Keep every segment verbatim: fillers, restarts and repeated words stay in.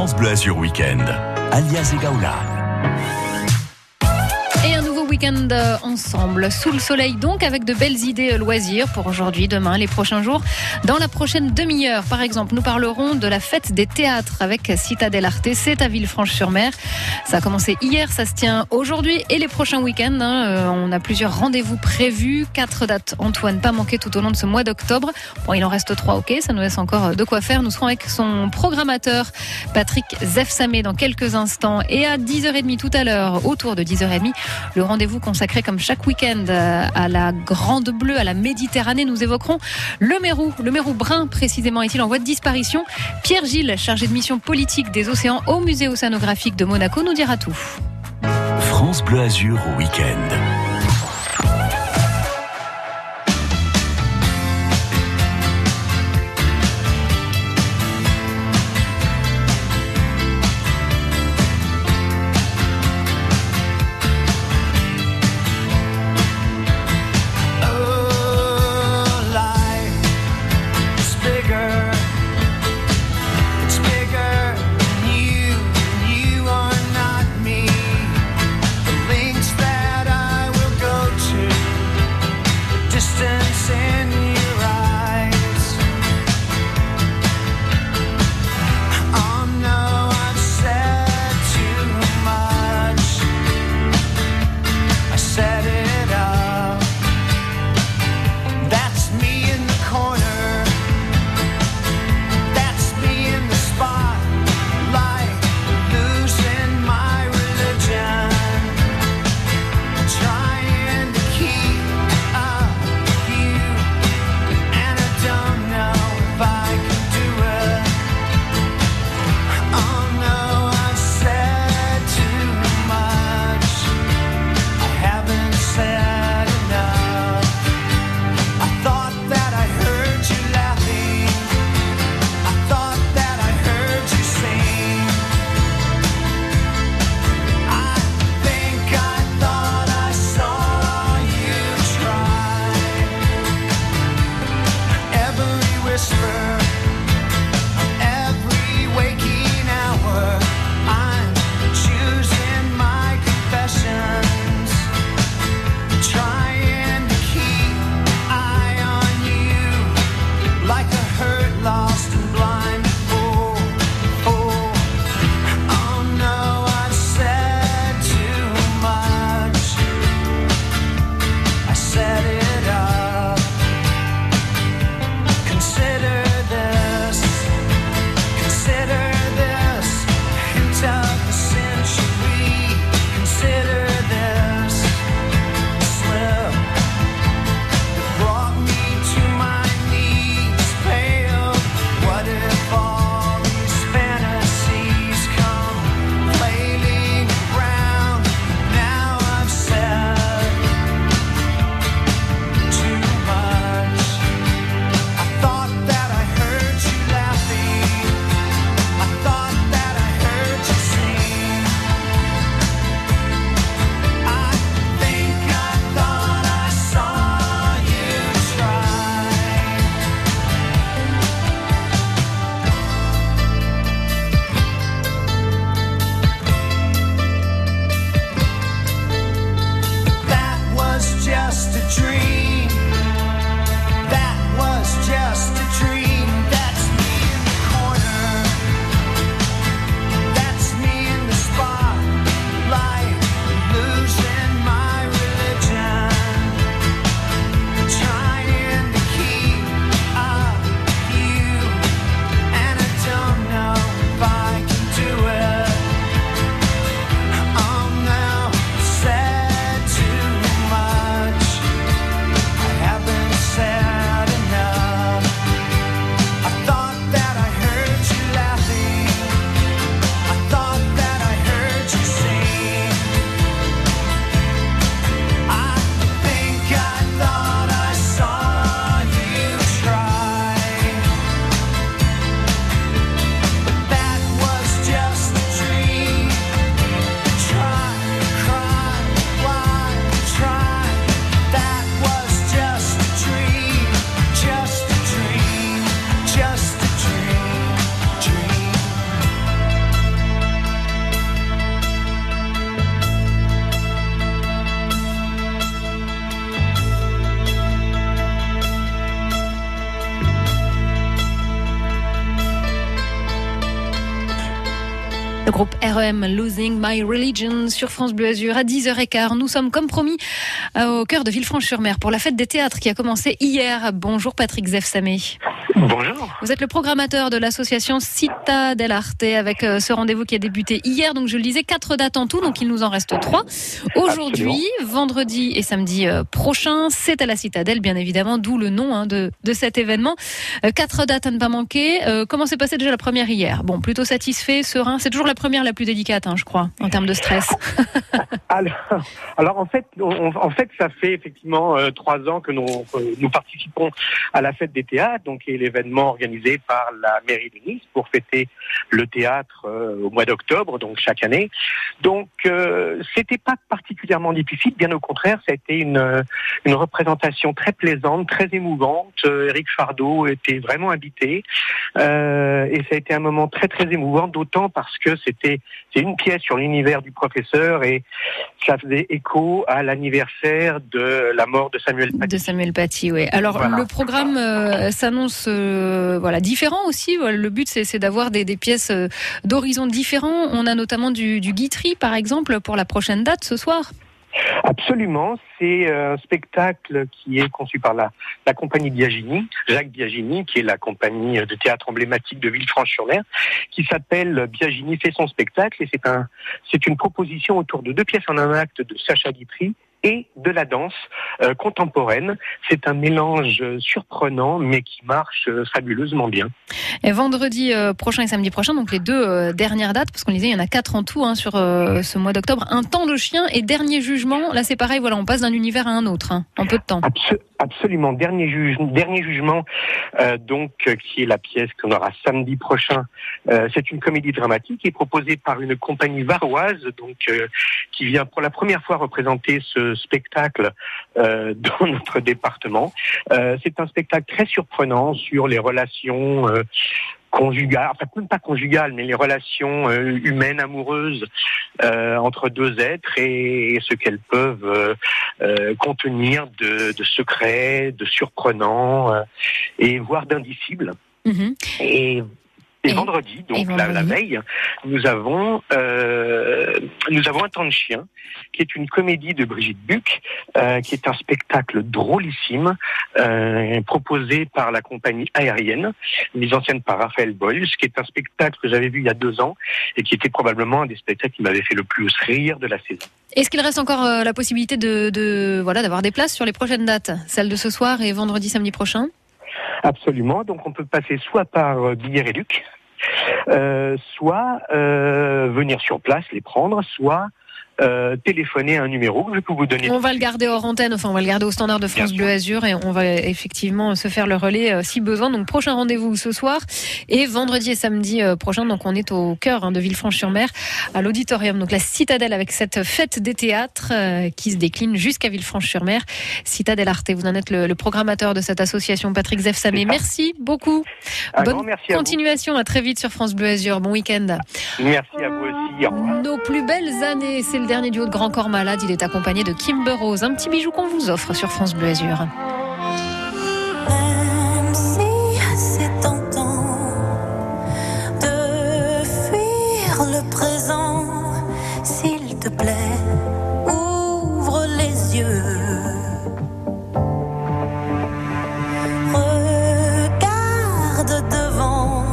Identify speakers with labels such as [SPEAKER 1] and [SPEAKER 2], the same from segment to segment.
[SPEAKER 1] France Bleu Azur Week-end. Alias Egaula.
[SPEAKER 2] Et un nouveau week-end ensemble, sous le soleil donc, avec de belles idées loisirs pour aujourd'hui, demain, les prochains jours. Dans la prochaine demi-heure, par exemple, nous parlerons de la fête des théâtres avec Citadel Arte. C'est à Villefranche-sur-Mer. Ça a commencé hier, ça se tient aujourd'hui et les prochains week-ends. Hein, euh, on a plusieurs rendez-vous prévus, quatre dates, Antoine, pas manquer tout au long de ce mois d'octobre. Bon, il en reste trois, ok, ça nous laisse encore de quoi faire. Nous serons avec son programmateur, Patrick Zefsamé, dans quelques instants. Et à dix heures trente tout à l'heure, autour de dix heures trente, le rendez-vous consacré comme chaque week-end à la Grande Bleue, à la Méditerranée. Nous évoquerons le Mérou, le Mérou brun précisément, est-il en voie de disparition? Pierre Gilles, chargé de mission politique des océans au musée océanographique de Monaco, nous dira tout.
[SPEAKER 1] France Bleu Azur au week-end.
[SPEAKER 3] Links that I will
[SPEAKER 2] Le groupe R E M, Losing My Religion, sur France Bleu Azur à dix heures quinze. Nous sommes comme promis au cœur de Villefranche-sur-Mer pour la fête des théâtres qui a commencé hier. Bonjour Patrick Zefsamé.
[SPEAKER 3] Bonjour.
[SPEAKER 2] Vous êtes le programmateur de l'association Città dell'Arte avec ce rendez-vous qui a débuté hier. Donc je le disais, quatre dates en tout, donc il nous en reste trois. Aujourd'hui, Absolument. vendredi et samedi prochain, c'est à la Citadelle, bien évidemment, d'où le nom hein, de, de cet événement. Quatre dates à ne pas manquer. Euh, comment s'est passée déjà la première hier ? Bon, plutôt satisfait, serein. C'est toujours la première la plus délicate, hein, je crois, en termes de stress.
[SPEAKER 3] alors, alors en fait, on, en fait, ça fait effectivement euh, trois ans que nous, que nous participons à la fête des théâtres, donc qui est l'événement organisé par la mairie de Nice pour fêter le théâtre euh, au mois d'octobre, donc chaque année. Donc, euh, c'était pas particulièrement difficile, bien au contraire, ça a été une une représentation très plaisante, très émouvante. Euh, Éric Fardot était vraiment invité euh, et ça a été un moment très très émouvant, d'autant parce que c'était c'est une pièce sur l'univers du professeur et ça faisait écho à l'anniversaire de la mort de Samuel Paty.
[SPEAKER 2] De Samuel Paty, oui. Alors voilà. Le programme euh, s'annonce euh, voilà différent aussi. Le but c'est, c'est d'avoir des, des pièces euh, d'horizons différents. On a notamment du, du Guitry par exemple pour la prochaine date ce soir.
[SPEAKER 3] Absolument, c'est un spectacle qui est conçu par la, la compagnie Biagini, Jacques Biagini, qui est la compagnie de théâtre emblématique de Villefranche-sur-Mer, qui s'appelle Biagini fait son spectacle, et c'est un, c'est une proposition autour de deux pièces en un acte de Sacha Guitry et de la danse euh, contemporaine. C'est un mélange surprenant, mais qui marche euh, fabuleusement bien.
[SPEAKER 2] Et vendredi euh, prochain et samedi prochain, donc les deux euh, dernières dates, parce qu'on disait il y en a quatre en tout hein, sur euh, ce mois d'octobre. Un temps de chien et dernier jugement. Là, c'est pareil. Voilà, on passe d'un univers à un autre hein, en peu de temps.
[SPEAKER 3] Absol- absolument. Dernier juge, dernier jugement, euh, donc euh, qui est la pièce qu'on aura samedi prochain. Euh, c'est une comédie dramatique qui est proposée par une compagnie varoise, donc euh, qui vient pour la première fois représenter ce spectacle euh, dans notre département. Euh, c'est un spectacle très surprenant sur les relations euh, conjugales, enfin même pas conjugales, mais les relations euh, humaines, amoureuses euh, entre deux êtres et, et ce qu'elles peuvent euh, euh, contenir de, de secrets, de surprenants euh, et voire d'indicibles. Mmh. Et Et, et vendredi, donc et vendredi. La, la veille, nous avons euh, nous avons Un temps de chien, qui est une comédie de Brigitte Buck, euh, qui est un spectacle drôlissime, euh, proposé par la compagnie aérienne, mise en scène par Raphaël Boyles, qui est un spectacle que j'avais vu il y a deux ans et qui était probablement un des spectacles qui m'avait fait le plus rire de la saison.
[SPEAKER 2] Est-ce qu'il reste encore euh, la possibilité de, de voilà d'avoir des places sur les prochaines dates, celles de ce soir et vendredi, samedi prochain?
[SPEAKER 3] Absolument, donc on peut passer soit par Billet Réduc, euh, soit euh, venir sur place les prendre, soit Euh, téléphoner à un numéro que je peux vous donner.
[SPEAKER 2] On va le garder hors antenne, enfin on va le garder au standard de France Bleu Azur et on va effectivement se faire le relais euh, si besoin. Donc prochain rendez-vous ce soir et vendredi et samedi euh, prochain. Donc on est au cœur hein, de Villefranche-sur-Mer à l'auditorium, donc la Citadelle avec cette fête des théâtres euh, qui se décline jusqu'à Villefranche-sur-Mer. Città dell'Arte, vous en êtes le, le programmateur de cette association, Patrick Zefsamé. Merci beaucoup.
[SPEAKER 3] Un
[SPEAKER 2] Bonne
[SPEAKER 3] merci
[SPEAKER 2] continuation, à, à très vite sur France Bleu Azur. Bon week-end.
[SPEAKER 3] Merci à vous aussi. Au revoir.
[SPEAKER 2] Nos plus belles années, c'est le dernier duo de Grand Corps Malade. Il est accompagné de Kimber Rose. Un petit bijou qu'on vous offre sur France Bleu Azur.
[SPEAKER 4] Même si c'est tentant de fuir le présent, s'il te plaît, ouvre les yeux. Regarde devant.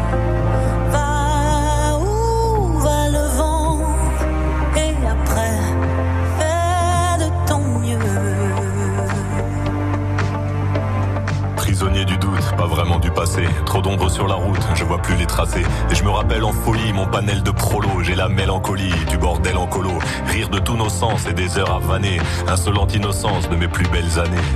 [SPEAKER 5] Prisonnier du doute, pas vraiment du passé. Trop d'ombre sur la route, je vois plus les tracés. Et je me rappelle en folie mon panel de prolo. J'ai la mélancolie du bordel en colo. Rire de tous nos sens et des heures à vanner. Insolente innocence de mes plus belles années.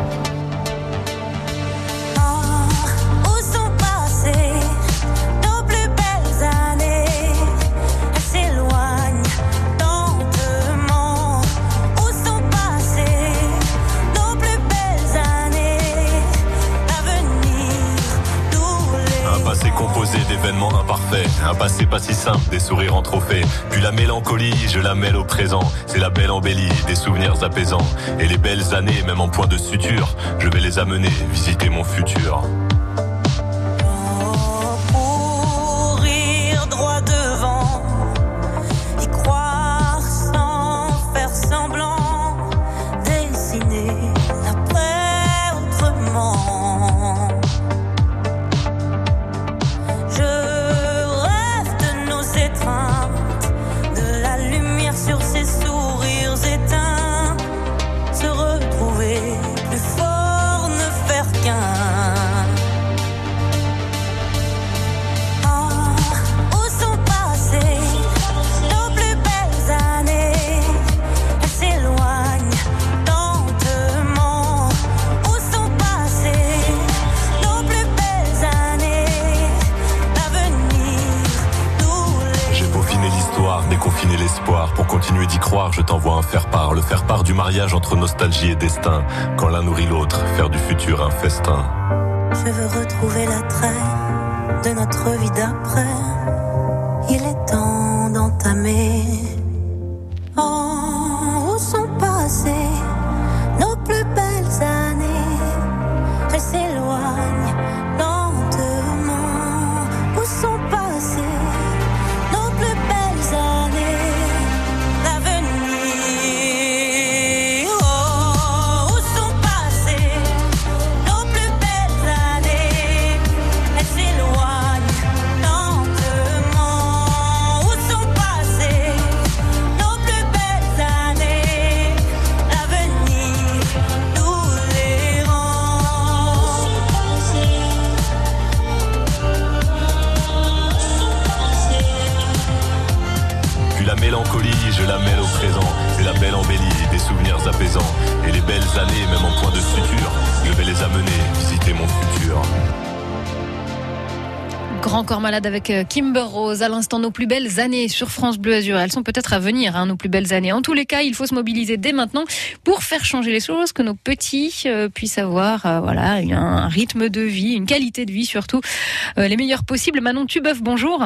[SPEAKER 5] D'événements imparfaits, un passé pas si simple, des sourires en trophée. Puis la mélancolie, je la mêle au présent. C'est la belle embellie, des souvenirs apaisants. Et les belles années, même en point de suture, je vais les amener visiter mon futur.
[SPEAKER 4] Courir droit devant. ces sourires éteints, se retrouver plus fort, ne faire qu'un.
[SPEAKER 5] Déconfiner l'espoir, pour continuer d'y croire, je t'envoie un faire-part, le faire-part du mariage entre nostalgie et destin, quand l'un nourrit l'autre, faire du futur un festin.
[SPEAKER 4] Je veux retrouver l'attrait de notre vie d'après, il est temps d'entamer. Oh, où sont passées nos plus belles années? Elles s'éloignent lentement. Où sont passées
[SPEAKER 5] je la mêle au présent, et la belle embellie, des souvenirs apaisants, et les belles années, même en point de suture, je vais les amener, visiter mon futur.
[SPEAKER 2] Grand Corps Malade avec Kimber Rose, à l'instant nos plus belles années sur France Bleu Azur. Elles sont peut-être à venir, hein, nos plus belles années. En tous les cas, il faut se mobiliser dès maintenant pour faire changer les choses, que nos petits euh, puissent avoir euh, voilà, un rythme de vie, une qualité de vie surtout, euh, les meilleures possibles. Manon Tubeuf, bonjour.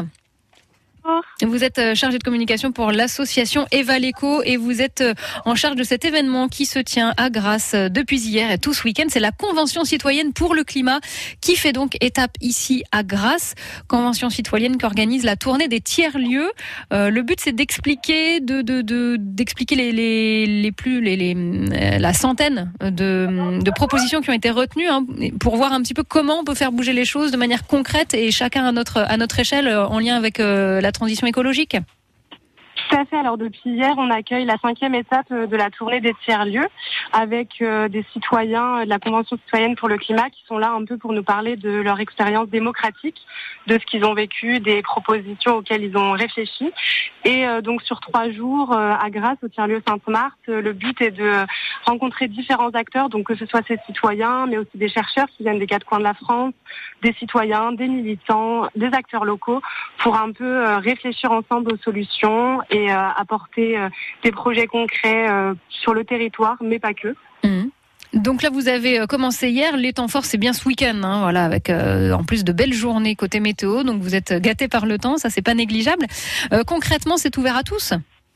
[SPEAKER 2] Vous êtes chargée de communication pour l'association Evaleco et vous êtes en charge de cet événement qui se tient à Grasse depuis hier et tout ce week-end. C'est la Convention citoyenne pour le climat qui fait donc étape ici à Grasse. Convention citoyenne qui organise la tournée des tiers-lieux. Euh, le but, c'est d'expliquer, de, de, de, d'expliquer les, les, les plus, les, les, la centaine de, de propositions qui ont été retenues hein, pour voir un petit peu comment on peut faire bouger les choses de manière concrète et chacun à notre, à notre échelle en lien avec euh, la transition écologique.
[SPEAKER 6] Tout à fait. Alors depuis hier, on accueille la cinquième étape de la tournée des tiers-lieux avec euh, des citoyens de la Convention citoyenne pour le climat qui sont là un peu pour nous parler de leur expérience démocratique, de ce qu'ils ont vécu, des propositions auxquelles ils ont réfléchi. Et euh, donc sur trois jours euh, à Grasse, au tiers-lieu Sainte-Marthe, euh, le but est de rencontrer différents acteurs, donc que ce soit ces citoyens, mais aussi des chercheurs qui viennent des quatre coins de la France, des citoyens, des militants, des acteurs locaux, pour un peu euh, réfléchir ensemble aux solutions et euh, apporter euh, des projets concrets euh, sur le territoire, mais pas que.
[SPEAKER 2] Mmh. Donc là, vous avez commencé hier. Les temps forts, c'est bien ce week-end, hein, voilà, avec euh, en plus de belles journées côté météo. Donc vous êtes gâtés par le temps, ça c'est pas négligeable. Euh, concrètement, c'est ouvert à tous ?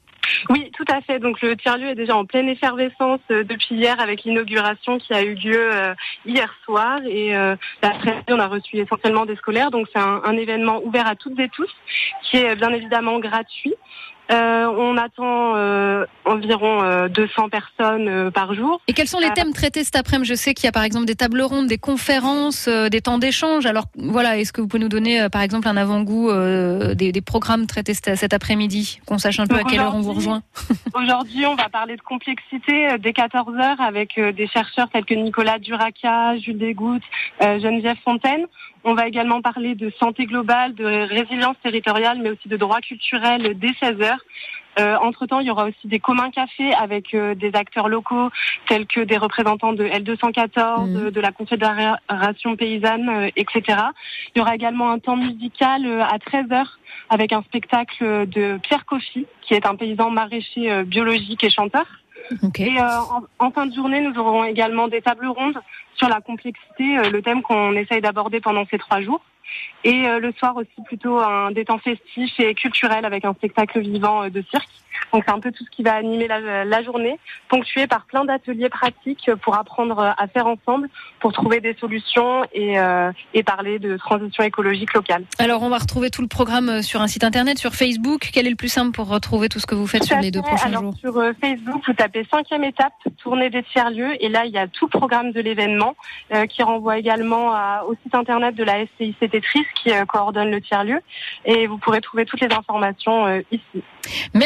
[SPEAKER 6] Oui, tout à fait. Donc le tiers-lieu est déjà en pleine effervescence euh, depuis hier avec l'inauguration qui a eu lieu euh, hier soir. Et euh, l'après-midi, on a reçu essentiellement des scolaires. Donc c'est un, un événement ouvert à toutes et tous qui est bien évidemment gratuit. Euh, on attend euh, environ euh, deux cents personnes euh, par jour.
[SPEAKER 2] Et quels sont les euh, thèmes traités cet après-midi ? Je sais qu'il y a par exemple des tables rondes, des conférences, euh, des temps d'échange. Alors voilà, est-ce que vous pouvez nous donner euh, par exemple un avant-goût euh, des, des programmes traités cet, cet après-midi ? Qu'on sache un peu à quelle heure on vous rejoint.
[SPEAKER 6] Aujourd'hui, on va parler de complexité euh, dès quatorze heures avec euh, des chercheurs tels que Nicolas Duraca, Jules Desgouttes, euh, Geneviève Fontaine. On va également parler de santé globale, de résilience territoriale, mais aussi de droits culturels dès seize heures. Euh, entre-temps, il y aura aussi des communs cafés avec euh, des acteurs locaux tels que des représentants de L deux cent quatorze, mmh. de, de la Confédération paysanne, euh, et cetera. Il y aura également un temps musical euh, à treize heures avec un spectacle de Pierre Coffy, qui est un paysan maraîcher euh, biologique et chanteur.
[SPEAKER 2] Okay.
[SPEAKER 6] Et euh, en, en fin de journée, nous aurons également des tables rondes sur la complexité, euh, le thème qu'on essaye d'aborder pendant ces trois jours. Et euh, le soir aussi plutôt un des temps festifs et culturels avec un spectacle vivant euh, de cirque. Donc c'est un peu tout ce qui va animer la, la journée, ponctué par plein d'ateliers pratiques pour apprendre à faire ensemble, pour trouver des solutions et, euh, et parler de transition écologique locale.
[SPEAKER 2] Alors on va retrouver tout le programme sur un site internet, sur Facebook. Quel est le plus simple pour retrouver tout ce que vous faites tout sur les fait. deux prochains
[SPEAKER 6] Alors,
[SPEAKER 2] jours ?
[SPEAKER 6] Sur euh, Facebook, vous tapez cinquième étape, tournée des tiers-lieux, et là il y a tout le programme de l'événement euh, qui renvoie également à, au site internet de la S C I C Tetris qui euh, coordonne le tiers-lieu, et vous pourrez trouver toutes les informations euh, ici.
[SPEAKER 2] Merci en tous les cas.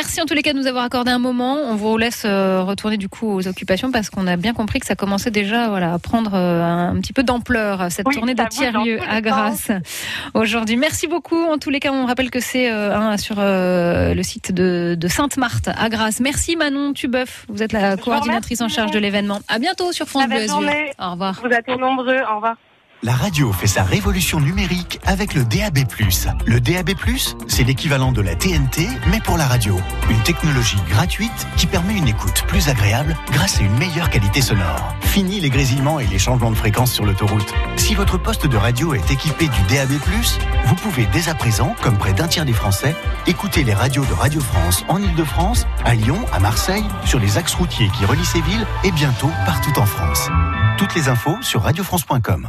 [SPEAKER 2] cas de nous avoir accordé un moment. On vous laisse euh, retourner du coup aux occupations parce qu'on a bien compris que ça commençait déjà voilà, à prendre euh, un petit peu d'ampleur, cette
[SPEAKER 6] Oui,
[SPEAKER 2] tournée de
[SPEAKER 6] ça bouge dans
[SPEAKER 2] tiers-lieux
[SPEAKER 6] tous les
[SPEAKER 2] à Grasse aujourd'hui. Merci beaucoup. En tous les cas, on rappelle que c'est euh, hein, sur euh, le site de, de Sainte-Marthe à Grasse. Merci Manon Tubeuf. Vous êtes la coordinatrice en charge de l'événement. À bientôt sur France Bleu Azur. Au revoir.
[SPEAKER 6] Vous êtes nombreux. Au revoir.
[SPEAKER 1] La radio fait sa révolution numérique avec le D A B plus. Le D A B plus, c'est l'équivalent de la T N T, mais pour la radio. Une technologie gratuite qui permet une écoute plus agréable grâce à une meilleure qualité sonore. Fini les grésillements et les changements de fréquence sur l'autoroute. Si votre poste de radio est équipé du D A B plus, vous pouvez dès à présent, comme près d'un tiers des Français, écouter les radios de Radio France en Ile-de-France, à Lyon, à Marseille, sur les axes routiers qui relient ces villes et bientôt partout en France. Toutes les infos sur radio france point com.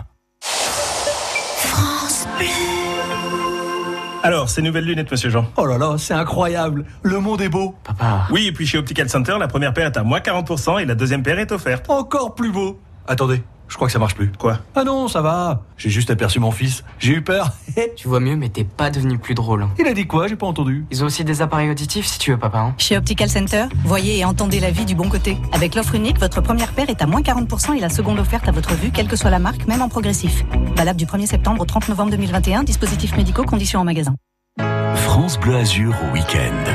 [SPEAKER 7] Alors, ces nouvelles lunettes, monsieur Jean.
[SPEAKER 8] Oh là là, c'est incroyable. Le monde est beau.
[SPEAKER 7] Papa. Oui, et puis chez Optical Center, la première paire est à moins quarante pour cent et la deuxième paire est offerte.
[SPEAKER 8] Encore plus beau. Attendez, je crois que ça marche plus.
[SPEAKER 7] Quoi?
[SPEAKER 8] Ah non, ça va. J'ai juste aperçu mon fils. J'ai eu peur.
[SPEAKER 9] Tu vois mieux, mais t'es pas devenu plus drôle.
[SPEAKER 8] Il a dit quoi? J'ai pas entendu.
[SPEAKER 9] Ils ont aussi des appareils auditifs si tu veux, papa. Hein.
[SPEAKER 10] Chez Optical Center, voyez et entendez la vie du bon côté. Avec l'offre unique, votre première paire est à moins quarante pour cent et la seconde offerte à votre vue, quelle que soit la marque, même en progressif. Valable du premier septembre au trente novembre deux mille vingt et un. Dispositifs médicaux, conditions en magasin.
[SPEAKER 1] France Bleu Azur au week-end.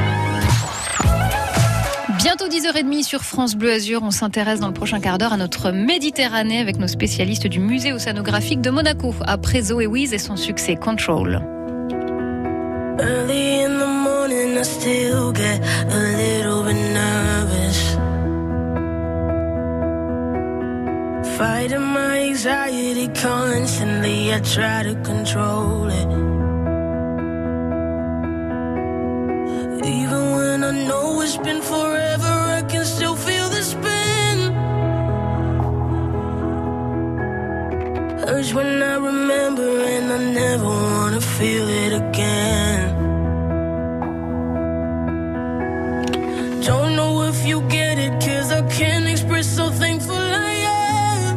[SPEAKER 2] Bientôt dix heures trente sur France Bleu Azur. On s'intéresse dans le prochain quart d'heure à notre Méditerranée avec nos spécialistes du musée océanographique de Monaco. Après Zoé Wiz et son succès Control.
[SPEAKER 11] Early in the morning, I still get a little bit nervous. Fighting my anxiety constantly, I try to control it. Even when I know it's been forever, I can still feel the spin. Hurts when I remember and I never wanna feel it again. Don't know if you get it, cause I can't express so thankful I am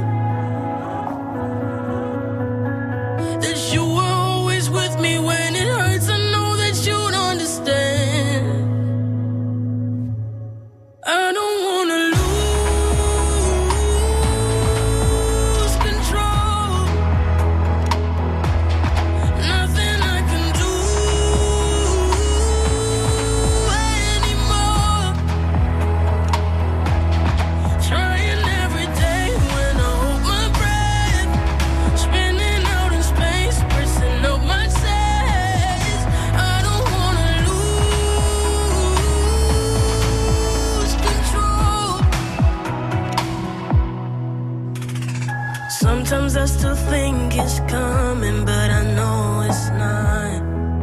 [SPEAKER 11] that you were always with me when it hurts. I know that you'd understand. I don't wanna lose control. Nothing I can do anymore. Trying every day when I hold my breath, spinning out in space, pressing up my chest. I don't wanna lose control. Sometimes I still think it's coming, but I know it's not.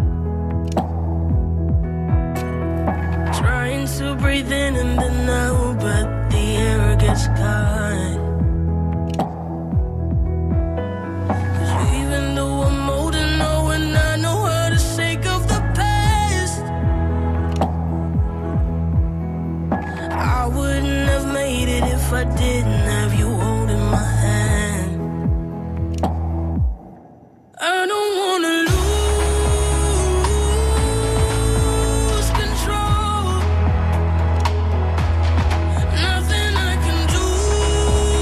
[SPEAKER 11] Trying to breathe in and then out, but the air gets caught. 'Cause even though I'm old and know and I know how to shake off the past, I wouldn't have made it if I didn't have you holding my hand. I don't wanna lose control. Nothing I can do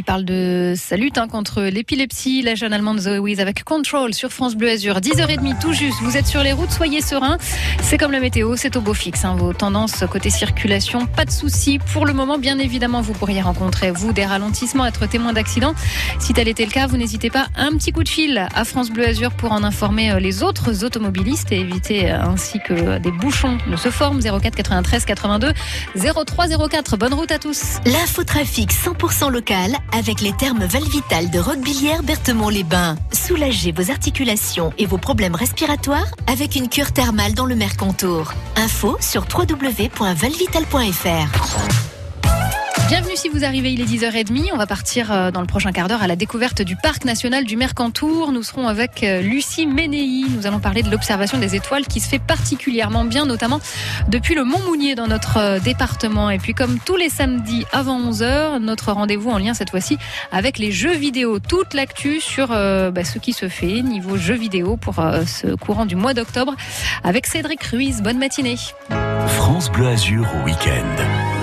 [SPEAKER 2] parle de sa lutte hein, contre l'épilepsie. La jeune allemande Zoe Wies avec Control sur France Bleu Azur. dix heures trente tout juste, vous êtes sur les routes, soyez sereins. C'est comme la météo, c'est au beau fixe. Hein. Vos tendances côté circulation, pas de soucis. Pour le moment, bien évidemment, vous pourriez rencontrer, vous, des ralentissements, être témoin d'accidents. Si tel était le cas, vous n'hésitez pas, un petit coup de fil à France Bleu Azur pour en informer les autres automobilistes et éviter ainsi que des bouchons ne se forment. zéro quatre quatre-vingt-treize quatre-vingt-deux zéro trois zéro quatre. Bonne route à tous.
[SPEAKER 12] L'infotrafic cent pour cent local avec les thermes Valvital de Roquebillière Berthemont-les-Bains. Soulagez vos articulations et vos problèmes respiratoires avec une cure thermale dans le Mercantour. Info sur w w w point valvital point f r.
[SPEAKER 2] Bienvenue si vous arrivez, il est dix heures trente. On va partir dans le prochain quart d'heure à la découverte du parc national du Mercantour. Nous serons avec Lucie Ménéhi. Nous allons parler de l'observation des étoiles qui se fait particulièrement bien, notamment depuis le Mont-Mounier dans notre département. Et puis comme tous les samedis avant onze heures, notre rendez-vous en lien cette fois-ci avec les jeux vidéo. Toute l'actu sur euh, bah, ce qui se fait niveau jeux vidéo pour euh, ce courant du mois d'octobre avec Cédric Ruiz. Bonne matinée.
[SPEAKER 1] France Bleu Azur au week-end.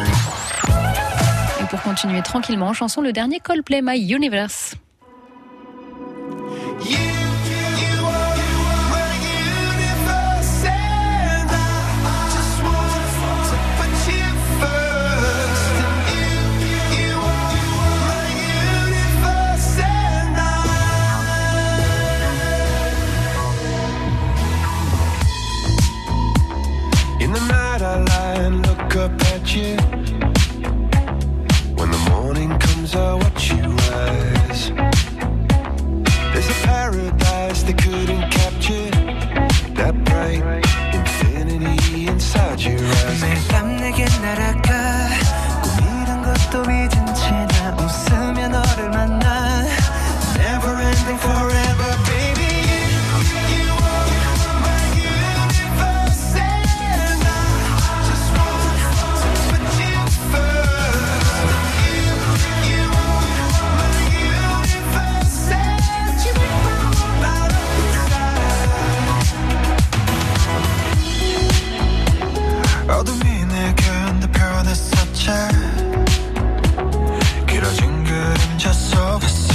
[SPEAKER 2] Pour continuer tranquillement, chanson le dernier Coldplay, My Universe.
[SPEAKER 13] In the night I lie and look up at you. When the morning comes I watch you rise. There's a paradise they couldn't capture. That bright infinity inside your eyes. 매일 밤 내게 날아가 꿈이란 것도 잊은 채 나 웃으며 너를 만나. Never ending forever baby. 어둠이 내게 내 변했었지 길어진 그림자 속에서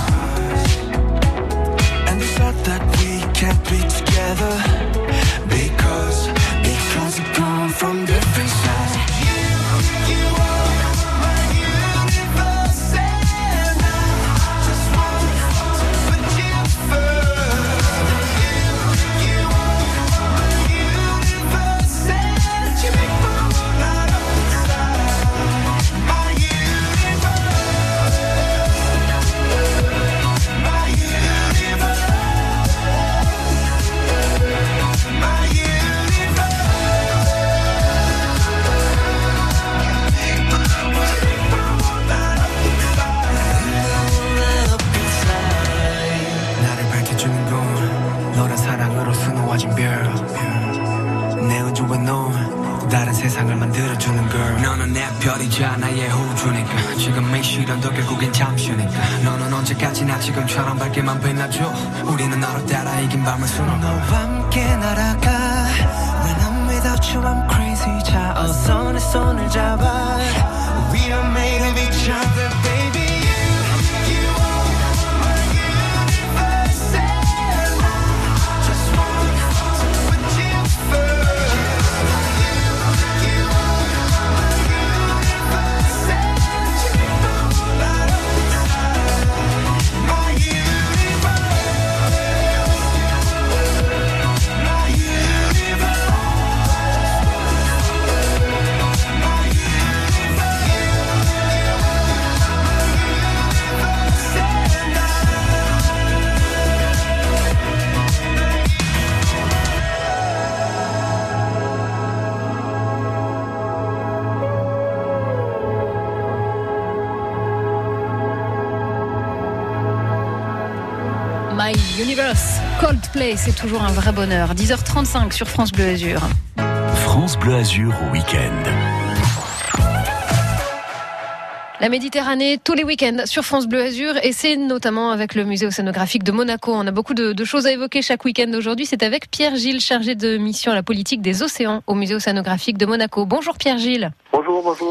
[SPEAKER 13] And they said that we can't be together Because, because we come from different sides You, you are my universe And I just want to put you first You, you are my universe And you make my world light up inside My universe My universe My universe 나를 밝혀주는 건 너란 사랑으로 수놓아진 별 내 우주에 넌 다른 세상을 만들어주는 girl 너는 내 별이자 나의 우주니까 지금의 시련도 결국엔 잠시니까 너는 언제까지나 지금처럼 밝게만 빛나줘 우리는 너를 따라 이긴 밤을 수놓아 너와 함께 날아가 When I'm without you I'm crazy 자 어서 내 손을 잡아 We are made of each other baby You, you are my universe And I just want to put you first You, you are my universe And you make my world light up inside My universe My universe My
[SPEAKER 2] My Universe, Coldplay, c'est toujours un vrai bonheur. dix heures trente-cinq sur France Bleu Azur.
[SPEAKER 1] France Bleu Azur au week-end.
[SPEAKER 2] La Méditerranée, tous les week-ends sur France Bleu Azur, et c'est notamment avec le musée océanographique de Monaco. On a beaucoup de, de choses à évoquer chaque week-end aujourd'hui. C'est avec Pierre Gilles, chargé de mission à la politique des océans au musée océanographique de Monaco. Bonjour Pierre Gilles.
[SPEAKER 14] Bonjour, bonjour.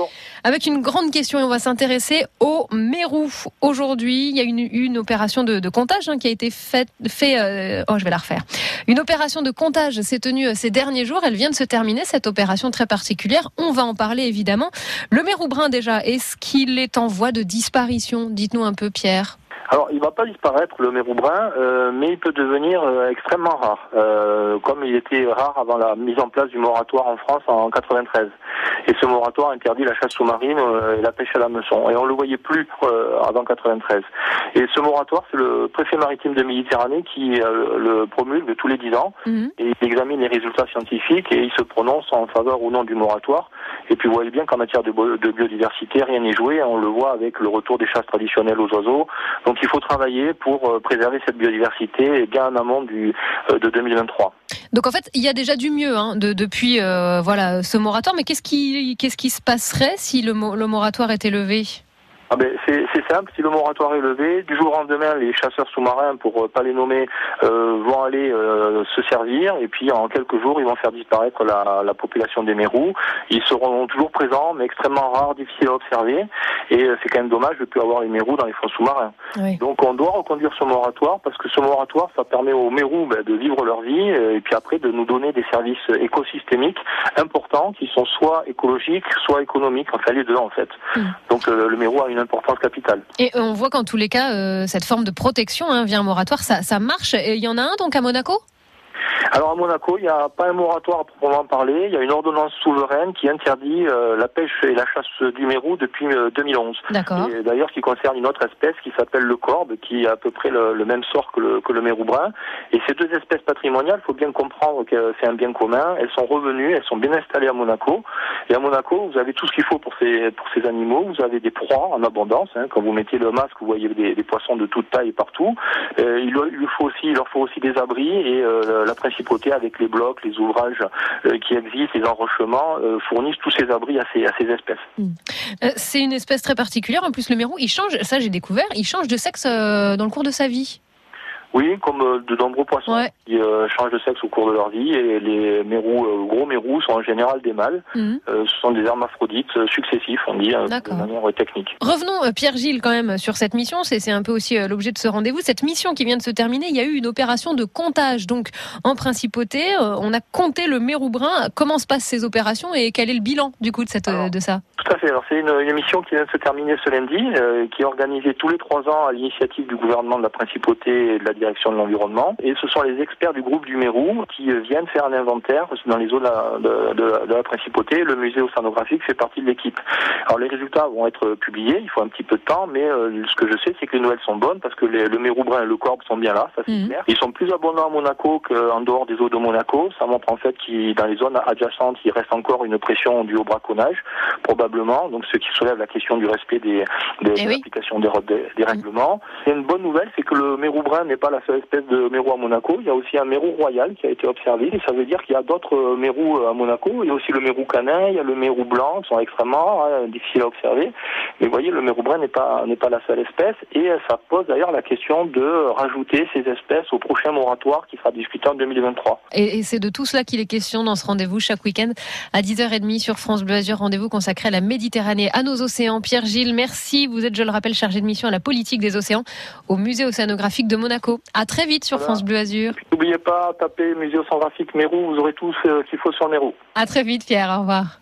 [SPEAKER 2] avec une grande question et on va s'intéresser au Mérou. Aujourd'hui, il y a une, une opération de, de comptage hein, qui a été faite. Fait, euh, oh, je vais la refaire. Une opération de comptage s'est tenue ces derniers jours. Elle vient de se terminer, cette opération très particulière. On va en parler évidemment. Le Mérou brun déjà, est-ce qu'il est en voie de disparition ? Dites-nous un peu, Pierre.
[SPEAKER 14] Alors, il ne va pas disparaître, le Mérou brun, euh, mais il peut devenir euh, extrêmement rare, euh, comme il était rare avant la mise en place du moratoire en France en quatre-vingt-treize. Et ce moratoire interdit la chasse sous-marine euh, et la pêche à la meçon. Et on ne le voyait plus euh, avant quatre-vingt-treize. Et ce moratoire, c'est le préfet maritime de Méditerranée qui euh, le promulgue tous les dix ans. Mmh. Et il examine les résultats scientifiques et il se prononce en faveur ou non du moratoire. Et puis vous voyez bien qu'en matière de, de biodiversité, rien n'est joué. On le voit avec le retour des chasses traditionnelles aux oiseaux. Donc il faut travailler pour euh, préserver cette biodiversité et bien en amont du, euh, de deux mille vingt-trois.
[SPEAKER 2] Donc en fait, il y a déjà du mieux hein, de, depuis euh, voilà, ce moratoire. Mais qu'est-ce qui, qu'est-ce qui se passerait si le, le moratoire était levé ?
[SPEAKER 14] Ah ben c'est, c'est simple, si le moratoire est levé, du jour au lendemain, les chasseurs sous-marins, pour euh, pas les nommer, euh, vont aller euh, se servir et puis en quelques jours, ils vont faire disparaître la, la population des mérous. Ils seront toujours présents, mais extrêmement rares, difficiles à observer. Et euh, c'est quand même dommage de ne plus avoir les mérous dans les fonds sous-marins. Oui. Donc on doit reconduire ce moratoire parce que ce moratoire, ça permet aux mérous ben, de vivre leur vie euh, et puis après de nous donner des services écosystémiques importants qui sont soit écologiques, soit économiques, enfin les deux en fait. Mmh. Donc euh, le mérou a une importance capitale.
[SPEAKER 2] Et on voit qu'en tous les cas, euh, cette forme de protection hein, via un moratoire, ça, ça marche. Et il y en a un donc à Monaco ?
[SPEAKER 14] Alors à Monaco, il n'y a pas un moratoire à proprement parler, il y a une ordonnance souveraine qui interdit euh, la pêche et la chasse du mérou depuis euh, deux mille onze.
[SPEAKER 2] D'accord.
[SPEAKER 14] Et d'ailleurs qui concerne une autre espèce qui s'appelle le corbe, qui a à peu près le, le même sort que le, que le mérou brun. Et ces deux espèces patrimoniales, il faut bien comprendre que c'est un bien commun, elles sont revenues, elles sont bien installées à Monaco. Et à Monaco, vous avez tout ce qu'il faut pour ces, pour ces animaux, vous avez des proies en abondance, hein. Quand vous mettez le masque, vous voyez des, des poissons de toute taille partout. Euh, il, il, faut aussi, il leur faut aussi des abris et euh, la principauté avec les blocs, les ouvrages euh, qui existent, les enrochements, euh, fournissent tous ces abris à ces, à ces espèces.
[SPEAKER 2] Mmh. Euh, c'est une espèce très particulière. En plus, le mérou, il change, ça j'ai découvert, il change de sexe euh, dans le cours de sa vie.
[SPEAKER 14] Oui, comme euh, de nombreux poissons ouais. qui euh, changent de sexe au cours de leur vie. Et les mérous, euh, gros mérous sont en général des mâles. Mmh. Euh, ce sont des hermaphrodites euh, successifs, on dit, euh, de manière euh, technique.
[SPEAKER 2] Revenons, euh, Pierre-Gilles, quand même, sur cette mission. C'est, c'est un peu aussi euh, l'objet de ce rendez-vous. Cette mission qui vient de se terminer, il y a eu une opération de comptage. Donc, en principauté, euh, on a compté le mérou brun. Comment se passent ces opérations et quel est le bilan, du coup, de, cette,
[SPEAKER 14] Alors,
[SPEAKER 2] euh, de ça ?
[SPEAKER 14] Tout à fait. Alors, c'est une, une mission qui vient de se terminer ce lundi, euh, qui est organisée tous les trois ans à l'initiative du gouvernement de la principauté et de la direction de l'environnement. Et ce sont les experts du groupe du Mérou qui viennent faire un inventaire dans les eaux de la, de, de, de la principauté. Le musée océanographique fait partie de l'équipe. Alors les résultats vont être publiés, il faut un petit peu de temps, mais euh, ce que je sais, c'est que les nouvelles sont bonnes parce que les, le Mérou brun et le corbe sont bien là, ça c'est mmh. clair. Ils sont plus abondants à Monaco qu'en dehors des eaux de Monaco. Ça montre en fait qu'il dans les zones adjacentes, il reste encore une pression due au braconnage, probablement. Donc ce qui soulève la question du respect des, des, de oui. l'application des, des, des règlements. Mmh. Et une bonne nouvelle, c'est que le Mérou brun n'est pas la seule espèce de mérou à Monaco. Il y a aussi un mérou royal qui a été observé et ça veut dire qu'il y a d'autres mérous à Monaco. Il y a aussi le mérou canin, il y a le mérou blanc qui sont extrêmement hein, difficiles à observer. Mais vous voyez, le mérou brun n'est pas n'est pas la seule espèce et ça pose d'ailleurs la question de rajouter ces espèces au prochain moratoire qui sera discuté en deux mille vingt-trois.
[SPEAKER 2] Et, et c'est de tout cela qu'il est question dans ce rendez-vous chaque week-end à dix heures trente sur France Bleu Azur. Rendez-vous consacré à la Méditerranée, à nos océans. Pierre-Gilles, merci. Vous êtes, je le rappelle, chargé de mission à la politique des océans au musée océanographique de Monaco. À très vite sur voilà. France Bleu Azur.
[SPEAKER 14] N'oubliez pas, tapez musée océanographique Mérou, vous aurez tout ce qu'il faut sur Mérou.
[SPEAKER 2] À très vite Pierre, au revoir.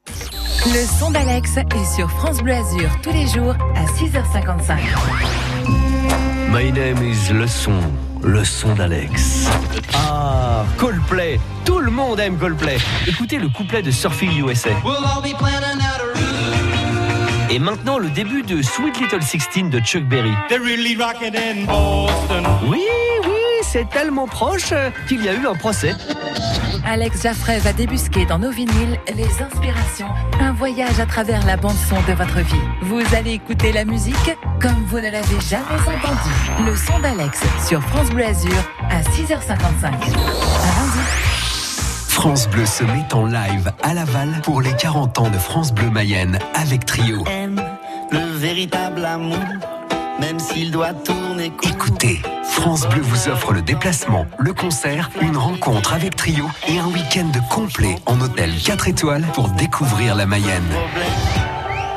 [SPEAKER 15] Le son d'Alex est sur France Bleu Azur tous les jours à six heures cinquante-cinq.
[SPEAKER 16] My name is Le Son, le son d'Alex. Ah, Coldplay, tout le monde aime Coldplay. Écoutez le couplet de Surfing U S A. Et maintenant le début de Sweet Little sixteen de Chuck Berry.
[SPEAKER 11] Really
[SPEAKER 16] oui, oui, c'est tellement proche qu'il y a eu un procès.
[SPEAKER 15] Alex Jaffray va débusquer dans nos vinyles les inspirations. Un voyage à travers la bande-son de votre vie. Vous allez écouter la musique comme vous ne l'avez jamais entendue. Le son d'Alex sur France Bleu Azur à six heures cinquante-cinq. À lundi.
[SPEAKER 17] France Bleu se met en live à Laval pour les quarante ans de France Bleu Mayenne avec Trio.
[SPEAKER 18] Aime le véritable amour, même s'il doit tourner court.
[SPEAKER 17] Écoutez, France Bleu vous offre le déplacement, le concert, une rencontre avec Trio et un week-end complet en hôtel quatre étoiles pour découvrir la Mayenne.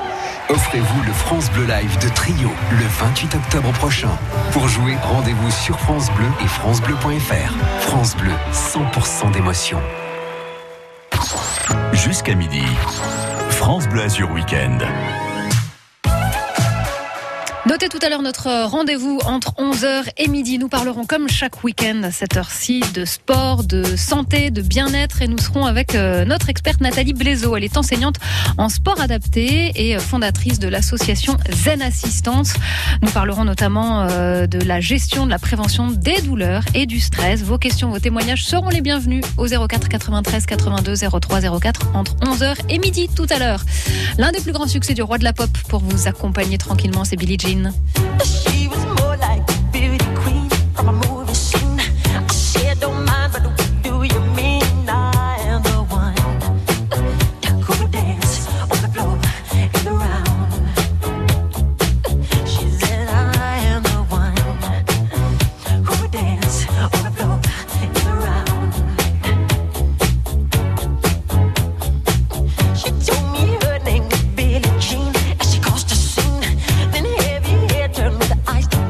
[SPEAKER 17] Offrez-vous le France Bleu Live de Trio le vingt-huit octobre prochain. Pour jouer, rendez-vous sur France Bleu et francebleu point f r. France Bleu, cent pour cent d'émotion.
[SPEAKER 19] Jusqu'à midi, France Bleu Azur Week-end.
[SPEAKER 2] Notez tout à l'heure notre rendez-vous entre onze heures et midi. Nous parlerons comme chaque week-end à cette heure-ci de sport, de santé, de bien-être et nous serons avec notre experte Nathalie Blaiseau. Elle est enseignante en sport adapté et fondatrice de l'association Zen Assistance. Nous parlerons notamment de la gestion, de la prévention des douleurs et du stress. Vos questions, vos témoignages seront les bienvenus au zéro quatre quatre-vingt-treize quatre-vingt-deux zéro trois zéro quatre entre onze heures et midi tout à l'heure. L'un des plus grands succès du roi de la pop pour vous accompagner tranquillement, c'est Billie Jean.
[SPEAKER 11] She was more like a beauty queen from a movie scene. I said, don't mind, but what do you mean? I am the one who would dance on the floor in the round. She said, I am the one who would dance on the floor in the round. She told me her name was Billie Jean as she caused a scene. Then heavy hair turned with the eyes to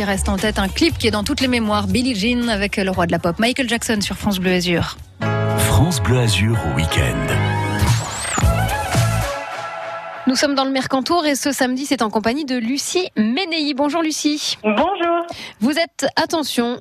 [SPEAKER 2] qui reste en tête, un clip qui est dans toutes les mémoires, Billie Jean avec le roi de la pop, Michael Jackson sur France Bleu Azur.
[SPEAKER 19] France Bleu Azur au week-end.
[SPEAKER 2] Nous sommes dans le Mercantour et ce samedi, c'est en compagnie de Lucie Ménéi. Bonjour Lucie.
[SPEAKER 6] Bonjour.
[SPEAKER 2] Vous êtes, attention,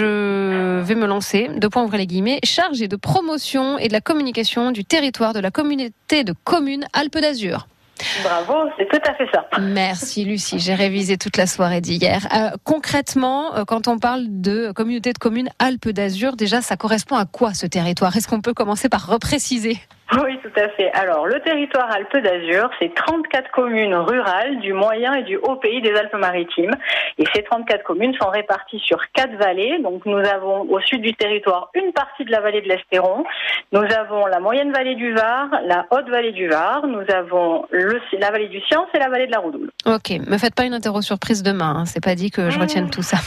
[SPEAKER 2] je vais me lancer, deux points ouvrez les guillemets, chargée de promotion et de la communication du territoire de la communauté de communes Alpes d'Azur.
[SPEAKER 6] Bravo, c'est tout à fait ça.
[SPEAKER 2] Merci Lucie, j'ai révisé toute la soirée d'hier. Euh, concrètement, euh, quand on parle de communauté de communes Alpes d'Azur, déjà ça correspond à quoi ce territoire ? Est-ce qu'on peut commencer par repréciser ?
[SPEAKER 6] Oui, tout à fait. Alors, le territoire Alpes d'Azur, c'est trente-quatre communes rurales du moyen et du haut pays des Alpes-Maritimes. Et ces trente-quatre communes sont réparties sur quatre vallées. Donc, nous avons au sud du territoire une partie de la vallée de l'Estéron. Nous avons la moyenne vallée du Var, la haute vallée du Var. Nous avons le, la vallée du Science et la vallée de la Roudoule.
[SPEAKER 2] Ok, me faites pas une interro surprise demain. Hein. C'est pas dit que je retienne tout ça.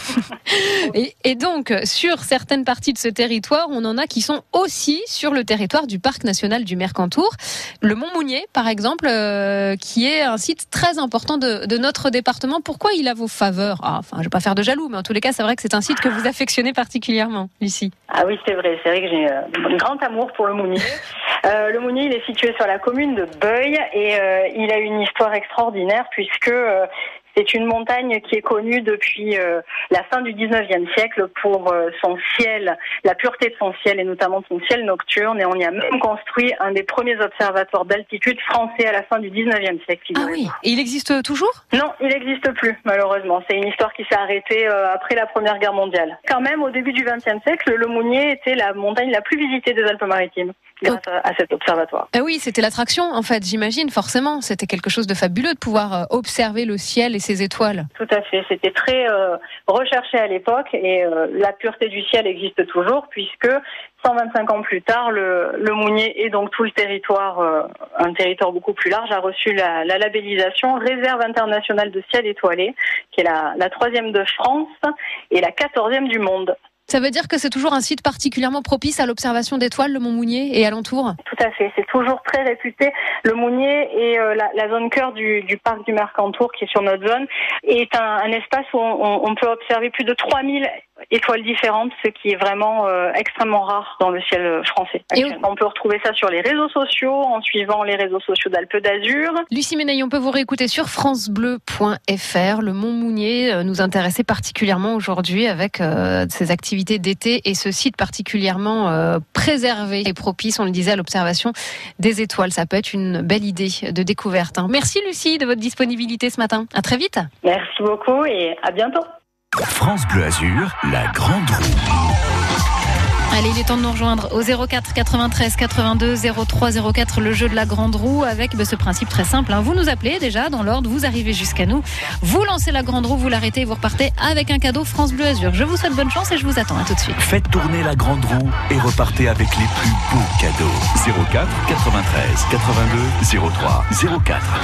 [SPEAKER 2] et, et donc, sur certaines parties de ce territoire, on en a qui sont aussi sur le territoire du parc national du Mercantour. Le Mont Mounier, par exemple, euh, qui est un site très important de, de notre département. Pourquoi il a vos faveurs ? ah, Enfin, je ne vais pas faire de jaloux, mais en tous les cas, c'est vrai que c'est un site que vous affectionnez particulièrement, Lucie.
[SPEAKER 6] Ah oui, c'est vrai. C'est vrai que j'ai un grand amour pour le Mounier. Euh, le Mounier, il est situé sur la commune de Beuil et euh, il a une histoire extraordinaire puisque euh, c'est une montagne qui est connue depuis euh, la fin du dix-neuvième siècle pour euh, son ciel, la pureté de son ciel et notamment son ciel nocturne. Et on y a même construit un des premiers observatoires d'altitude français à la fin du dix-neuvième siècle.
[SPEAKER 2] Ah oui, et il existe toujours ?
[SPEAKER 6] Non, il n'existe plus, malheureusement. C'est une histoire qui s'est arrêtée euh, après la Première Guerre mondiale. Quand même, au début du vingtième siècle, le Mounier était la montagne la plus visitée des Alpes-Maritimes grâce oh. à, à cet observatoire.
[SPEAKER 2] Ah oui, c'était l'attraction, en fait, j'imagine, forcément. C'était quelque chose de fabuleux de pouvoir observer le ciel et ses étoiles.
[SPEAKER 6] Tout à fait. C'était très euh, recherché à l'époque et euh, la pureté du ciel existe toujours puisque cent vingt-cinq ans plus tard, le, le Mounier et donc tout le territoire, euh, un territoire beaucoup plus large, a reçu la, la labellisation Réserve internationale de ciel étoilé, qui est la, la troisième de France et la quatorzième du monde.
[SPEAKER 2] Ça veut dire que c'est toujours un site particulièrement propice à l'observation d'étoiles, le Mont Mounier et alentour ?
[SPEAKER 6] Tout à fait, c'est toujours très réputé. Le Mounier et euh, la, la zone cœur du, du parc du Mercantour, qui est sur notre zone, est un, un espace où on, on peut observer plus de trois mille étoiles différentes, ce qui est vraiment euh, extrêmement rare dans le ciel français. Et on peut retrouver ça sur les réseaux sociaux, en suivant les réseaux sociaux d'Alpes d'Azur.
[SPEAKER 2] Lucie Ménéi, on peut vous réécouter sur francebleu point f r. Le Mont Mounier nous intéressait particulièrement aujourd'hui avec euh, ses activités d'été et ce site particulièrement euh, préservé et propice, on le disait, à l'observation des étoiles. Ça peut être une belle idée de découverte. Hein. Merci Lucie de votre disponibilité ce matin. À très vite.
[SPEAKER 6] Merci beaucoup et à bientôt.
[SPEAKER 19] France Bleu Azur, la grande roue.
[SPEAKER 2] Allez, il est temps de nous rejoindre au zéro quatre quatre-vingt-treize quatre-vingt-deux zéro trois zéro quatre, le jeu de la grande roue avec bah, ce principe très simple. Hein. Vous nous appelez déjà dans l'ordre, vous arrivez jusqu'à nous, vous lancez la grande roue, vous l'arrêtez et vous repartez avec un cadeau France Bleu Azur. Je vous souhaite bonne chance et je vous attends. À tout de suite.
[SPEAKER 19] Faites tourner la grande roue et repartez avec les plus beaux cadeaux. zéro quatre quatre-vingt-treize quatre-vingt-deux zéro trois zéro quatre.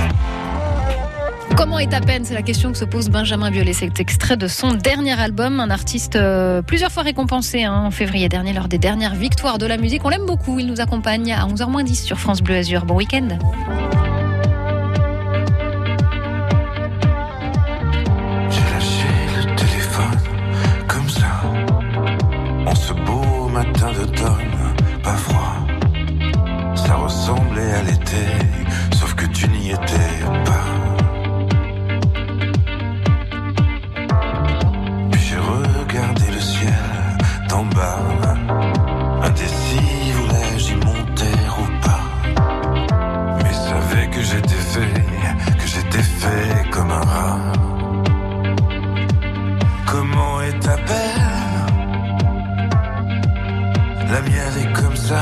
[SPEAKER 2] Comment est ta peine ? C'est la question que se pose Benjamin Biolay. C'est extrait de son dernier album, un artiste euh, plusieurs fois récompensé hein, en février dernier lors des dernières victoires de la musique. On l'aime beaucoup, il nous accompagne à onze heures moins dix sur France Bleu Azur. Bon week-end.
[SPEAKER 20] J'ai lâché le téléphone comme ça, en ce beau matin d'automne, pas froid. Ça ressemblait à l'été, sauf que tu n'y étais pas. Regardez le ciel d'en bas, indécis, voulais-je y monter ou pas? Mais savais que j'étais fait, que j'étais fait comme un rat. Comment est ta peine? La mienne est comme ça.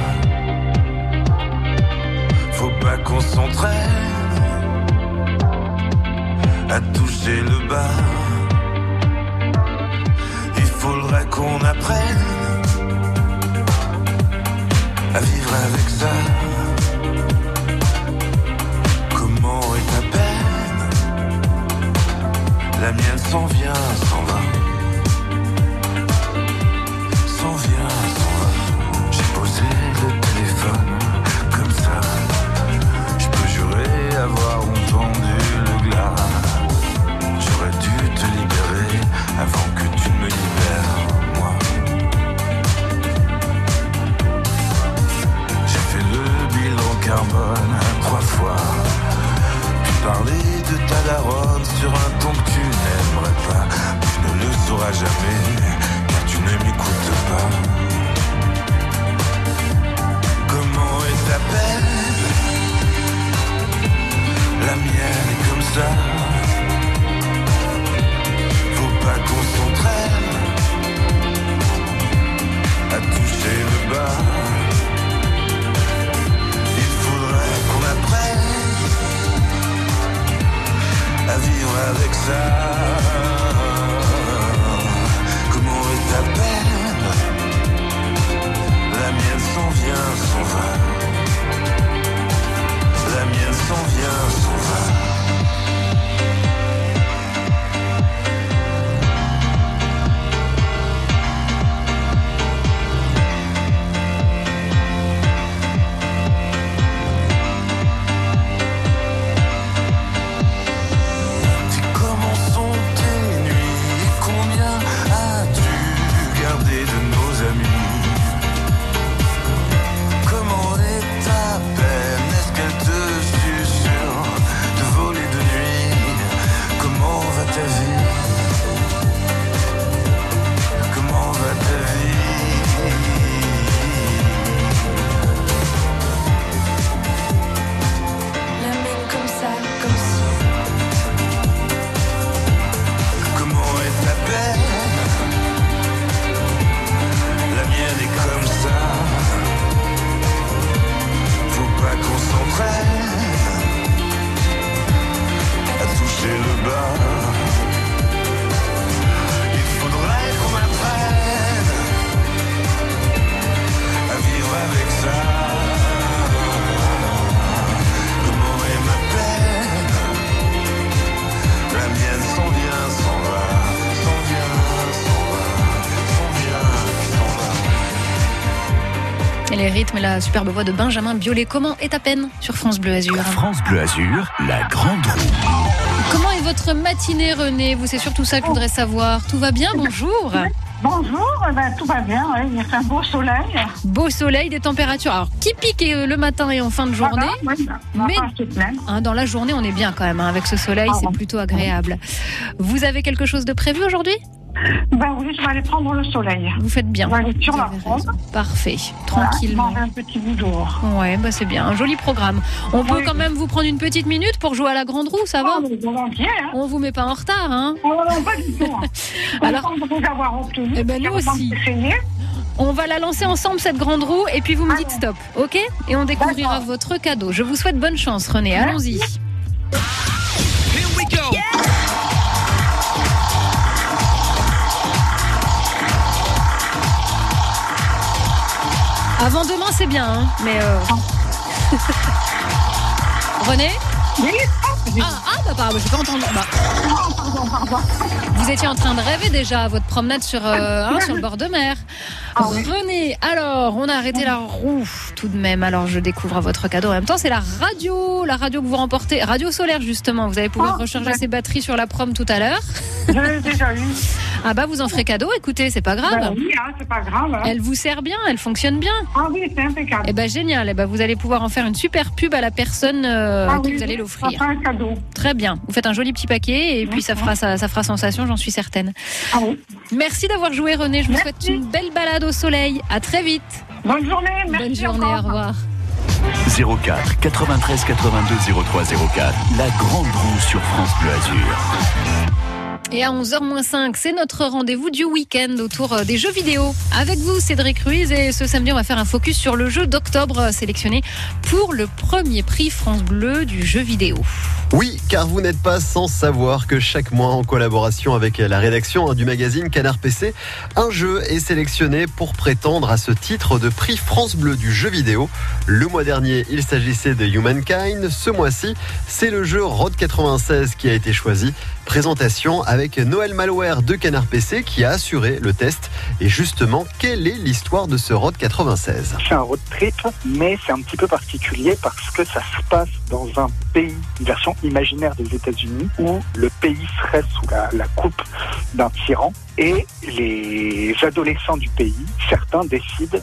[SPEAKER 20] Faut pas qu'on s'entraîne à toucher le bas. Faudrait qu'on apprenne à vivre avec ça. Comment est ta peine? La mienne s'en vient, s'en va. S'en vient, s'en va. J'ai posé le téléphone comme ça. Je peux jurer avoir entendu le glas. J'aurais dû te libérer. trois fois. Puis parler de ta daronne sur un ton que tu n'aimerais pas. Tu ne le sauras jamais, car tu ne m'écoutes pas. Comment est ta peine? La mienne est comme ça. Faut pas qu'on s'entraîne à toucher le bas. Il faudrait qu'on apprenne à vivre avec ça. Comment est ta peine? La mienne s'en vient, s'en va. La mienne s'en vient, s'en va.
[SPEAKER 2] Les rythmes et la superbe voix de Benjamin Biolay. Comment est ta peine sur France Bleu Azur?
[SPEAKER 19] France Bleu Azur, la grande roue.
[SPEAKER 2] Comment est votre matinée, René? Vous, c'est surtout ça que je voudrais savoir. Tout va bien? Bonjour.
[SPEAKER 21] Bonjour, ben, tout va bien, ouais. Il y a un beau soleil.
[SPEAKER 2] Beau soleil, des températures alors qui piquent le matin et en fin de journée.
[SPEAKER 21] Ah ben, oui, ben,
[SPEAKER 2] mais hein, dans la journée, on est bien quand même. Hein, avec ce soleil, ah, c'est plutôt agréable. Vous avez quelque chose de prévu aujourd'hui?
[SPEAKER 21] Ben oui, je vais aller prendre le soleil.
[SPEAKER 2] Vous faites bien.
[SPEAKER 21] Je vais aller sur la ronde.
[SPEAKER 2] Parfait, tranquillement.
[SPEAKER 21] Manger un petit bout dehors.
[SPEAKER 2] Ouais, bah c'est bien, un joli programme. On
[SPEAKER 21] oui.
[SPEAKER 2] peut quand même vous prendre une petite minute pour jouer à la grande roue, ça va?
[SPEAKER 21] Oh, volontiers, hein.
[SPEAKER 2] On vous met pas en retard, hein?
[SPEAKER 21] Oh, non, pas du tout. Hein.
[SPEAKER 2] Alors,
[SPEAKER 21] on va avoir obtenu.
[SPEAKER 2] Eh ben nous aussi. On va la lancer ensemble cette grande roue et puis vous me dites stop, ok? Et on découvrira D'accord. votre cadeau. Je vous souhaite bonne chance, René. Merci. Allons-y.
[SPEAKER 11] Here we go. Yeah.
[SPEAKER 2] Avant demain, c'est bien, hein, mais euh... René?
[SPEAKER 21] Oui.
[SPEAKER 2] Ah, ah bah pardon, j'ai pas entendu. Bah. Vous étiez en train de rêver déjà à votre promenade sur, euh, hein, sur le bord de mer.
[SPEAKER 21] Ah, oui.
[SPEAKER 2] René, alors, on a arrêté la roue tout de même. Alors, je découvre votre cadeau. En même temps, c'est la radio, la radio que vous remportez. Radio solaire, justement. Vous allez pouvoir oh, recharger ouais. ses batteries sur la prom tout à l'heure.
[SPEAKER 21] Je l'ai déjà eu.
[SPEAKER 2] Ah bah, vous en ferez cadeau. Écoutez, c'est pas grave.
[SPEAKER 21] Ben oui, hein, c'est pas grave. Hein.
[SPEAKER 2] Elle vous sert bien, elle fonctionne bien.
[SPEAKER 21] Ah oui, c'est impeccable.
[SPEAKER 2] Eh ben, génial. Eh ben, vous allez pouvoir en faire une super pub à la personne euh,
[SPEAKER 21] ah,
[SPEAKER 2] à qui
[SPEAKER 21] oui,
[SPEAKER 2] vous allez l'offrir.
[SPEAKER 21] Ça fera un cadeau.
[SPEAKER 2] Très bien. Vous faites un joli petit paquet et puis ça fera, ça, ça fera sensation, j'en suis certaine.
[SPEAKER 21] Ah oui.
[SPEAKER 2] Merci d'avoir joué, René. Je vous
[SPEAKER 21] Merci.
[SPEAKER 2] souhaite une belle balade au soleil. À très vite.
[SPEAKER 21] Bonne journée. Merci.
[SPEAKER 2] Bonne journée.
[SPEAKER 21] Encore.
[SPEAKER 2] Au revoir.
[SPEAKER 19] zéro quatre quatre-vingt-treize quatre-vingt-deux zéro trois zéro quatre. La grande roue sur France Bleu Azur.
[SPEAKER 2] Et à onze heures moins cinq, c'est notre rendez-vous du week-end autour des jeux vidéo. Avec vous, Cédric Ruiz, et ce samedi, on va faire un focus sur le jeu d'octobre sélectionné pour le premier prix France Bleu du jeu vidéo.
[SPEAKER 22] Oui, car vous n'êtes pas sans savoir que chaque mois, en collaboration avec la rédaction du magazine Canard P C, un jeu est sélectionné pour prétendre à ce titre de prix France Bleu du jeu vidéo. Le mois dernier, il s'agissait de Humankind. Ce mois-ci, c'est le jeu Road quatre-vingt-seize qui a été choisi. Présentation avec Noël Malware de Canard P C qui a assuré le test. Et justement, quelle est l'histoire de ce Road quatre-vingt-seize ?
[SPEAKER 23] C'est un road trip, mais c'est un petit peu particulier parce que ça se passe dans un pays, une version imaginaire des États-Unis, où le pays serait sous la, la coupe d'un tyran. Et les adolescents du pays, certains décident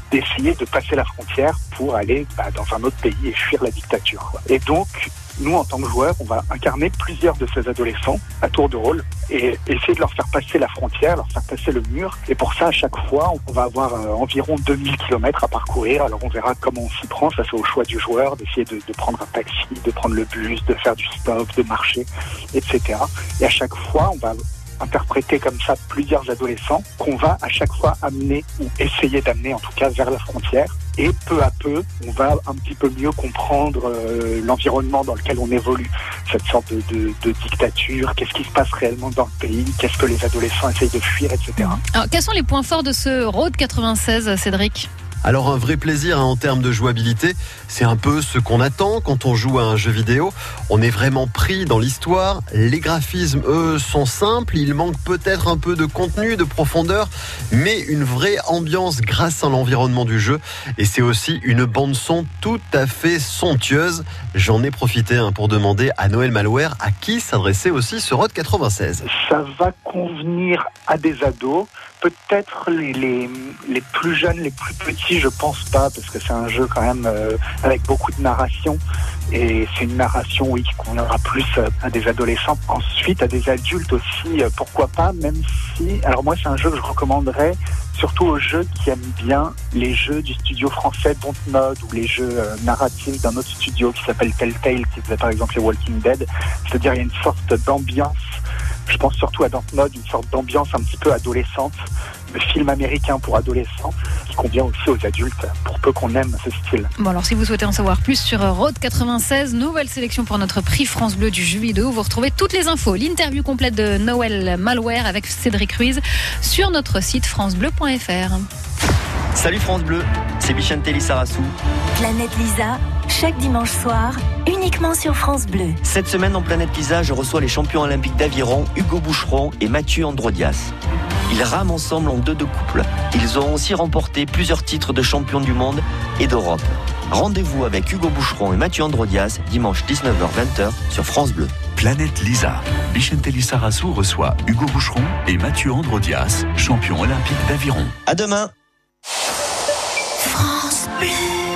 [SPEAKER 23] d'essayer de passer la frontière pour aller bah, dans un autre pays et fuir la dictature, quoi. Et donc, nous, en tant que joueurs, on va incarner plusieurs de ces adolescents à tour de rôle et essayer de leur faire passer la frontière, leur faire passer le mur. Et pour ça, à chaque fois, on va avoir euh, environ deux mille kilomètres à parcourir. Alors, on verra comment on s'y prend. Ça, c'est au choix du joueur d'essayer de, de prendre un taxi, de prendre le bus, de faire du stop, de marcher, et cetera. Et à chaque fois, on va interpréter comme ça plusieurs adolescents qu'on va à chaque fois amener ou essayer d'amener en tout cas vers la frontière. Et peu à peu, on va un petit peu mieux comprendre euh, l'environnement dans lequel on évolue, cette sorte de, de, de dictature, qu'est-ce qui se passe réellement dans le pays, qu'est-ce que les adolescents essayent de fuir, et cetera.
[SPEAKER 2] Alors, quels sont les points forts de ce Road quatre-vingt-seize, Cédric ?
[SPEAKER 22] Alors un vrai plaisir hein, en termes de jouabilité, c'est un peu ce qu'on attend quand on joue à un jeu vidéo. On est vraiment pris dans l'histoire, les graphismes eux sont simples, il manque peut-être un peu de contenu, de profondeur, mais une vraie ambiance grâce à l'environnement du jeu. Et c'est aussi une bande son tout à fait somptueuse. J'en ai profité hein, pour demander à Noël Malware à qui s'adressait aussi ce Road quatre-vingt-seize.
[SPEAKER 23] Ça va convenir à des ados. Peut-être les, les, les plus jeunes, les plus petits, je pense pas, parce que c'est un jeu quand même euh, avec beaucoup de narration. Et c'est une narration, oui, qu'on aura plus euh, à des adolescents. Ensuite, à des adultes aussi, euh, pourquoi pas, même si... Alors moi, c'est un jeu que je recommanderais surtout aux jeux qui aiment bien les jeux du studio français Dontnod ou les jeux euh, narratifs d'un autre studio qui s'appelle Telltale, qui faisait par exemple les Walking Dead. C'est-à-dire, il y a une sorte d'ambiance. Je pense surtout à Dontnod, une sorte d'ambiance un petit peu adolescente, de film américain pour adolescents, qui convient aussi aux adultes, pour peu qu'on aime ce style.
[SPEAKER 2] Bon alors si vous souhaitez en savoir plus sur Road quatre-vingt-seize, nouvelle sélection pour notre prix France Bleu du jeu vidéo, vous retrouvez toutes les infos, l'interview complète de Noël Malware avec Cédric Ruiz sur notre site francebleu point f r.
[SPEAKER 3] Salut France Bleu, c'est Bichente Lissarassou.
[SPEAKER 12] Planète Lisa, chaque dimanche soir, uniquement sur France Bleu.
[SPEAKER 3] Cette semaine en Planète Lisa, je reçois les champions olympiques d'aviron Hugo Boucheron et Mathieu Androdias. Ils rament ensemble en deux-deux couples. Ils ont aussi remporté plusieurs titres de champions du monde et d'Europe. Rendez-vous avec Hugo Boucheron et Mathieu Androdias dimanche dix-neuf heures vingt sur France Bleu.
[SPEAKER 19] Planète Lisa. Bichente Lissarassou reçoit Hugo Boucheron et Mathieu Androdias, champions olympiques d'aviron.
[SPEAKER 3] À demain.
[SPEAKER 12] France Bleu.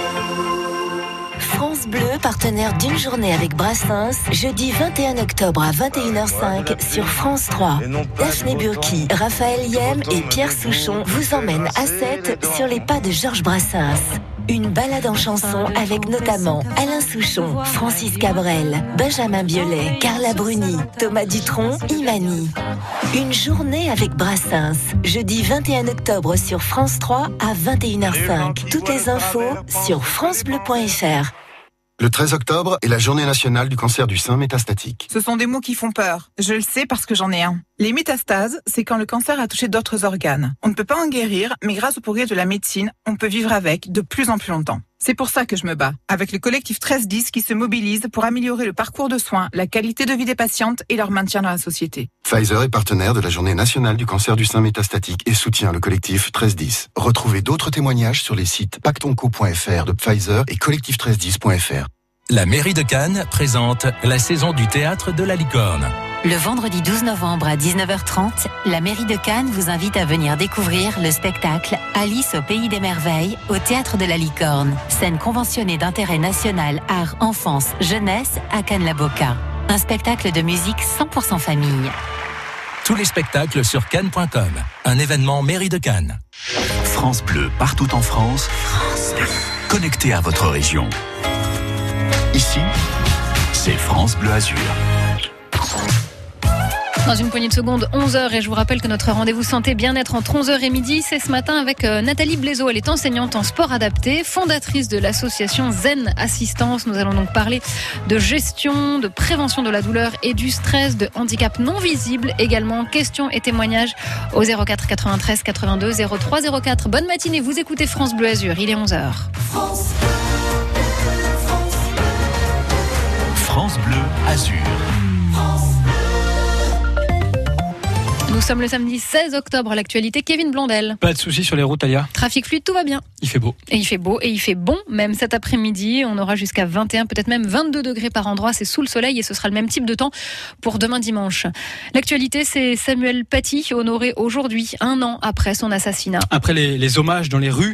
[SPEAKER 12] France Bleu, partenaire d'une journée avec Brassens, jeudi vingt et un octobre à vingt et une heures cinq sur France trois. Daphné Burki, Raphaël Yem et Pierre Souchon vous emmènent à Sète sur les pas de Georges Brassens. Une balade en chanson avec notamment Alain Souchon, Francis Cabrel, Benjamin Biolay, Carla Bruni, Thomas Dutronc, Imani. Une journée avec Brassens, jeudi vingt et un octobre sur France trois à vingt et une heures cinq. Toutes les infos sur francebleu point f r.
[SPEAKER 4] Le treize octobre est la journée nationale du cancer du sein métastatique.
[SPEAKER 5] Ce sont des mots qui font peur. Je le sais parce que j'en ai un. Les métastases, c'est quand le cancer a touché d'autres organes. On ne peut pas en guérir, mais grâce au progrès de la médecine, on peut vivre avec de plus en plus longtemps. C'est pour ça que je me bats, avec le collectif treize dix qui se mobilise pour améliorer le parcours de soins, la qualité de vie des patientes et leur maintien dans la société.
[SPEAKER 4] Pfizer est partenaire de la journée nationale du cancer du sein métastatique et soutient le collectif treize dix. Retrouvez d'autres témoignages sur les sites pactonco point f r de Pfizer et collectif treize dix point f r.
[SPEAKER 24] La mairie de Cannes présente la saison du théâtre de la Licorne.
[SPEAKER 25] Le vendredi douze novembre à dix-neuf heures trente, la mairie de Cannes vous invite à venir découvrir le spectacle Alice au pays des merveilles au théâtre de la Licorne, scène conventionnée d'intérêt national art, enfance, jeunesse à Cannes-la-Boca. Un spectacle de musique cent pour cent famille.
[SPEAKER 24] Tous les spectacles sur cannes point com. Un événement mairie de Cannes.
[SPEAKER 19] France Bleu, partout en France. France Bleu. Connecté à votre région. Ici, c'est France Bleu Azur.
[SPEAKER 2] Dans une poignée de secondes, onze heures, et je vous rappelle que notre rendez-vous santé bien-être entre onze heures et midi, c'est ce matin avec Nathalie Blaiseau. Elle est enseignante en sport adapté, fondatrice de l'association Zen Assistance. Nous allons donc parler de gestion, de prévention de la douleur et du stress, de handicap non visible également. Questions et témoignages au zéro quatre quatre-vingt-treize quatre-vingt-deux zéro trois zéro quatre. Bonne matinée, vous écoutez France Bleu Azur, il est onze heures.
[SPEAKER 19] France, France Bleu Azur.
[SPEAKER 2] Nous sommes le samedi seize octobre. L'actualité, Kevin Blondel.
[SPEAKER 26] Pas de soucis sur les routes, Alia.
[SPEAKER 2] Trafic fluide, tout va bien.
[SPEAKER 26] Il fait beau.
[SPEAKER 2] Et il fait beau, et il fait bon, même cet après-midi. On aura jusqu'à vingt et un, peut-être même vingt-deux degrés par endroit. C'est sous le soleil et ce sera le même type de temps pour demain dimanche. L'actualité, c'est Samuel Paty, honoré aujourd'hui, un an après son assassinat.
[SPEAKER 26] Après les, les hommages dans les rues,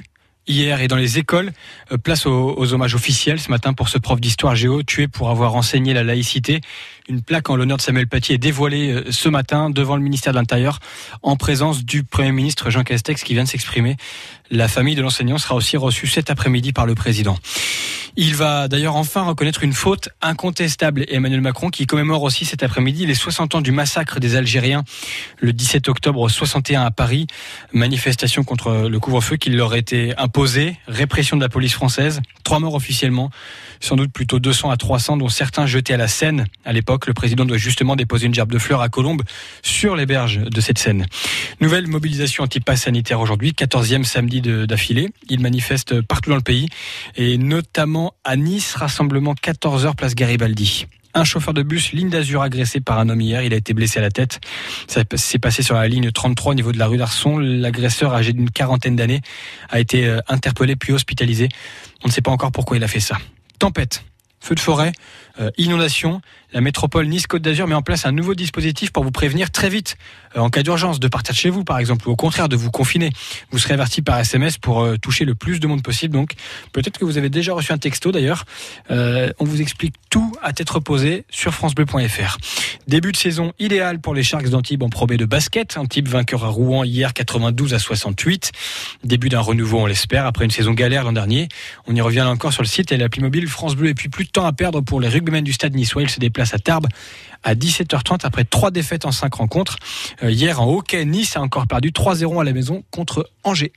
[SPEAKER 7] hier. Et dans les écoles, euh, place aux, aux hommages officiels ce matin pour ce prof d'histoire géo tué pour avoir enseigné la laïcité. Une plaque en l'honneur de Samuel Paty est dévoilée euh, ce matin devant le ministère de l'Intérieur en présence du Premier ministre Jean Castex qui vient de s'exprimer. La famille de l'enseignant sera aussi reçue cet après-midi par le président. Il va d'ailleurs enfin reconnaître une faute incontestable. Emmanuel Macron qui commémore aussi cet après-midi les soixante ans du massacre des Algériens le dix-sept octobre soixante et un à Paris. Manifestation contre le couvre-feu qui leur était imposé, répression de la police française, trois morts officiellement, sans doute plutôt deux cents à trois cents dont certains jetés à la Seine. À l'époque, le président doit justement déposer une gerbe de fleurs à Colombes sur les berges de cette Seine. Nouvelle mobilisation anti-pass sanitaire aujourd'hui, quatorzième samedi de, d'affilée. Ils manifestent partout dans le pays et notamment à Nice, rassemblement quatorze heures place Garibaldi. Un chauffeur de bus ligne d'Azur agressé par un homme hier, il a été blessé à la tête. Ça s'est passé sur la ligne trente-trois au niveau de la rue d'Arson. L'agresseur âgé d'une quarantaine d'années a été interpellé puis hospitalisé. On ne sait pas encore pourquoi il a fait ça. Tempête, feu de forêt, euh, inondation. La métropole Nice-Côte d'Azur met en place un nouveau dispositif pour vous prévenir très vite euh, en cas d'urgence de partir de chez vous par exemple ou au contraire de vous confiner. Vous serez averti par S M S pour euh, toucher le plus de monde possible. Donc peut-être que vous avez déjà reçu un texto d'ailleurs. Euh, on vous explique tout à tête reposée sur francebleu point f r. Début de saison idéal pour les Sharks d'Antibes en Pro B de basket. Antibes vainqueur à Rouen hier quatre-vingt-douze à soixante-huit. Début d'un renouveau on l'espère après une saison galère l'an dernier. On y revient là encore sur le site et l'appli mobile France Bleu et puis plus de temps à perdre pour les rugbymen du stade niçois. Ils se déplacent à Tarbes à dix-sept heures trente après trois défaites en cinq rencontres. Euh, hier en hockey, Nice a encore perdu trois zéro à la maison contre Angers.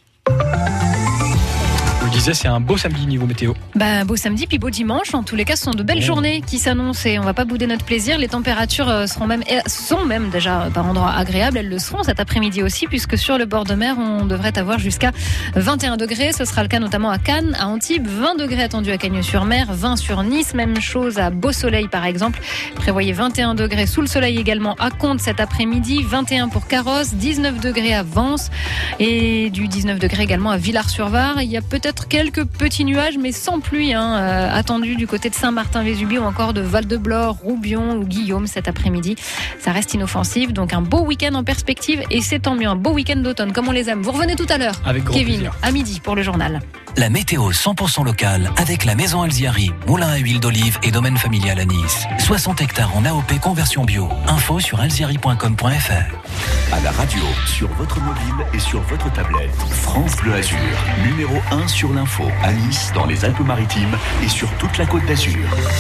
[SPEAKER 7] Je disais, c'est un beau samedi niveau météo.
[SPEAKER 2] Bah, beau samedi puis beau dimanche. En tous les cas, ce sont de belles
[SPEAKER 7] Ouais.
[SPEAKER 2] journées qui s'annoncent et on va pas bouder notre plaisir. Les températures euh, seront même, sont même déjà par endroits agréables. Elles le seront cet après-midi aussi puisque sur le bord de mer, on devrait avoir jusqu'à vingt et un degrés. Ce sera le cas notamment à Cannes, à Antibes. vingt degrés attendus à Cagnes-sur-Mer, vingt sur Nice. Même chose à Beau-Soleil par exemple. Prévoyez vingt et un degrés sous le soleil également à Contes cet après-midi. vingt et un pour Carrosse, dix-neuf degrés à Vence et du dix-neuf degrés également à Villars-sur-Var. Il y a peut-être quelques petits nuages mais sans pluie hein, euh, attendus du côté de Saint-Martin-Vésubie ou encore de Val-de-Blore, Roubion ou Guillaume cet après-midi. Ça reste inoffensif, donc un beau week-end en perspective et c'est tant mieux, un beau week-end d'automne comme on les aime. Vous revenez tout à l'heure,
[SPEAKER 7] Avec grand
[SPEAKER 2] Kevin,
[SPEAKER 7] plaisir.
[SPEAKER 2] à midi pour le journal.
[SPEAKER 24] La météo cent pour cent locale avec la Maison Alziari, moulin à huile d'olive et domaine familial à Nice. soixante hectares en A O P conversion bio. Info sur alziari point com point f r.
[SPEAKER 19] À la radio, sur votre mobile et sur votre tablette. France Bleu Azur, numéro un sur l'info, à Nice, dans les Alpes-Maritimes et sur toute la Côte d'Azur.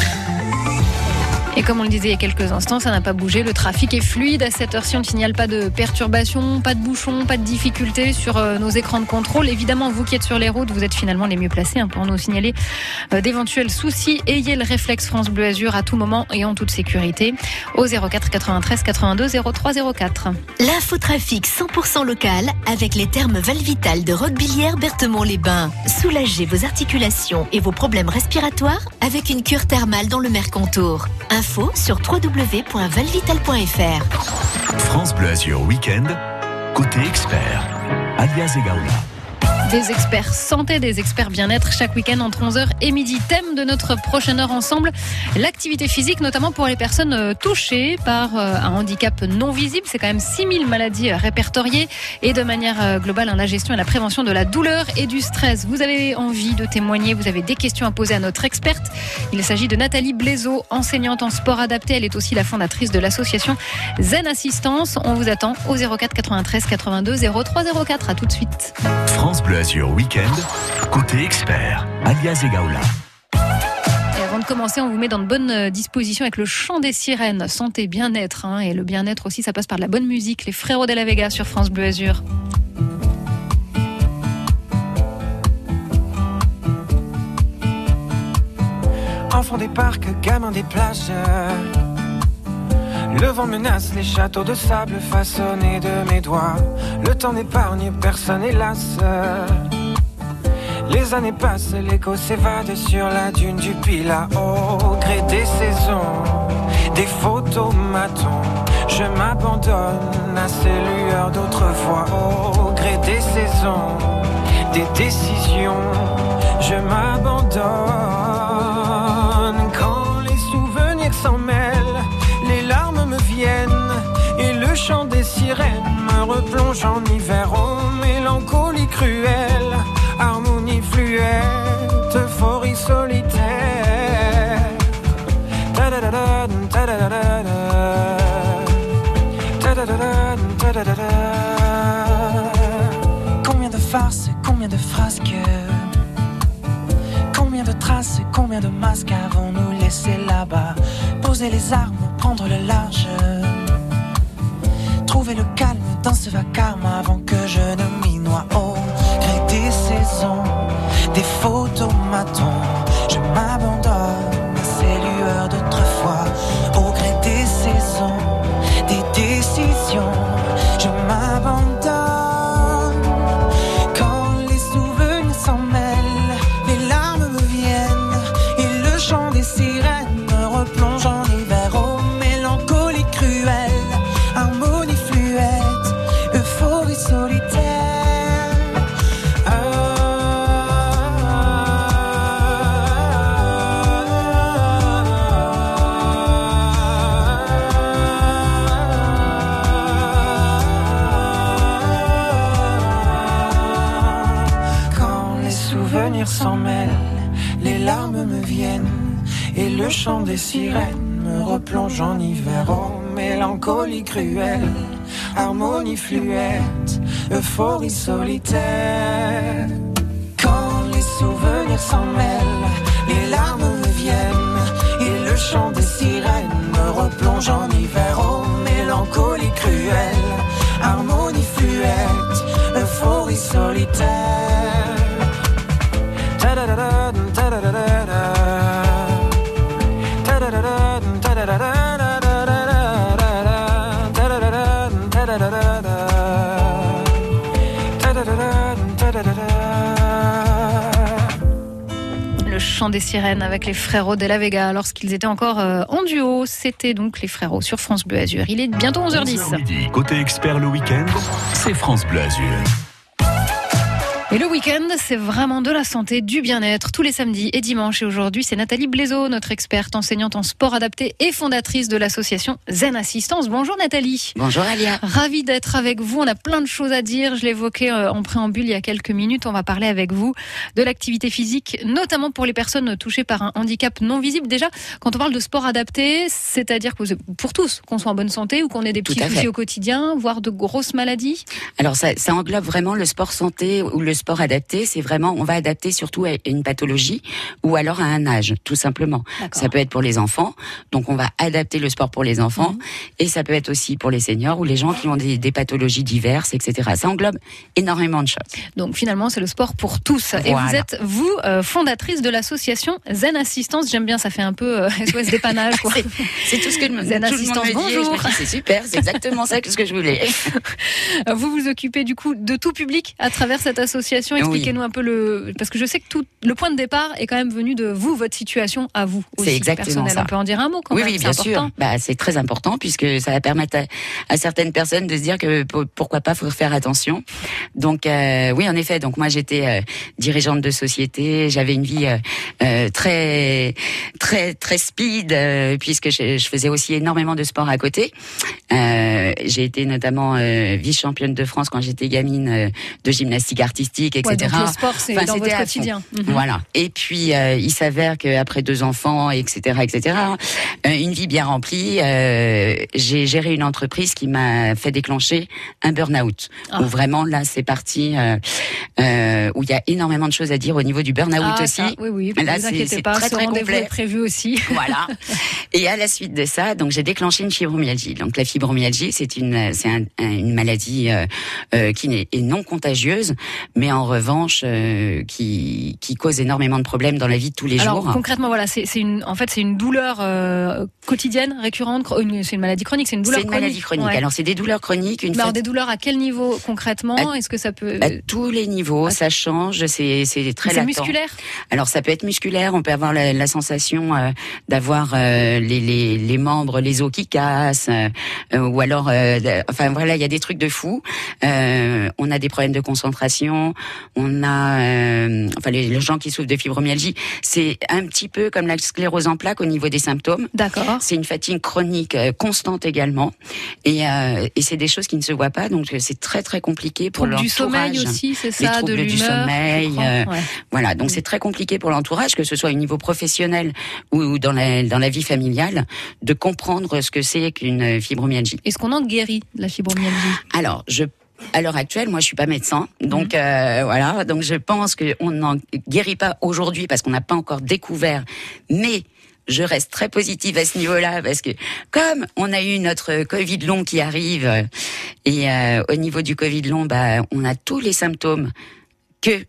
[SPEAKER 2] Et comme on le disait il y a quelques instants, ça n'a pas bougé. Le trafic est fluide. À cette heure-ci, on ne signale pas de perturbations, pas de bouchons, pas de difficultés sur euh, nos écrans de contrôle. Évidemment, vous qui êtes sur les routes, vous êtes finalement les mieux placés hein, pour nous signaler euh, d'éventuels soucis. Ayez le réflexe France Bleu Azur à tout moment et en toute sécurité au zéro quatre quatre-vingt-treize quatre-vingt-deux zéro trois zéro quatre.
[SPEAKER 12] L'infotrafic cent pour cent local avec les thermes Valvital de Roquebillière Berthemont-les-Bains. Soulagez vos articulations et vos problèmes respiratoires avec une cure thermale dans le Mercantour. Info sur w w w point valvital point f r.
[SPEAKER 19] France Bleu Azur Week-end, côté expert, alias Egaola.
[SPEAKER 2] Des experts santé, des experts bien-être chaque week-end entre onze heures et midi. Thème de notre prochaine heure ensemble, l'activité physique, notamment pour les personnes euh, touchées par euh, un handicap non visible. C'est quand même six mille maladies euh, répertoriées et de manière euh, globale, hein, la gestion et la prévention de la douleur et du stress. Vous avez envie de témoigner, vous avez des questions à poser à notre experte. Il s'agit de Nathalie Blaiseau, enseignante en sport adapté. Elle est aussi la fondatrice de l'association Zen Assistance. On vous attend au zéro quatre quatre-vingt-treize quatre-vingt-deux zéro trois zéro quatre. À tout de suite.
[SPEAKER 19] France Bleu Azur Week-end, côté expert, alias Egaola.
[SPEAKER 2] Et avant de commencer, on vous met dans de bonnes dispositions avec le chant des sirènes, santé, bien-être. Hein, et le bien-être aussi, ça passe par de la bonne musique. Les Frérots de la Vega sur France Bleu Azur.
[SPEAKER 8] Enfant des parcs, gamin des plages. Le vent menace les châteaux de sable façonnés de mes doigts. Le temps n'épargne personne hélas. Les années passent, l'écho s'évade sur la dune du Pilat. Au gré des saisons, des photomatons, je m'abandonne à ces lueurs d'autrefois. Au gré des saisons, des décisions, je m'abandonne. Quand les souvenirs s'en mêlent, les larmes me viennent et le chant des sirènes me replonge en hiver. Oh, mélancolie cruelle, harmonie Combien de farces, combien de frasques, combien de traces, combien de masques avons-nous laissé là-bas? Poser les armes, prendre le large, trouver le calme dans ce vacarme avant que je ne m'y noie. Au gré des saisons, des photomatons, je m'abandonne à ces lueurs d'autrefois. Au gré des saisons, des décisions, je m'abandonne. Quand les souvenirs s'en mêlent, les larmes me viennent et le chant des sirènes me replonge en hiver. Oh, mélancolie cruelle, harmonie fluette, euphorie solitaire. S'en mêlent, les larmes me viennent et le chant des sirènes me replonge en hiver. Oh, mélancolie cruelle, harmonie fluette, euphorie solitaire. Quand les souvenirs s'en mêlent, les larmes me viennent et le chant des sirènes me replonge en hiver. Oh, mélancolie cruelle, harmonie fluette, euphorie solitaire.
[SPEAKER 2] Le chant des sirènes avec les frérots de la Vega lorsqu'ils étaient encore euh, en duo. C'était donc les frérots sur France Bleu Azur. Il est bientôt onze heures dix.
[SPEAKER 19] onze heures midi, côté expert le week-end, c'est France Bleu Azur.
[SPEAKER 2] Et le week-end, c'est vraiment de la santé, du bien-être, tous les samedis et dimanches. Et aujourd'hui, c'est Nathalie Blaiseau, notre experte enseignante en sport adapté et fondatrice de l'association Zen Assistance. Bonjour Nathalie.
[SPEAKER 1] Bonjour Alia.
[SPEAKER 2] Ravie d'être avec vous. On a plein de choses à dire. Je l'évoquais en préambule il y a quelques minutes. On va parler avec vous de l'activité physique, notamment pour les personnes touchées par un handicap non visible. Déjà, quand on parle de sport adapté, c'est-à-dire que pour tous, qu'on soit en bonne santé ou qu'on ait des petits soucis au quotidien, voire de grosses maladies.
[SPEAKER 1] Alors ça, ça englobe vraiment le sport santé ou le sport adapté, c'est vraiment, on va adapter surtout à une pathologie ou alors à un âge, tout simplement. D'accord. Ça peut être pour les enfants, donc on va adapter le sport pour les enfants, mmh. et ça peut être aussi pour les seniors ou les gens qui ont des, des pathologies diverses, et cetera. Ça englobe énormément de choses.
[SPEAKER 2] Donc finalement, c'est le sport pour tous. Voilà. Et vous êtes, vous, euh, fondatrice de l'association Zen Assistance. J'aime bien, ça fait un peu euh, S O S dépannage, quoi.
[SPEAKER 1] c'est, c'est tout ce que
[SPEAKER 2] Zen
[SPEAKER 1] tout
[SPEAKER 2] Assistance,
[SPEAKER 1] le monde me dit.
[SPEAKER 2] bonjour.
[SPEAKER 1] Je me dis, c'est super, c'est exactement ça que ce que je voulais.
[SPEAKER 2] Vous vous occupez du coup de tout public à travers cette association. Expliquez-nous oui. un peu le, parce que je sais que tout le point de départ est quand même venu de vous, votre situation à vous aussi.
[SPEAKER 1] C'est exactement
[SPEAKER 2] personnel.
[SPEAKER 1] ça.
[SPEAKER 2] On peut en dire un mot quand
[SPEAKER 1] oui,
[SPEAKER 2] même.
[SPEAKER 1] Oui, bien
[SPEAKER 2] c'est
[SPEAKER 1] sûr. Bah, c'est très important puisque ça va permettre à, à certaines personnes de se dire que pourquoi pas, faut faire attention. Donc euh, oui, en effet. Donc moi, j'étais euh, dirigeante de société. J'avais une vie euh, euh, très, très, très speed euh, puisque je, je faisais aussi énormément de sport à côté. Euh, j'ai été notamment euh, vice-championne de France quand j'étais gamine euh, de gymnastique artistique, et cetera.
[SPEAKER 2] Ouais, donc le sport, c'est enfin, dans votre quotidien.
[SPEAKER 1] Mm-hmm. Voilà. Et puis euh, il s'avère qu'après deux enfants, et cetera, et cetera, euh, une vie bien remplie, euh, j'ai géré une entreprise qui m'a fait déclencher un burn-out. Ah. Où vraiment là, c'est parti, euh, euh, où il y a énormément de choses à dire au niveau du burn-out
[SPEAKER 2] ah,
[SPEAKER 1] aussi.
[SPEAKER 2] Ça, oui, oui.
[SPEAKER 1] Là,
[SPEAKER 2] vous
[SPEAKER 1] c'est,
[SPEAKER 2] inquiétez
[SPEAKER 1] c'est
[SPEAKER 2] pas,
[SPEAKER 1] très
[SPEAKER 2] ce
[SPEAKER 1] très
[SPEAKER 2] rendez-vous
[SPEAKER 1] complet.
[SPEAKER 2] Est prévu aussi.
[SPEAKER 1] Voilà. Et à la suite de ça, donc j'ai déclenché une fibromyalgie. Donc la fibromyalgie, c'est une, c'est un, un, une maladie euh, euh, qui n'est, est non contagieuse, mais en revanche euh, qui, qui cause énormément de problèmes dans la vie de tous les
[SPEAKER 2] Alors,
[SPEAKER 1] jours.
[SPEAKER 2] Concrètement, voilà, c'est, c'est une, en fait, c'est une douleur euh, quotidienne, récurrente. Une, c'est une maladie chronique. C'est une douleur.
[SPEAKER 1] C'est une
[SPEAKER 2] chronique.
[SPEAKER 1] maladie chronique.
[SPEAKER 2] Ouais.
[SPEAKER 1] Alors c'est des douleurs chroniques. Une
[SPEAKER 2] Mais alors des douleurs à quel niveau concrètement? À, Est-ce que ça peut
[SPEAKER 1] à tous les niveaux, à... ça change. C'est, c'est très
[SPEAKER 2] c'est
[SPEAKER 1] latent.
[SPEAKER 2] musculaire.
[SPEAKER 1] Alors ça peut être musculaire. On peut avoir la, la sensation euh, d'avoir euh, les, les, les membres, les os qui cassent, euh, ou alors, euh, enfin voilà, il y a des trucs de fou. Euh, on a des problèmes de concentration. On a, euh, enfin les, les gens qui souffrent de fibromyalgie, c'est un petit peu comme la sclérose en plaques au niveau des symptômes.
[SPEAKER 2] D'accord.
[SPEAKER 1] C'est une fatigue chronique euh, constante également, et, euh, et c'est des choses qui ne se voient pas, donc c'est très très compliqué pour l'entourage.
[SPEAKER 2] Du sommeil aussi, c'est ça,
[SPEAKER 1] les troubles
[SPEAKER 2] de l'humeur.
[SPEAKER 1] Du sommeil, euh,
[SPEAKER 2] ouais.
[SPEAKER 1] Voilà, donc mmh. c'est très compliqué pour l'entourage, que ce soit au niveau professionnel ou dans la dans la vie familiale. familiale de comprendre ce que c'est qu'une fibromyalgie.
[SPEAKER 2] Est-ce qu'on en guérit de la fibromyalgie ?
[SPEAKER 1] Alors, je À l'heure actuelle, moi, je suis pas médecin, donc mmh. euh, voilà. Donc, je pense qu'on n'en guérit pas aujourd'hui parce qu'on n'a pas encore découvert. Mais je reste très positive à ce niveau-là parce que comme on a eu notre Covid long qui arrive et euh, au niveau du Covid long, bah, on a tous les symptômes que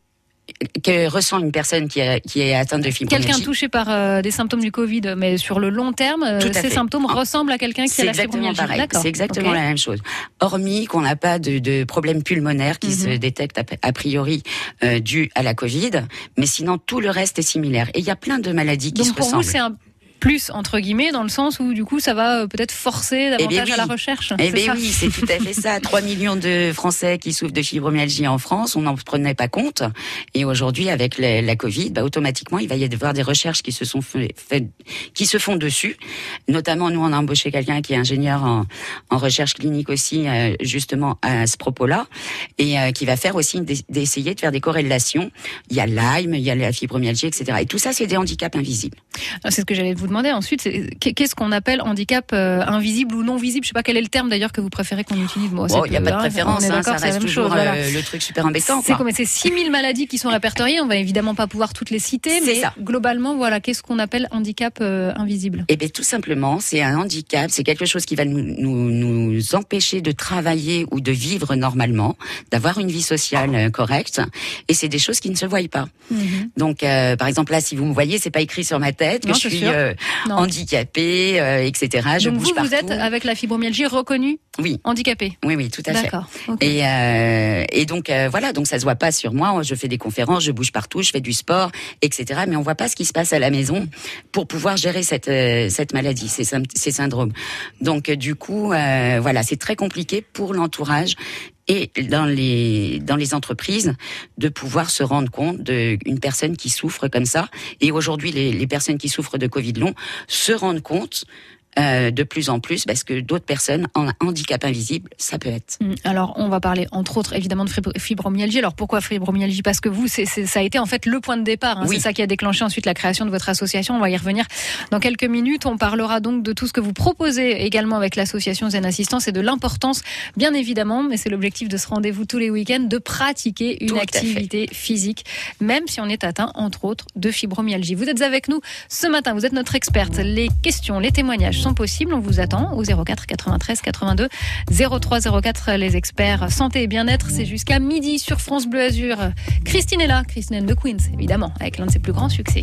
[SPEAKER 1] que ressent une personne qui, a, qui est atteinte de fibromyalgie.
[SPEAKER 2] Quelqu'un touché par euh, des symptômes du Covid, mais sur le long terme, euh, ces fait. symptômes ah. ressemblent à quelqu'un qui a la fibromyalgie.
[SPEAKER 1] Pareil. C'est exactement okay. la même chose. Hormis qu'on n'a pas de, de problème pulmonaire qui mm-hmm. se détecte a, a priori euh, dû à la Covid, mais sinon tout le reste est similaire. Et il y a plein de maladies qui
[SPEAKER 2] Donc
[SPEAKER 1] se
[SPEAKER 2] pour
[SPEAKER 1] ressemblent.
[SPEAKER 2] Vous, c'est un plus entre guillemets dans le sens où du coup ça va peut-être forcer davantage
[SPEAKER 1] eh oui.
[SPEAKER 2] à la recherche.
[SPEAKER 1] Eh bien oui, c'est tout à fait ça. trois millions de Français qui souffrent de fibromyalgie en France, on n'en prenait pas compte. Et aujourd'hui, avec la, la Covid, bah, automatiquement, il va y avoir des recherches qui se sont fait, fait, qui se font dessus. Notamment, nous, on a embauché quelqu'un qui est ingénieur en, en recherche clinique aussi, euh, justement à ce propos-là, et euh, qui va faire aussi des, d'essayer de faire des corrélations. Il y a Lyme, il y a la fibromyalgie, et cetera. Et tout ça, c'est des handicaps invisibles.
[SPEAKER 2] Alors, c'est ce que j'allais vous demander ensuite, c'est, qu'est-ce qu'on appelle handicap euh, invisible ou non visible ? Je sais pas quel est le terme d'ailleurs que vous préférez qu'on utilise. Bon,
[SPEAKER 1] il n'y a pas de préférence, hein, ça reste toujours chose, voilà. euh, le truc super embêtant.
[SPEAKER 2] C'est comme c'est six mille maladies qui sont répertoriées, on va évidemment pas pouvoir toutes les citer, c'est mais ça. Globalement, voilà, qu'est-ce qu'on appelle handicap euh, invisible ?
[SPEAKER 1] Eh bien, tout simplement, c'est un handicap, c'est quelque chose qui va nous, nous, nous empêcher de travailler ou de vivre normalement, d'avoir une vie sociale euh, correcte, et c'est des choses qui ne se voient pas. Mm-hmm. Donc, euh, par exemple, là, si vous me voyez, c'est pas écrit sur ma tête que non, je suis euh, handicapée, euh, et cetera. Je
[SPEAKER 2] Donc
[SPEAKER 1] bouge
[SPEAKER 2] vous,
[SPEAKER 1] partout.
[SPEAKER 2] vous êtes avec la fibromyalgie reconnue
[SPEAKER 1] oui.
[SPEAKER 2] handicapée.
[SPEAKER 1] Oui, oui, tout à
[SPEAKER 2] D'accord.
[SPEAKER 1] fait.
[SPEAKER 2] Okay.
[SPEAKER 1] Et, euh, et donc euh, voilà, donc ça se voit pas sur moi. Je fais des conférences, je bouge partout, je fais du sport, et cetera. Mais on voit pas ce qui se passe à la maison pour pouvoir gérer cette euh, cette maladie, ces, ces syndromes. Donc euh, du coup, euh, voilà, c'est très compliqué pour l'entourage. Et dans les dans les entreprises, de pouvoir se rendre compte d'une personne qui souffre comme ça. Et aujourd'hui, les, les personnes qui souffrent de Covid long se rendent compte euh, de plus en plus, parce que d'autres personnes en handicap invisible, ça peut être.
[SPEAKER 2] Alors, on va parler entre autres évidemment de fibromyalgie. Alors pourquoi fibromyalgie ? Parce que vous, c'est, c'est, ça a été en fait le point de départ. Hein. Oui. C'est ça qui a déclenché ensuite la création de votre association. On va y revenir dans quelques minutes. On parlera donc de tout ce que vous proposez également avec l'association Zen Assistance et de l'importance, bien évidemment, mais c'est l'objectif de ce rendez-vous tous les week-ends, de pratiquer une tout activité physique, même si on est atteint entre autres de fibromyalgie. Vous êtes avec nous ce matin, vous êtes notre experte. Les questions, les témoignages sont possibles. On vous attend au zéro quatre quatre-vingt-treize quatre-vingt-deux zéro trois zéro quatre. Les experts santé et bien-être, c'est jusqu'à midi sur France Bleu Azur. Christine est là, Christine and the Queens, évidemment, avec l'un de ses plus grands succès.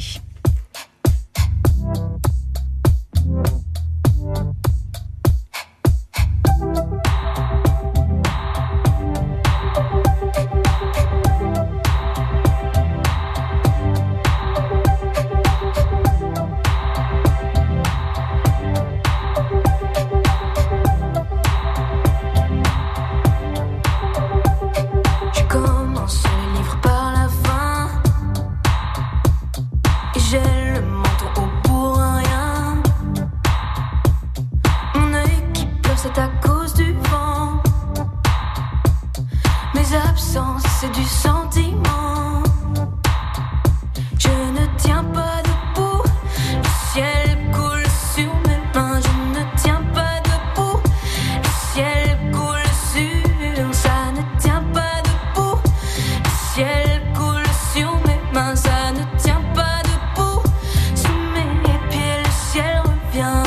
[SPEAKER 9] C'est du sentiment. Je ne tiens pas debout. Le ciel coule sur mes mains. Je ne tiens pas debout. Le ciel coule sur. Ça ne tient pas debout. Le ciel coule sur mes mains. Ça ne tient pas debout. Sous mes pieds, le ciel revient.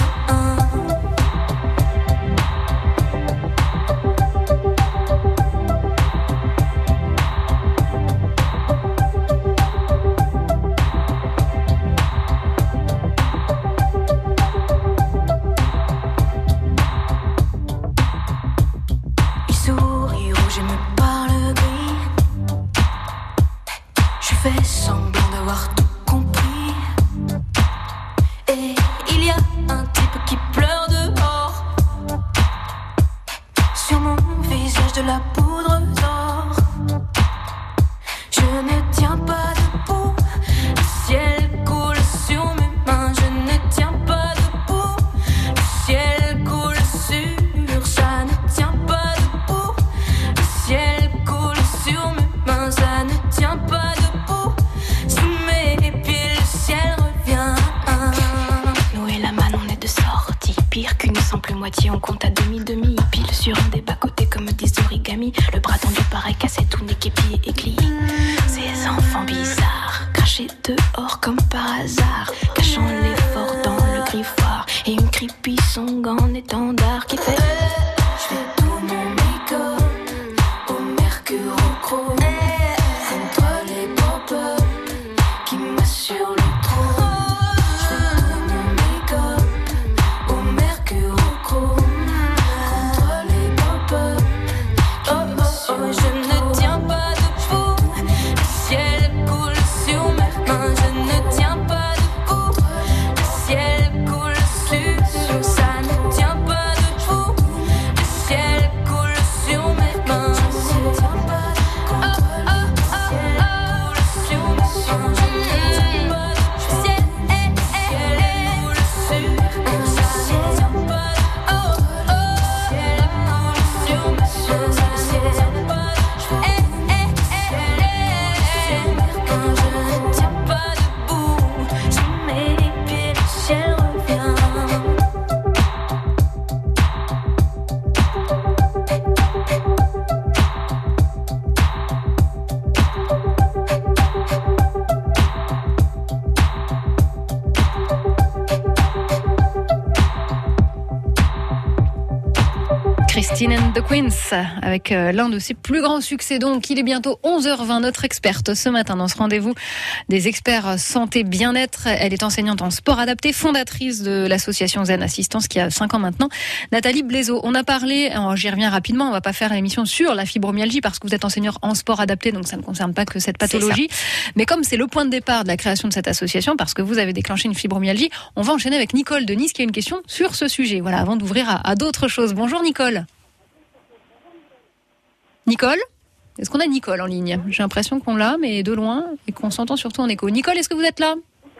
[SPEAKER 9] moitié, on compte à demi-demi. Pile sur un des bas-côtés comme des origamis. Le bras tendu pareil, cassé, tout n'est qu'épié et glis. Ces enfants bizarres, crachés dehors comme par hasard, cachant l'effort dans le griffoir. Et une creepy song en étendard qui fait je fais tout mon make-up au mercure au chrome. Contre les pop-up qui m'assurent le trône. Je fais tout mon make-up au mercure au chrome. Contre les pop-up qui m'assurent le trône. Je ne tiens pas debout, le ciel coule sur mes mains. Je ne tiens pas debout, le ciel coule sur, ça ne tient pas debout. Le ciel coule sur mes mains. Je ne tiens pas debout. Oh oh oh oh, sur mes mains. Je ne tiens pas debout. Le ciel coule sur mes mains. Je ne tiens pas debout. Oh oh, le ciel coule sur mes mains. Je ne tiens pas debout. Je ne tiens pas debout. Je mets les pieds, le ciel revient.
[SPEAKER 2] Christine and the Queens, avec euh, l'un de ses plus grands succès. Donc, il est bientôt onze heures vingt. Notre experte ce matin dans ce rendez-vous des experts santé bien-être. Elle est enseignante en sport adapté, fondatrice de l'association Zen Assistance qui a cinq ans maintenant. Nathalie Blaiseau, on a parlé, alors j'y reviens rapidement, on va pas faire l'émission sur la fibromyalgie parce que vous êtes enseignant en sport adapté, donc ça ne concerne pas que cette pathologie. Mais comme c'est le point de départ de la création de cette association, parce que vous avez déclenché une fibromyalgie, on va enchaîner avec Nicole de Nice qui a une question sur ce sujet. Voilà, avant d'ouvrir à, à d'autres choses. Bonjour Nicole. Nicole ? Est-ce qu'on a Nicole en ligne ? J'ai l'impression qu'on l'a, mais de loin, et qu'on s'entend surtout en écho. Nicole, est-ce que vous êtes là ?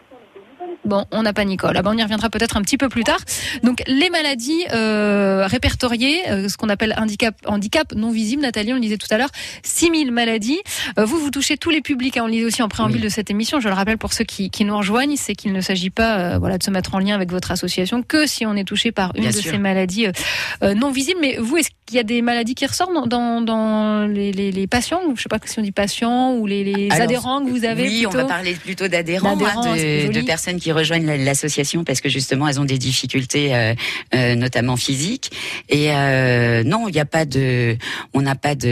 [SPEAKER 2] Bon, on n'a pas Nicole. Ah ben, on y reviendra peut-être un petit peu plus tard. Donc, les maladies euh, répertoriées, euh, ce qu'on appelle handicap, handicap non visible, Nathalie, on le disait tout à l'heure, six mille maladies. Euh, vous, vous touchez tous les publics. Hein, on le disait aussi en préambule oui. de cette émission. Je le rappelle pour ceux qui, qui nous rejoignent, c'est qu'il ne s'agit pas euh, voilà, de se mettre en lien avec votre association que si on est touché par une Bien de sûr. ces maladies euh, euh, non visibles. Mais vous, est-ce qu'il y a des maladies qui ressortent dans, dans, dans les, les, les patients, ou je ne sais pas si on dit patients, ou les, les Alors, adhérents que vous avez
[SPEAKER 1] Oui,
[SPEAKER 2] plutôt
[SPEAKER 1] on va parler plutôt d'adhérents, hein, de, de personnes qui rejoignent l'association parce que justement elles ont des difficultés euh, euh, notamment physiques et euh, non il n'y a pas de on n'a pas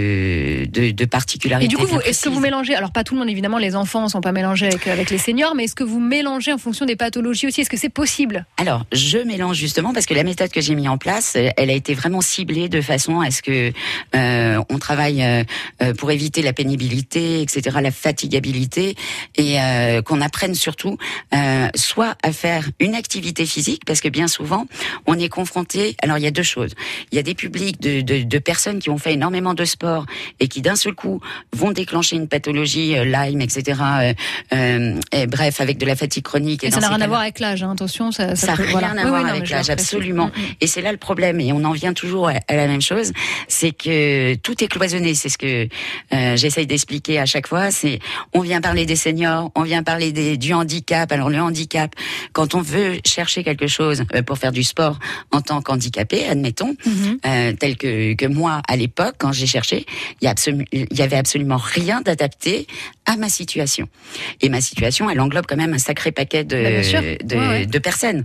[SPEAKER 1] de de, de particularité.
[SPEAKER 2] Et du coup vous, est-ce que vous mélangez, alors pas tout le monde évidemment, les enfants ne sont pas mélangés avec, avec les seniors, mais est-ce que vous mélangez en fonction des pathologies aussi, est-ce que c'est possible?
[SPEAKER 1] Alors je mélange justement parce que la méthode que j'ai mise en place, elle a été vraiment ciblée de façon à ce que euh, on travaille euh, pour éviter la pénibilité, et cetera, la fatigabilité, et euh, qu'on apprenne surtout euh, soit à faire une activité physique, parce que bien souvent, on est confronté... Alors, il y a deux choses. Il y a des publics de, de, de personnes qui ont fait énormément de sport et qui, d'un seul coup, vont déclencher une pathologie, euh, Lyme, et cetera. Euh, euh, et bref, avec de la fatigue chronique. Et,
[SPEAKER 2] et ça n'a rien à voir avec l'âge, hein, attention. Ça
[SPEAKER 1] n'a rien
[SPEAKER 2] voilà.
[SPEAKER 1] à
[SPEAKER 2] oui,
[SPEAKER 1] voir
[SPEAKER 2] oui, non,
[SPEAKER 1] avec l'âge, absolument.
[SPEAKER 2] Mm-hmm.
[SPEAKER 1] Et c'est là le problème. Et on en vient toujours à, à la même chose. C'est que tout est cloisonné. C'est ce que euh, j'essaye d'expliquer à chaque fois. C'est, on vient parler des seniors, on vient parler des, du handicap. Alors, le handicap, quand on veut chercher quelque chose pour faire du sport en tant qu'handicapé, admettons, mm-hmm. euh, tel que, que moi, à l'époque, quand j'ai cherché, il y, absolu- y avait absolument rien d'adapté à ma situation. Et ma situation, elle englobe quand même un sacré paquet de,
[SPEAKER 2] bah,
[SPEAKER 1] de,
[SPEAKER 2] ouais, ouais.
[SPEAKER 1] de personnes.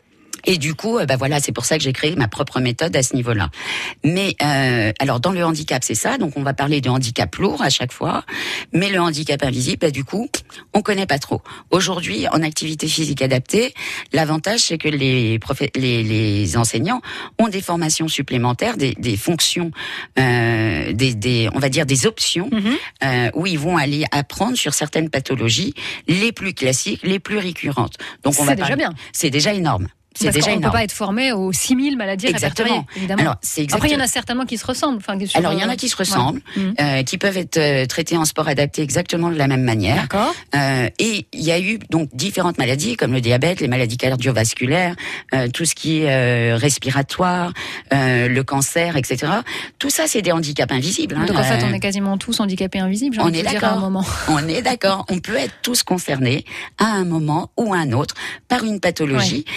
[SPEAKER 1] Et du coup, bah voilà, c'est pour ça que j'ai créé ma propre méthode à ce niveau-là. Mais euh, alors dans le handicap, c'est ça. Donc on va parler de handicap lourd à chaque fois, mais le handicap invisible, bah, du coup, on connaît pas trop. Aujourd'hui, en activité physique adaptée, l'avantage c'est que les, prof... les les enseignants ont des formations supplémentaires, des, des fonctions, euh, des, des on va dire des options mm-hmm. euh, où ils vont aller apprendre sur certaines pathologies les plus classiques, les plus récurrentes. Donc on
[SPEAKER 2] c'est
[SPEAKER 1] va
[SPEAKER 2] déjà
[SPEAKER 1] parler...
[SPEAKER 2] bien.
[SPEAKER 1] C'est déjà énorme. C'est
[SPEAKER 2] Parce
[SPEAKER 1] déjà
[SPEAKER 2] qu'on ne
[SPEAKER 1] énorme.
[SPEAKER 2] peut pas être formé aux six mille maladies répertoriées, évidemment.
[SPEAKER 1] Alors, c'est exactement...
[SPEAKER 2] Après, il y en a certainement qui se ressemblent. Enfin, sur...
[SPEAKER 1] Alors, il y en a qui se ressemblent,
[SPEAKER 2] ouais.
[SPEAKER 1] euh, qui peuvent être euh, traités en sport adapté exactement de la même manière.
[SPEAKER 2] D'accord.
[SPEAKER 1] Euh, et il y a eu donc différentes maladies, comme le diabète, les maladies cardiovasculaires, euh, tout ce qui est euh, respiratoire, euh, le cancer, et cetera. Tout ça, c'est des handicaps invisibles. Hein.
[SPEAKER 2] Donc, en fait, on est quasiment tous handicapés invisibles, j'ai envie de dire à un moment.
[SPEAKER 1] On est d'accord. On peut être tous concernés à un moment ou à un autre par une pathologie.
[SPEAKER 2] Ouais.
[SPEAKER 1] Et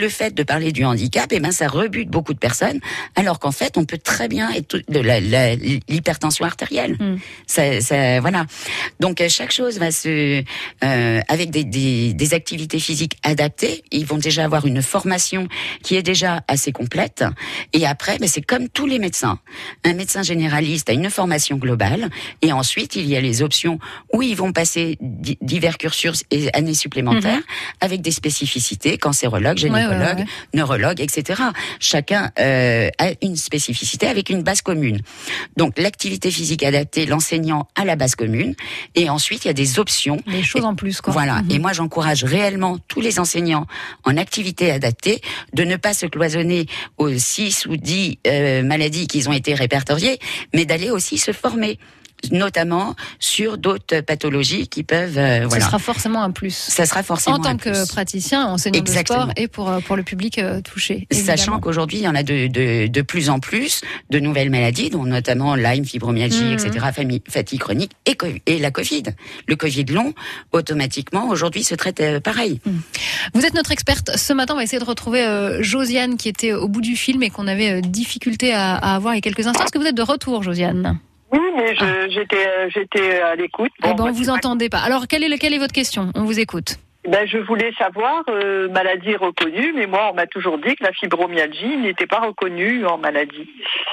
[SPEAKER 1] le fait de parler du handicap, eh ben, ça rebute beaucoup de personnes, alors qu'en fait, on peut très bien être de la, la, l'hypertension artérielle. Mm. Ça, ça, voilà. Donc, chaque chose va se, euh, avec des, des, des activités physiques adaptées, ils vont déjà avoir une formation qui est déjà assez complète. Et après, ben, c'est comme tous les médecins. Un médecin généraliste a une formation globale, et ensuite, il y a les options où ils vont passer divers cursus et années supplémentaires, mm-hmm. avec des spécificités, cancérologue, gynécologue, ouais, ouais, ouais. neurologue, et cetera. Chacun euh, a une spécificité avec une base commune. Donc, l'activité physique adaptée, l'enseignant à la base commune, et ensuite, il y a des options.
[SPEAKER 2] Des choses
[SPEAKER 1] et,
[SPEAKER 2] en plus, quoi.
[SPEAKER 1] Voilà.
[SPEAKER 2] Mm-hmm.
[SPEAKER 1] Et moi, j'encourage réellement tous les enseignants en activité adaptée de ne pas se cloisonner aux six ou dix euh, maladies qui ont été répertoriées, mais d'aller aussi se former, notamment sur d'autres pathologies qui peuvent euh,
[SPEAKER 2] ça
[SPEAKER 1] voilà.
[SPEAKER 2] sera forcément un plus.
[SPEAKER 1] Ça sera forcément
[SPEAKER 2] en tant
[SPEAKER 1] un
[SPEAKER 2] que
[SPEAKER 1] plus.
[SPEAKER 2] praticien, enseignant
[SPEAKER 1] Exactement.
[SPEAKER 2] de sport et pour pour le public euh, touché.
[SPEAKER 1] Sachant
[SPEAKER 2] évidemment.
[SPEAKER 1] qu'aujourd'hui, il y en a de, de de plus en plus de nouvelles maladies, dont notamment Lyme, fibromyalgie, mmh. et cetera, famille, fatigue chronique et et la Covid. Le Covid long, automatiquement aujourd'hui se traite euh, pareil.
[SPEAKER 2] Mmh. Vous êtes notre experte. Ce matin, on va essayer de retrouver euh, Josiane qui était au bout du film et qu'on avait euh, difficulté à, à avoir il y a quelques instants. Est-ce que vous êtes de retour, Josiane ?
[SPEAKER 10] Oui, mais je, ah. j'étais, j'étais à l'écoute.
[SPEAKER 2] Bon, eh ben, on vous entendait pas. Alors, quelle est, quelle est votre question ? On vous écoute.
[SPEAKER 10] Ben, je voulais savoir, euh, maladie reconnue, mais moi, on m'a toujours dit que la fibromyalgie n'était pas reconnue en maladie.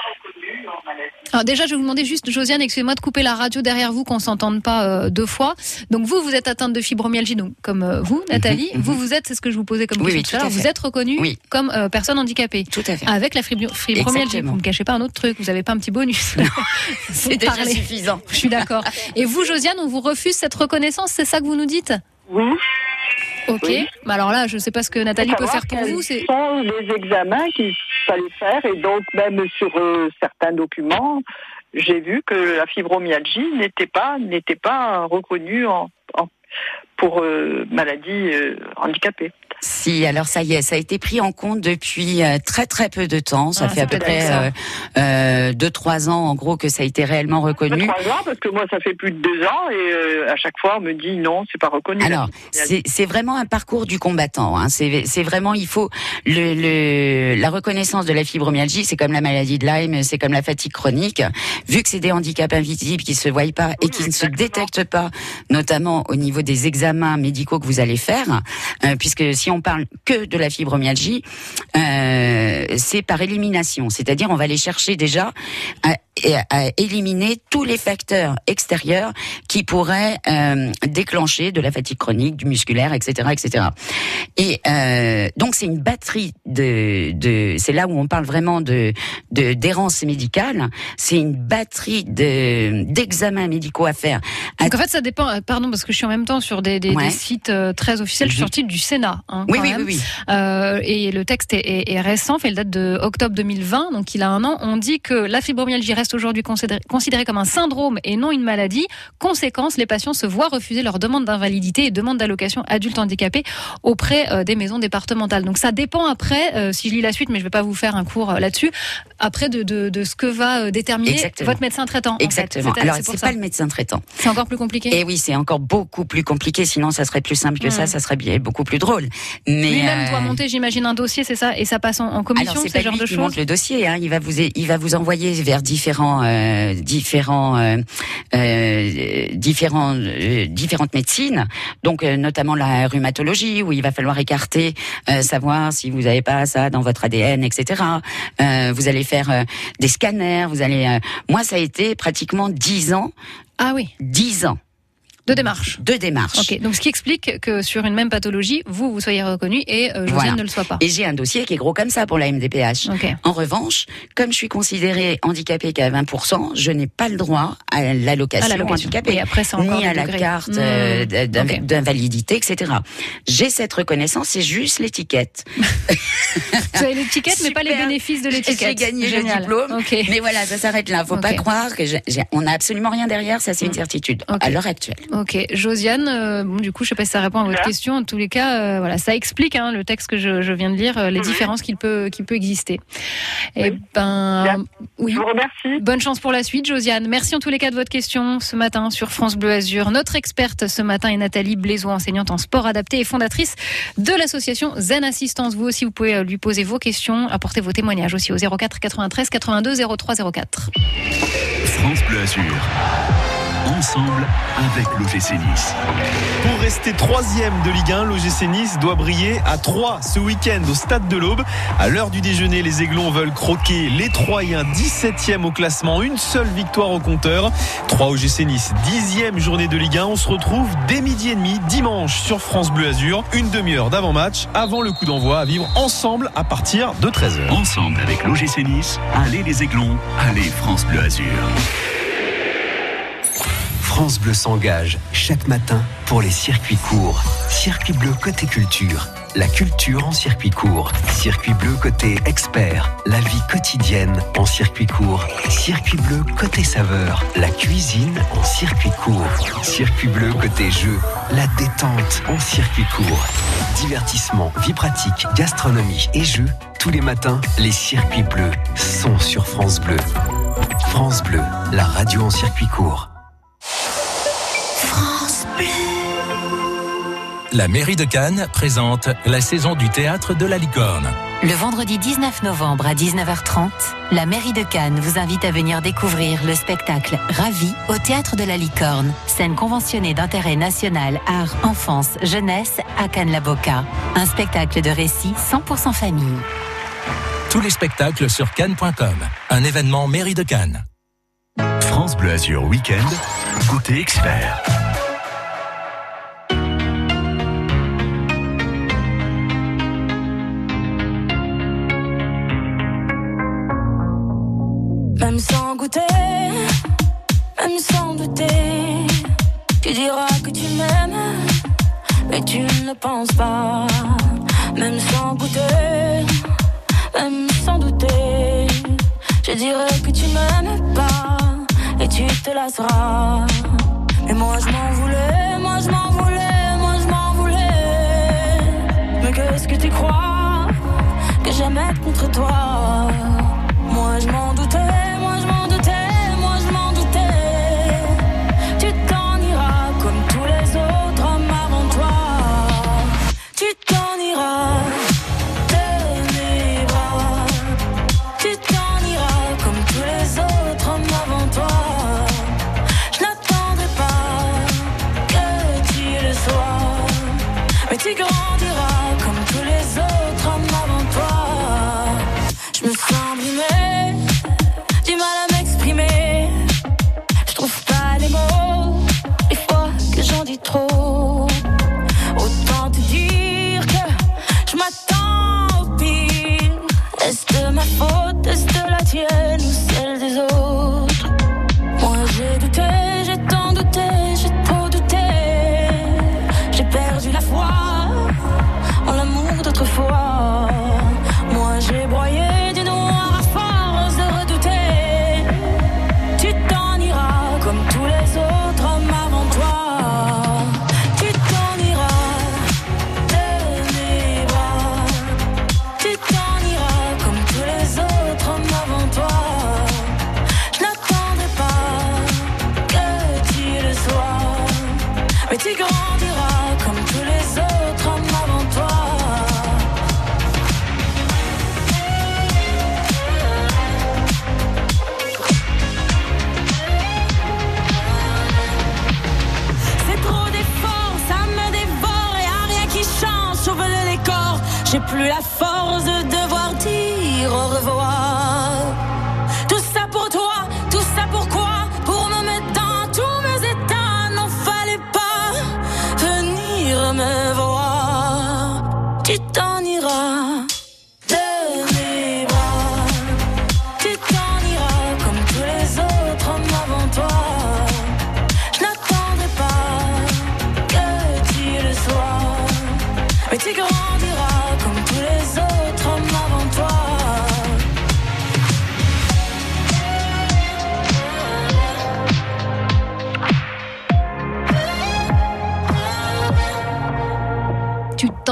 [SPEAKER 2] Alors déjà, je vais vous demander juste, Josiane, excusez-moi de couper la radio derrière vous, qu'on s'entende pas euh, deux fois. Donc vous, vous êtes atteinte de fibromyalgie, donc comme euh, vous, Nathalie. Mmh, mmh. Vous, vous êtes, c'est ce que je vous posais comme
[SPEAKER 1] oui,
[SPEAKER 2] question
[SPEAKER 1] oui,
[SPEAKER 2] tout à l'heure, vous êtes reconnue
[SPEAKER 1] oui.
[SPEAKER 2] comme euh, personne handicapée.
[SPEAKER 1] Tout à fait.
[SPEAKER 2] Avec la fibro- fibromyalgie. Vous ne me cachez pas un autre truc, vous n'avez pas un petit bonus.
[SPEAKER 1] C'est déjà parler. Suffisant.
[SPEAKER 2] Je suis d'accord. Et vous, Josiane, on vous refuse cette reconnaissance, c'est ça que vous nous dites ?
[SPEAKER 10] Oui.
[SPEAKER 2] Ok.
[SPEAKER 10] Oui.
[SPEAKER 2] Bah alors là, je ne sais pas ce que Nathalie peut faire pour vous.
[SPEAKER 10] Ce sont les examens qu'il fallait faire, et donc même sur euh, certains documents, j'ai vu que la fibromyalgie n'était pas n'était pas reconnue en, en, pour euh, maladie euh, handicapée.
[SPEAKER 1] Si, alors ça y est, ça a été pris en compte depuis euh, très très peu de temps. Ça ah, fait à peu près euh, euh, deux trois ans en gros que ça a été réellement reconnu.
[SPEAKER 10] Deux trois ans parce que moi ça fait plus de deux ans et euh, à chaque fois on me dit non, c'est pas reconnu.
[SPEAKER 1] Alors c'est c'est vraiment un parcours du combattant. Hein. C'est c'est vraiment il faut le, le la reconnaissance de la fibromyalgie, c'est comme la maladie de Lyme, c'est comme la fatigue chronique. Vu que c'est des handicaps invisibles qui se voient pas et qui oui, ne se détectent pas, notamment au niveau des examens médicaux que vous allez faire, euh, puisque si on parle que de la fibromyalgie, euh, c'est par élimination. C'est-à-dire, on va aller chercher déjà à, à éliminer tous les facteurs extérieurs qui pourraient euh, déclencher de la fatigue chronique, du musculaire, et cetera, et cetera. Et euh, donc, c'est une batterie de, de, c'est là où on parle vraiment de, de d'errance médicale. C'est une batterie de d'examens médicaux à faire.
[SPEAKER 2] Donc en fait, ça dépend. Pardon, parce que je suis en même temps sur des, des, ouais. des sites euh, très officiels. Je suis sur le site du Sénat. Hein,
[SPEAKER 1] oui, oui, oui, oui.
[SPEAKER 2] Euh, et le texte est, est, est récent, fait il date de octobre deux mille vingt, donc il a un an. On dit que la fibromyalgie reste aujourd'hui considérée, considérée comme un syndrome et non une maladie. Conséquence, les patients se voient refuser leur demande d'invalidité et demande d'allocation adulte handicapé auprès euh, des maisons départementales. Donc ça dépend après, euh, si je lis la suite, mais je ne vais pas vous faire un cours euh, là-dessus, après de, de, de ce que va euh, déterminer Exactement. Votre médecin traitant.
[SPEAKER 1] Exactement.
[SPEAKER 2] En fait.
[SPEAKER 1] Alors,
[SPEAKER 2] c'est,
[SPEAKER 1] c'est pas le médecin traitant.
[SPEAKER 2] C'est encore plus compliqué.
[SPEAKER 1] Et oui, c'est encore beaucoup plus compliqué. Sinon, ça serait plus simple que mmh. ça. Ça serait bien, beaucoup plus drôle. Mais
[SPEAKER 2] lui-même
[SPEAKER 1] euh...
[SPEAKER 2] doit monter, j'imagine, un dossier, c'est ça, et ça passe en, en commission.
[SPEAKER 1] Alors, c'est
[SPEAKER 2] ce
[SPEAKER 1] pas
[SPEAKER 2] genre
[SPEAKER 1] lui
[SPEAKER 2] de
[SPEAKER 1] qui
[SPEAKER 2] choses.
[SPEAKER 1] monte le dossier. Hein. Il va vous, il va vous envoyer vers différents, euh, différents, euh, euh, différents, euh, différentes médecines. Donc, euh, notamment la rhumatologie, où il va falloir écarter, euh, savoir si vous n'avez pas ça dans votre A D N, et cetera. Euh, vous allez faire euh, des scanners. Vous allez. Euh... Moi, ça a été pratiquement dix ans.
[SPEAKER 2] Ah oui.
[SPEAKER 1] Dix ans.
[SPEAKER 2] De démarche.
[SPEAKER 1] De démarche.
[SPEAKER 2] Ok, donc ce qui explique que sur une même pathologie, vous, vous soyez reconnu et euh, Josiane voilà. ne le soit pas.
[SPEAKER 1] Et j'ai un dossier qui est gros comme ça pour la M D P H.
[SPEAKER 2] Okay.
[SPEAKER 1] En revanche, comme je suis considérée handicapée qu'à vingt pour cent, je n'ai pas le droit à l'allocation, à l'allocation. handicapée,
[SPEAKER 2] oui, après, c'est encore
[SPEAKER 1] ni à la
[SPEAKER 2] degrés.
[SPEAKER 1] carte
[SPEAKER 2] mmh.
[SPEAKER 1] euh, d'inv-
[SPEAKER 2] okay.
[SPEAKER 1] d'invalidité, et cetera. J'ai cette reconnaissance, c'est juste l'étiquette.
[SPEAKER 2] Vous avez l'étiquette, mais pas les bénéfices de l'étiquette.
[SPEAKER 1] J'ai gagné Génial. le diplôme,
[SPEAKER 2] okay.
[SPEAKER 1] mais voilà, ça s'arrête là. Faut okay. pas croire que j'ai, j'ai, on n'a absolument rien derrière, ça c'est une certitude, okay. à l'heure actuelle.
[SPEAKER 2] Ok, Josiane, euh, bon, du coup, je sais pas si ça répond à votre
[SPEAKER 10] Là.
[SPEAKER 2] question. En tous les cas, euh, voilà, ça explique hein, le texte que je, je viens de lire, euh, les
[SPEAKER 10] Mhm.
[SPEAKER 2] différences qu'il peut, qu'il peut exister. Et
[SPEAKER 10] Oui.
[SPEAKER 2] ben,
[SPEAKER 10] Bien.
[SPEAKER 2] oui.
[SPEAKER 10] Je vous remercie.
[SPEAKER 2] Bonne chance pour la suite, Josiane. Merci en tous les cas de votre question ce matin sur France Bleu Azur. Notre experte ce matin est Nathalie Blaiseau, enseignante en sport adapté et fondatrice de l'association Zen Assistance. Vous aussi, vous pouvez euh, lui poser vos questions, apporter vos témoignages aussi au zéro quatre quatre-vingt-treize quatre-vingt-deux zéro trois zéro quatre.
[SPEAKER 19] France Bleu Azur. Ensemble avec l'O G C Nice.
[SPEAKER 13] Pour rester troisième de Ligue un, l'O G C Nice doit briller à trois ce week-end au Stade de l'Aube. À l'heure du déjeuner, les Aiglons veulent croquer les Troyens, dix-septième au classement, une seule victoire au compteur. trois O G C Nice, dixième journée de Ligue un. On se retrouve dès midi et demi, dimanche sur France Bleu Azur. Une demi-heure d'avant-match, avant le coup d'envoi, à vivre ensemble à partir de treize heures.
[SPEAKER 19] Ensemble avec l'O G C Nice, allez les Aiglons, allez France Bleu Azur.
[SPEAKER 17] France Bleu s'engage chaque matin pour les circuits courts. Circuit bleu côté culture, la culture en circuit court. Circuit bleu côté expert, la vie quotidienne en circuit court. Circuit bleu côté saveur, la cuisine en circuit court. Circuit bleu côté jeu, la détente en circuit court. Divertissement, vie pratique, gastronomie et jeux. Tous les matins, les circuits bleus sont sur France Bleu. France Bleu, la radio en circuit court.
[SPEAKER 12] France Bleu.
[SPEAKER 24] La mairie de Cannes présente la saison du théâtre de la Licorne.
[SPEAKER 25] Le vendredi dix-neuf novembre à dix-neuf heures trente, la mairie de Cannes vous invite à venir découvrir le spectacle Ravi au théâtre de la Licorne, scène conventionnée d'intérêt national art, enfance, jeunesse à Cannes-la-Boca. Un spectacle de récit cent pour cent famille.
[SPEAKER 24] Tous les spectacles sur cannes point com, un événement mairie de Cannes.
[SPEAKER 19] France Bleu Azur Week-end, côté expert.
[SPEAKER 9] Même sans goûter, même sans douter, tu diras que tu m'aimes, mais tu ne le penses pas. Même sans goûter, même sans douter, je dirais que tu m'aimes pas, et tu te lasseras. Mais moi je m'en voulais, moi je m'en voulais, moi je m'en voulais. Mais qu'est-ce que tu crois que j'aimais être contre toi? Moi je m'en doutais, moi je m'en doutais, moi je m'en doutais. Tu t'en iras comme tous les autres hommes avant toi. Tu t'en iras de mes bras. Tu t'en iras comme tous les autres hommes avant toi. Je n'attendrai pas que tu le sois, mais tu grandiras comme tous les autres hommes avant toi. Je me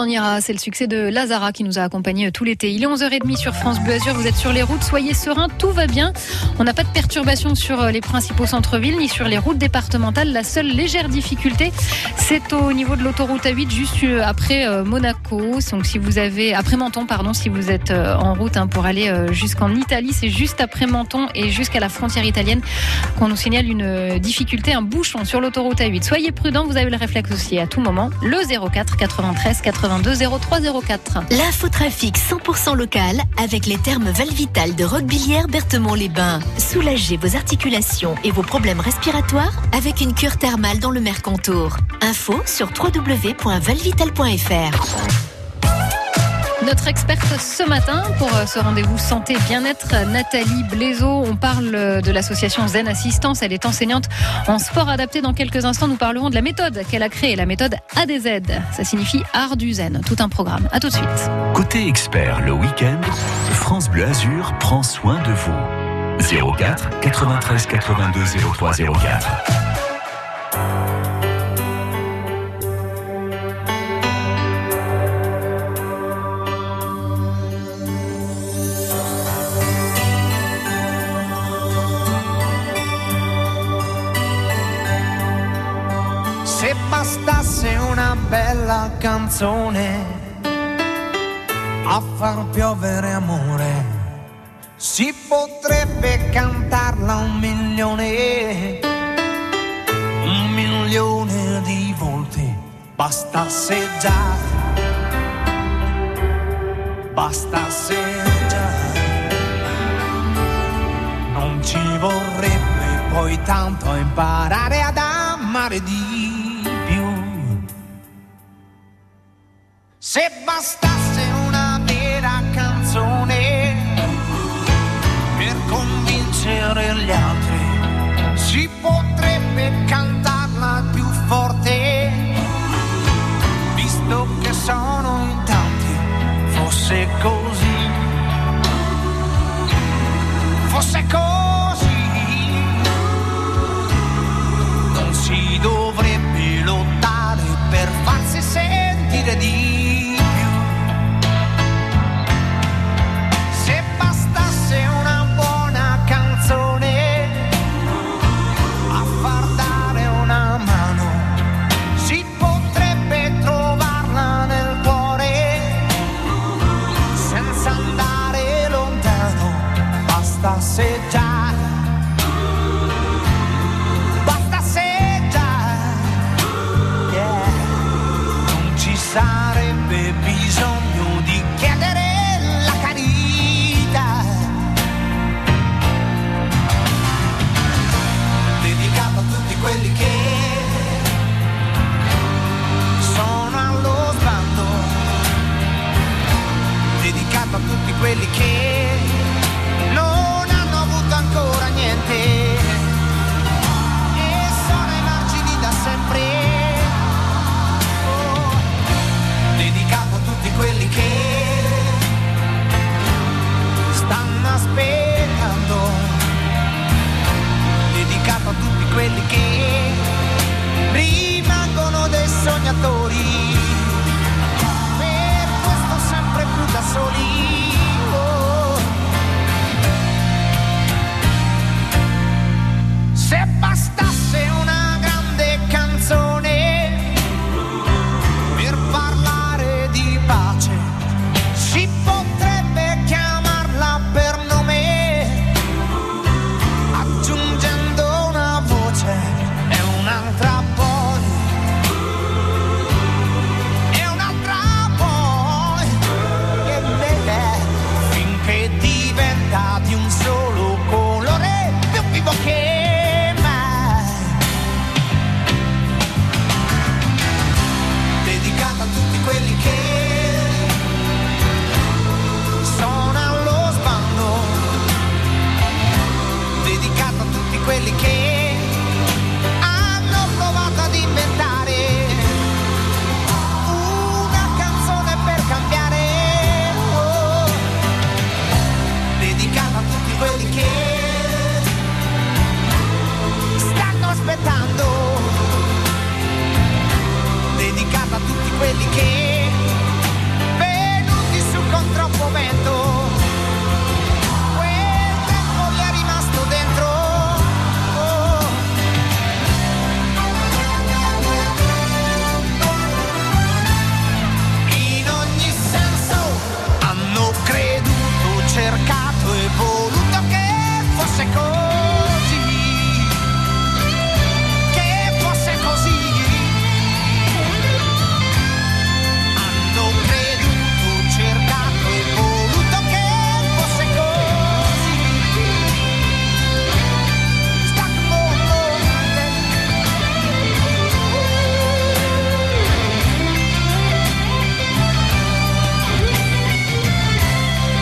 [SPEAKER 2] t'en ira, c'est le succès de Lazara qui nous a accompagnés tout l'été. Il est onze heures trente sur France Bleu Azur, vous êtes sur les routes, soyez sereins, tout va bien. On n'a pas de perturbations sur les principaux centres-villes ni sur les routes départementales. La seule légère difficulté, c'est au niveau de l'autoroute A huit, juste après Monaco. Donc si vous avez, après Menton, pardon, si vous êtes en route hein, pour aller jusqu'en Italie, c'est juste après Menton et jusqu'à la frontière italienne qu'on nous signale une difficulté, un bouchon sur l'autoroute A huit. Soyez prudents, vous avez le réflexe aussi à tout moment. Le zéro quatre quatre-vingt-treize quatre-vingt-deux zéro trois zéro quatre.
[SPEAKER 12] L'infotrafic cent pour cent local avec les thermes Valvital de Roquebillière Berthemont-les-Bains. Soulagez vos articulations et vos problèmes respiratoires avec une cure thermale dans le Mercantour. Info sur w w w point valvital point f r.
[SPEAKER 2] Notre experte ce matin pour ce rendez-vous santé bien-être, Nathalie Blaiseau. On parle de l'association Zen Assistance. Elle est enseignante en sport adapté. Dans quelques instants, nous parlerons de la méthode qu'elle a créée, la méthode A D Z. Ça signifie art du zen. Tout un programme. À tout de suite.
[SPEAKER 19] Côté expert, le week-end, France Bleu Azur prend soin de vous. zéro quatre quatre-vingt-treize quatre-vingt-deux zéro trois zéro quatre.
[SPEAKER 8] Se bastasse una bella canzone a far piovere amore, si potrebbe cantarla un milione, un milione di volte. Bastasse già, bastasse già, non ci vorrebbe poi tanto imparare ad amare di se bastasse una vera canzone per convincere gli altri, si potrebbe cantarla più forte, visto che sono in tanti. Fosse così, fosse così, non si dovrebbe lottare per farsi sentire di bastasse già, bastasse già, yeah. Non ci sarebbe bisogno di chiedere la carità, dedicato a tutti quelli che sono allo sbando, dedicato a tutti quelli che ancora niente e sono ai margini da sempre, oh, dedicato a tutti quelli che stanno aspettando, dedicato a tutti quelli che rimangono dei sognatori, per questo sempre più da soli, oh,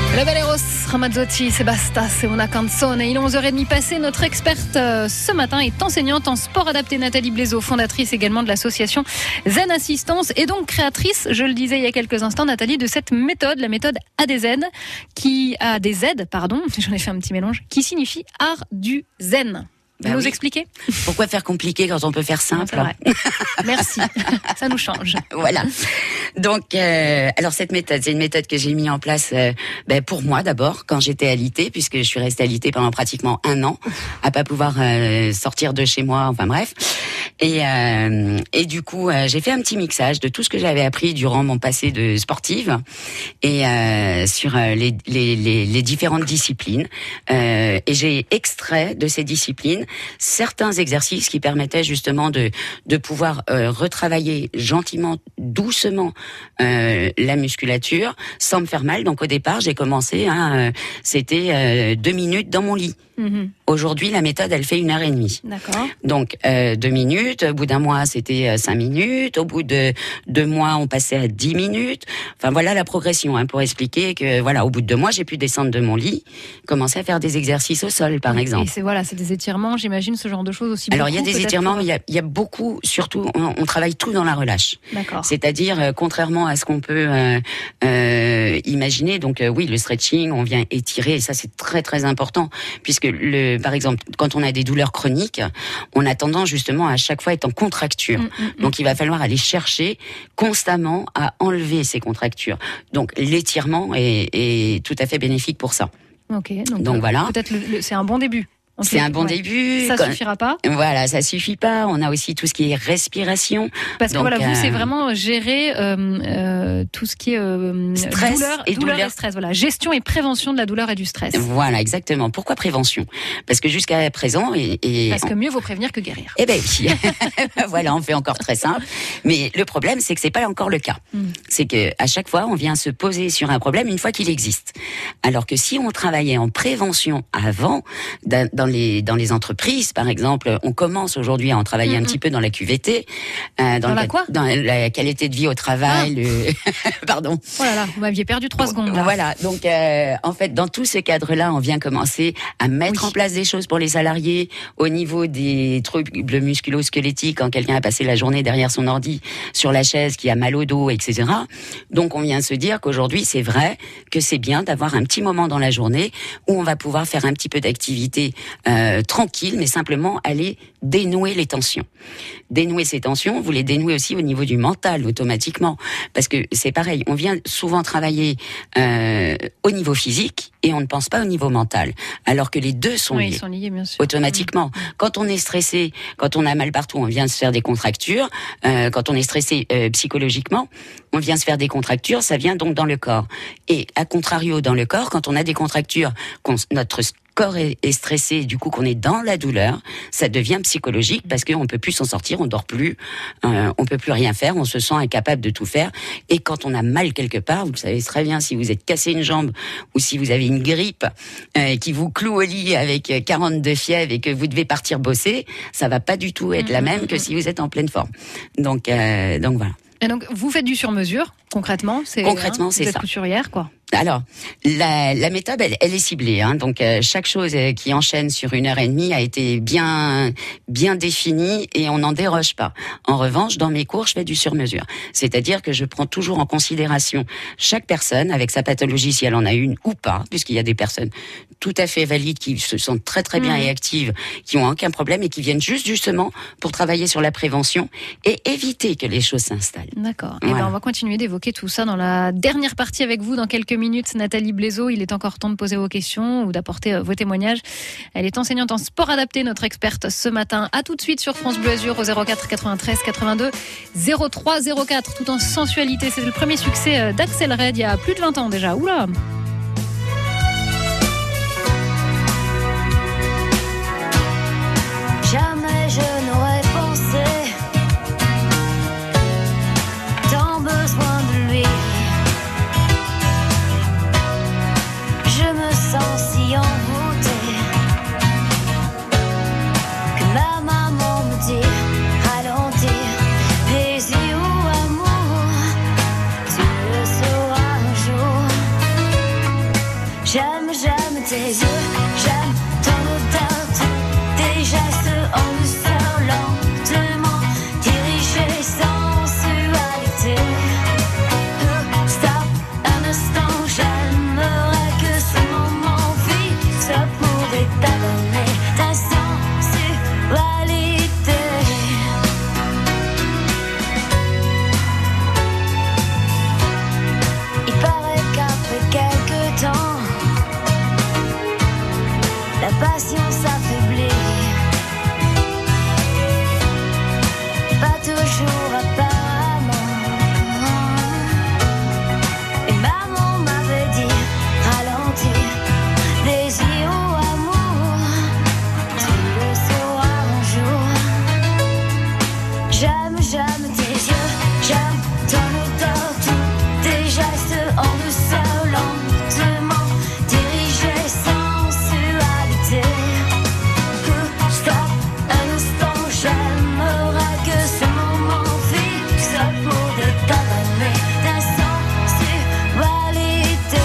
[SPEAKER 2] Le Valeros Ramazzotti, c'est basta, c'est una canzone. Il est onze heures trente passé. Notre experte euh, ce matin est enseignante en sport adapté, Nathalie Blaiseau, fondatrice également de l'association Zen Assistance et donc créatrice, je le disais il y a quelques instants, Nathalie, de cette méthode, la méthode A D Z, qui a des Z, pardon, j'en ai fait un petit mélange, qui signifie art du zen. Vous
[SPEAKER 1] Bah
[SPEAKER 2] nous
[SPEAKER 1] oui.
[SPEAKER 2] expliquer ?
[SPEAKER 1] Pourquoi faire compliqué quand on peut faire simple ?
[SPEAKER 2] C'est vrai. Merci, ça nous change.
[SPEAKER 1] Voilà. Donc, euh, alors cette méthode, c'est une méthode que j'ai mis en place euh, ben, pour moi d'abord, quand j'étais alitée, puisque je suis restée alitée pendant pratiquement un an, à pas pouvoir euh, sortir de chez moi, enfin bref. Et, euh, et du coup, euh, j'ai fait un petit mixage de tout ce que j'avais appris durant mon passé de sportive et euh, sur euh, les, les, les, les différentes disciplines. Euh, et j'ai extrait de ces disciplines certains exercices qui permettaient justement de, de pouvoir euh, retravailler gentiment, doucement euh, la musculature sans me faire mal. Donc au départ, j'ai commencé, hein, euh, c'était euh, deux minutes dans mon lit.
[SPEAKER 2] Mhm.
[SPEAKER 1] Aujourd'hui, la méthode, elle fait une heure et demie.
[SPEAKER 2] D'accord.
[SPEAKER 1] Donc euh, deux minutes. Au bout d'un mois, c'était euh, cinq minutes. Au bout de deux mois, on passait à dix minutes. Enfin voilà la progression, hein, pour expliquer que voilà, au bout de deux mois, j'ai pu descendre de mon lit, commencer à faire des exercices au sol, par exemple.
[SPEAKER 2] Et c'est voilà, c'est des étirements, j'imagine, ce genre de choses aussi.
[SPEAKER 1] Alors il y a
[SPEAKER 2] beaucoup,
[SPEAKER 1] des
[SPEAKER 2] peut-être
[SPEAKER 1] étirements,
[SPEAKER 2] pour-
[SPEAKER 1] mais il y a, il y a beaucoup, surtout, on, on travaille tout dans la relâche.
[SPEAKER 2] D'accord.
[SPEAKER 1] C'est-à-dire, euh, contrairement à ce qu'on peut euh, euh, imaginer, donc euh, oui, le stretching, on vient étirer, et ça c'est très très important, puisque le, par exemple, quand on a des douleurs chroniques, on a tendance justement à chaque fois être en contracture.
[SPEAKER 2] Mm, mm,
[SPEAKER 1] Donc il va falloir aller chercher constamment à enlever ces contractures. Donc l'étirement est, est tout à fait bénéfique pour ça.
[SPEAKER 2] Ok, donc,
[SPEAKER 1] Donc
[SPEAKER 2] euh,
[SPEAKER 1] voilà.
[SPEAKER 2] Peut-être le- le- c'est un bon début. En
[SPEAKER 1] C'est
[SPEAKER 2] tout-
[SPEAKER 1] un bon
[SPEAKER 2] ouais.
[SPEAKER 1] début.
[SPEAKER 2] Ça
[SPEAKER 1] Quand-
[SPEAKER 2] suffira pas.
[SPEAKER 1] Voilà, ça suffit pas. On a aussi tout ce qui est respiration.
[SPEAKER 2] Parce que
[SPEAKER 1] Donc,
[SPEAKER 2] voilà, vous,
[SPEAKER 1] euh,
[SPEAKER 2] c'est vraiment gérer euh, euh, tout ce qui est euh,
[SPEAKER 1] Stress
[SPEAKER 2] douleur,
[SPEAKER 1] et
[SPEAKER 2] douleur
[SPEAKER 1] douleur.
[SPEAKER 2] et stress. Voilà, gestion et prévention de la douleur et du stress.
[SPEAKER 1] Voilà, exactement. Pourquoi prévention ? Parce que jusqu'à présent, et, et
[SPEAKER 2] Parce que mieux vaut prévenir que guérir.
[SPEAKER 1] eh ben oui. Voilà, on fait encore très simple. Mais le problème, c'est que c'est pas encore le cas.
[SPEAKER 2] Mm.
[SPEAKER 1] C'est que à chaque fois, on vient se poser sur un problème une fois qu'il existe. Alors que si on travaillait en prévention avant, dans dans les dans les entreprises, par exemple, on commence aujourd'hui à en travailler un
[SPEAKER 2] Mhm.
[SPEAKER 1] petit peu dans la Q V T, euh,
[SPEAKER 2] Dans la
[SPEAKER 1] le-
[SPEAKER 2] quoi
[SPEAKER 1] dans la qualité de vie au travail. le- Pardon.
[SPEAKER 2] Oh là là, vous m'aviez perdu trois secondes. Là.
[SPEAKER 1] Voilà, donc euh, en fait, dans tout ce cadre-là, on vient commencer à mettre
[SPEAKER 2] Oui.
[SPEAKER 1] en place des choses pour les salariés au niveau des troubles musculo-squelettiques, quand quelqu'un a passé la journée derrière son ordi, sur la chaise, qui a mal au dos, et cetera. Donc on vient se dire qu'aujourd'hui, c'est vrai que c'est bien d'avoir un petit moment dans la journée où on va pouvoir faire un petit peu d'activité euh, tranquille, mais simplement aller dénouer les tensions. Dénouer ces tensions, vous les dénouez aussi au niveau du mental, automatiquement. Parce que c'est pareil, on vient souvent travailler euh, au niveau physique et on ne pense pas au niveau mental. Alors que les deux sont
[SPEAKER 2] Oui,
[SPEAKER 1] liés.
[SPEAKER 2] ils sont liés, bien sûr.
[SPEAKER 1] Automatiquement. Quand on est stressé, quand on a mal partout, on vient se faire des contractures. Euh, quand on est stressé euh, psychologiquement, on vient se faire des contractures, ça vient donc dans le corps. Et à contrario, dans le corps, quand on a des contractures, qu'on, notre corps est, est stressé, du coup qu'on est dans la douleur, ça devient psychologique parce qu'on peut plus s'en sortir, on dort plus, euh, on peut plus rien faire, on se sent incapable de tout faire. Et quand on a mal quelque part, vous le savez très bien, si vous êtes cassé une jambe ou si vous avez une grippe euh, qui vous cloue au lit avec quarante-deux fièvres et que vous devez partir bosser, ça va pas du tout être la même que si vous êtes en pleine forme. Donc, euh, donc voilà.
[SPEAKER 2] Et donc, vous faites du sur-mesure, concrètement. C'est,
[SPEAKER 1] Concrètement,
[SPEAKER 2] hein,
[SPEAKER 1] c'est
[SPEAKER 2] vous êtes
[SPEAKER 1] ça.
[SPEAKER 2] couturière, quoi.
[SPEAKER 1] Alors, la, la méthode, elle, elle est ciblée. Hein, donc, euh, chaque chose euh, qui enchaîne sur une heure et demie a été bien, bien définie et on n'en déroge pas. En revanche, dans mes cours, je fais du sur-mesure. C'est-à-dire que je prends toujours en considération chaque personne avec sa pathologie, si elle en a une ou pas, puisqu'il y a des personnes tout à fait valides qui se sentent très très bien
[SPEAKER 2] Mhm.
[SPEAKER 1] et actives, qui ont aucun problème et qui viennent juste justement pour travailler sur la prévention et éviter que les choses s'installent.
[SPEAKER 2] D'accord. Et
[SPEAKER 1] Voilà.
[SPEAKER 2] ben, on va continuer d'évoquer tout ça dans la dernière partie avec vous dans quelques minutes. Nathalie Blaiseau, il est encore temps de poser vos questions ou d'apporter euh, vos témoignages. Elle est enseignante en sport adapté, notre experte ce matin. À tout de suite sur France Bleu Azur au zéro quatre quatre-vingt-treize quatre-vingt-deux zéro trois zéro quatre, tout en sensualité. C'est le premier succès euh, d'Axel Red il y a plus de vingt ans déjà. Oula!
[SPEAKER 9] Jamais je n'aurais pensé tant besoin de lui. Je me sens si envoûtée que ma maman me dit ralentir, plaisir ou amour, tu le sauras un jour. tes yeux, j'aime ton odeur, tous tes gestes en douceur, lentement dirigés sans sensualité. Euh, Stop un instant, j'aimerais que ce moment fixe pourrait t'adonner ta sensualité. Il paraît qu'après quelques temps, la passion s'affaiblit. Pas toujours apparemment. Et maman m'avait dit ralentir, désir ou amour, tu le sauras un jour. J'aime, j'aime tes yeux, j'aime ton odeur, tous tes gestes en douceur, lentement dirigés sans sensualité. Stop un instant, j'aimerais que ce moment fixe pourrait t'adonner ta sensualité.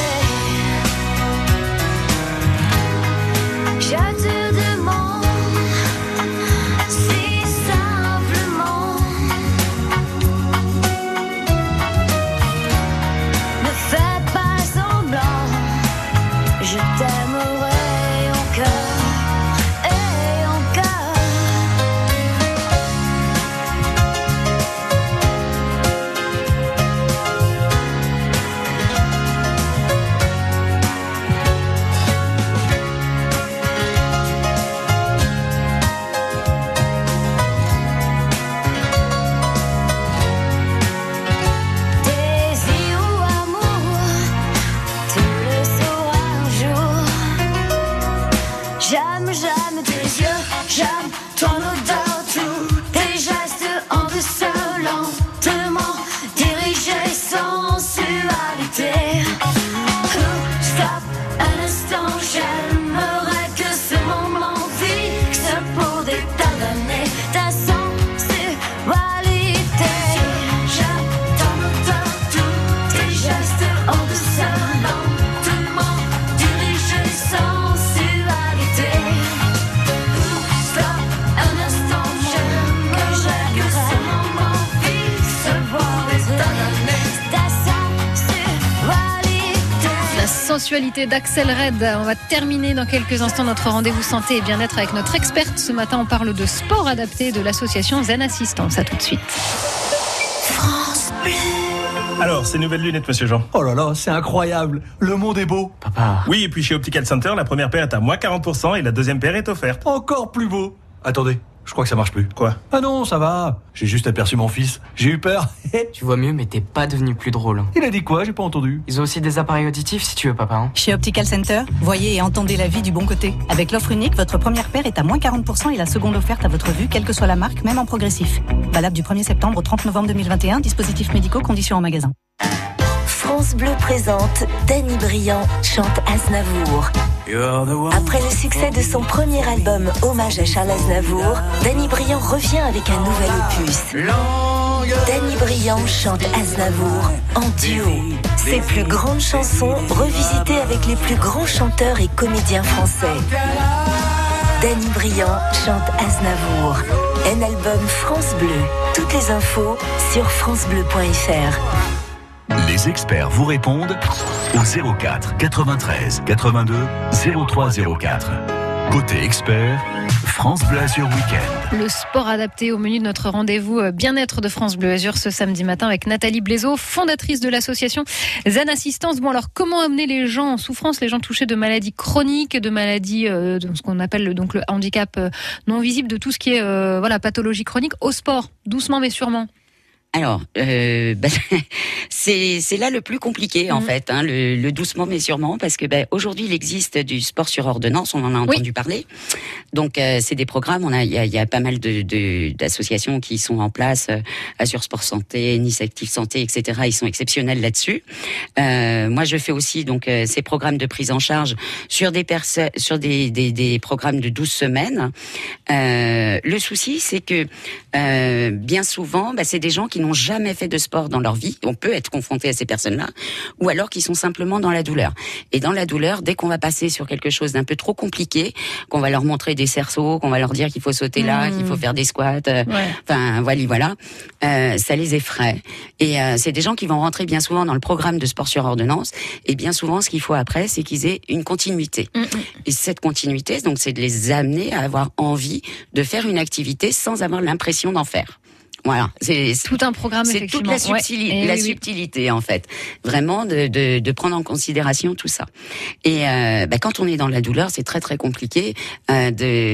[SPEAKER 9] Je te demande si simplement, ne fais pas semblant, je t'aimerai encore et encore. Désir ou amour, tu le sauras un jour. J'aime, j'aime tes yeux, j'aime ton odeur, tous tes gestes en douceur, lentement dirigés sans sensualité. Stop un instant, j'aimerais que ce moment fixe pourrait t'adonner ta sensualité. J'aime ton odeur, tous tes gestes en douceur, lentement dirigés sans sensualité. Stop un instant, j'aimerais que ce moment fixe pourrait t'adonner ta sensualité.
[SPEAKER 2] La sensualité d'Axel Red. On va terminer dans quelques instants notre rendez-vous santé et bien-être avec notre experte. Ce matin, on parle de sport adapté de l'association Zen Assistance. À tout de suite.
[SPEAKER 6] Alors, ces nouvelles lunettes, monsieur Jean.
[SPEAKER 14] Oh là là, c'est incroyable. Le monde est beau.
[SPEAKER 6] Papa. Oui, et puis chez Optical Center, la première paire est à moins quarante pour cent et la deuxième paire est offerte.
[SPEAKER 14] Encore plus beau. Attendez, je crois que ça marche plus.
[SPEAKER 6] Quoi?
[SPEAKER 14] Ah non, ça va. J'ai juste aperçu mon fils. J'ai eu peur.
[SPEAKER 15] Tu vois mieux, mais t'es pas devenu plus drôle.
[SPEAKER 14] Il a dit quoi? J'ai pas entendu.
[SPEAKER 15] Ils ont aussi des appareils auditifs si tu veux, papa. Hein.
[SPEAKER 16] Chez Optical Center, voyez et entendez la vie du bon côté. Avec l'offre unique, votre première paire est à moins quarante pour cent et la seconde offerte à votre vue, quelle que soit la marque, même en progressif. Valable du premier septembre au trente novembre deux mille vingt et un, dispositifs médicaux, conditions en magasin.
[SPEAKER 18] France Bleu présente Danny Briand chante Aznavour. Après le succès de son premier album Hommage à Charles Aznavour, Danny Briand revient avec un nouvel opus. Danny Briand chante Aznavour en duo. Ses plus grandes chansons revisitées avec les plus grands chanteurs et comédiens français. Danny Briand chante Aznavour. Un album France Bleu. Toutes les infos sur francebleu point fr.
[SPEAKER 19] Les experts vous répondent au zéro quatre quatre-vingt-treize quatre-vingt-deux zéro trois zéro quatre. Côté expert, France Bleu Azur Week-end.
[SPEAKER 2] Le sport adapté au menu de notre rendez-vous bien-être de France Bleu Azur ce samedi matin avec Nathalie Blaiseau, fondatrice de l'association Zen Assistance. Bon alors, comment amener les gens en souffrance, les gens touchés de maladies chroniques, de maladies, euh, de ce qu'on appelle le, donc le handicap euh, non visible, de tout ce qui est euh, voilà pathologie chronique, au sport, doucement mais sûrement?
[SPEAKER 1] Alors, euh, bah, c'est c'est là le plus compliqué en mmh. fait, hein, le, le doucement mais sûrement, parce que bah, aujourd'hui il existe du sport sur ordonnance, on en a entendu oui. parler. Donc euh, c'est des programmes, on a il y a, y a pas mal de, de d'associations qui sont en place, euh, Azur Sport Santé, Nice Active Santé, et cetera. Ils sont exceptionnels là-dessus. Euh, moi je fais aussi donc euh, ces programmes de prise en charge sur des personnes, sur des, des des programmes de douze semaines. Euh, le souci c'est que euh, bien souvent, bah, c'est des gens qui n'ont jamais fait de sport dans leur vie, on peut être confronté à ces personnes-là, ou alors qui sont simplement dans la douleur. Et dans la douleur, dès qu'on va passer sur quelque chose d'un peu trop compliqué, qu'on va leur montrer des cerceaux, qu'on va leur dire qu'il faut sauter là, mmh. qu'il faut faire des squats, euh, ouais. enfin voilà, voilà, euh, ça les effraie. Et euh, c'est des gens qui vont rentrer bien souvent dans le programme de sport sur ordonnance. Et bien souvent, ce qu'il faut après, c'est qu'ils aient une continuité. Mmh. Et cette continuité, donc, c'est de les amener à avoir envie de faire une activité sans avoir l'impression d'en faire. Voilà, c'est
[SPEAKER 2] tout un programme.
[SPEAKER 1] C'est toute la, subtili- ouais. la oui, subtilité oui. en fait, vraiment de, de, de prendre en considération tout ça. Et euh, bah, quand on est dans la douleur, c'est très très compliqué euh,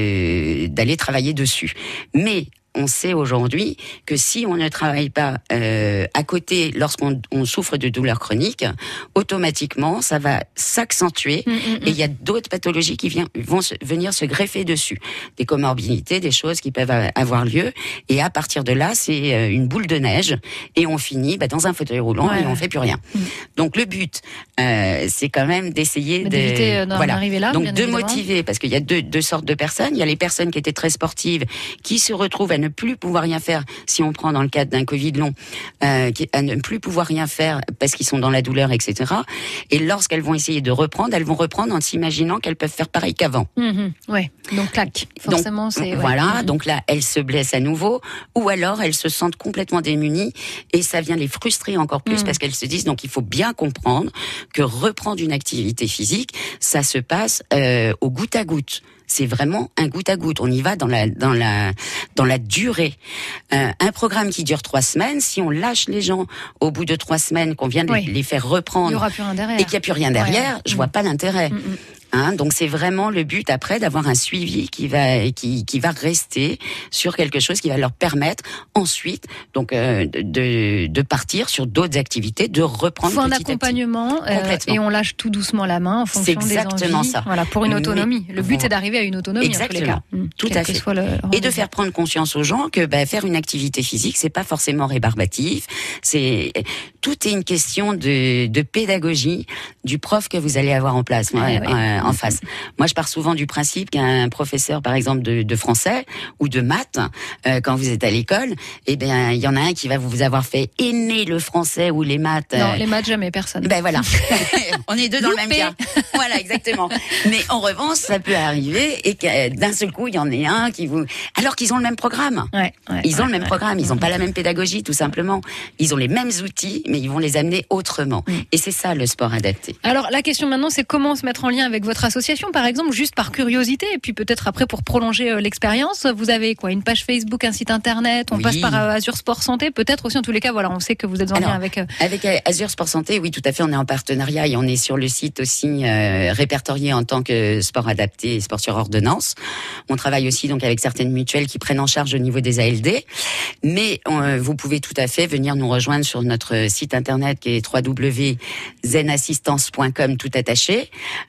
[SPEAKER 1] de d'aller travailler dessus. Mais on sait aujourd'hui que si on ne travaille pas euh, à côté lorsqu'on on souffre de douleurs chroniques, automatiquement ça va s'accentuer mmh, mmh, et il y a d'autres pathologies qui vient, vont se, venir se greffer dessus, des comorbidités, des choses qui peuvent avoir lieu, et à partir de là c'est une boule de neige et on finit bah, dans un fauteuil roulant ouais. et on fait plus rien. Mmh. Donc le but euh, c'est quand même d'essayer
[SPEAKER 2] de d'en
[SPEAKER 1] voilà
[SPEAKER 2] arriver là,
[SPEAKER 1] donc
[SPEAKER 2] bien
[SPEAKER 1] de
[SPEAKER 2] évidemment.
[SPEAKER 1] Motiver, parce qu'il y a deux, deux sortes de personnes. Il y a les personnes qui étaient très sportives qui se retrouvent à ne plus pouvoir rien faire, si on prend dans le cadre d'un Covid long, euh, à ne plus pouvoir rien faire parce qu'ils sont dans la douleur, et cetera. Et lorsqu'elles vont essayer de reprendre, elles vont reprendre en s'imaginant qu'elles peuvent faire pareil qu'avant.
[SPEAKER 2] Mmh, ouais. Donc clac. Forcément, donc, c'est. Ouais.
[SPEAKER 1] Voilà. Mmh. Donc là, elles se blessent à nouveau, ou alors elles se sentent complètement démunies et ça vient les frustrer encore plus mmh. parce qu'elles se disent donc il faut bien comprendre que reprendre une activité physique, ça se passe euh, au goutte à goutte. C'est vraiment un goutte à goutte. On y va dans la dans la dans la durée. Euh, un programme qui dure trois semaines, si on lâche les gens au bout de trois semaines, qu'on vient de
[SPEAKER 2] oui.
[SPEAKER 1] les faire reprendre,
[SPEAKER 2] il y aura plus rien derrière.
[SPEAKER 1] et qu'il n'y a plus rien derrière, ouais. je mmh. vois pas l'intérêt. Mmh. Hein, donc c'est vraiment le but après d'avoir un suivi qui va qui qui va rester sur quelque chose qui va leur permettre ensuite donc euh, de de partir sur d'autres activités, de reprendre
[SPEAKER 2] petit à petit.
[SPEAKER 1] Faut un
[SPEAKER 2] accompagnement euh, et on lâche tout doucement la main en fonction des envies.
[SPEAKER 1] C'est exactement ça.
[SPEAKER 2] Voilà, pour une autonomie. Mais, le but bon. c'est d'arriver à une autonomie
[SPEAKER 1] exactement.
[SPEAKER 2] en tous les cas. Mmh.
[SPEAKER 1] Tout
[SPEAKER 2] Quel
[SPEAKER 1] à fait.
[SPEAKER 2] Le...
[SPEAKER 1] Et de faire prendre conscience aux gens que bah, faire une activité physique c'est pas forcément rébarbatif. C'est tout est une question de de pédagogie du prof que vous allez avoir en place, ouais, ouais, ouais. Euh, en face. Moi, je pars souvent du principe qu'un professeur, par exemple, de, de français ou de maths, euh, quand vous êtes à l'école, eh bien, il y en a un qui va vous avoir fait aimer le français ou les maths.
[SPEAKER 2] Non, euh... les maths, jamais, personne.
[SPEAKER 1] Ben voilà. On est deux dans Loupé. Le même cas. Voilà, exactement. Mais en revanche, ça peut arriver et que d'un seul coup, il y en ait un qui vous... Alors qu'ils ont le même programme.
[SPEAKER 2] Ouais, ouais,
[SPEAKER 1] ils ont
[SPEAKER 2] ouais,
[SPEAKER 1] le même
[SPEAKER 2] ouais.
[SPEAKER 1] programme. Ils n'ont pas la même pédagogie, tout simplement. Ils ont les mêmes outils, mais ils vont les amener autrement. Mm. Et c'est ça, le sport adapté.
[SPEAKER 2] Alors, la question maintenant, c'est comment se mettre en lien avec votre association, par exemple, juste par curiosité, et puis peut-être après pour prolonger euh, l'expérience. Vous avez quoi, une page Facebook, un site internet, on oui. passe par euh, Azur Sport Santé, peut-être aussi en tous les cas, voilà, on sait que vous êtes en
[SPEAKER 1] Alors,
[SPEAKER 2] lien avec... Euh...
[SPEAKER 1] Avec euh, Azur Sport Santé, oui, tout à fait, on est en partenariat et on est sur le site aussi euh, répertorié en tant que sport adapté et sport sur ordonnance. On travaille aussi donc avec certaines mutuelles qui prennent en charge au niveau des A L D, mais euh, vous pouvez tout à fait venir nous rejoindre sur notre site internet qui est w w w point zen assistance point com tout attaché.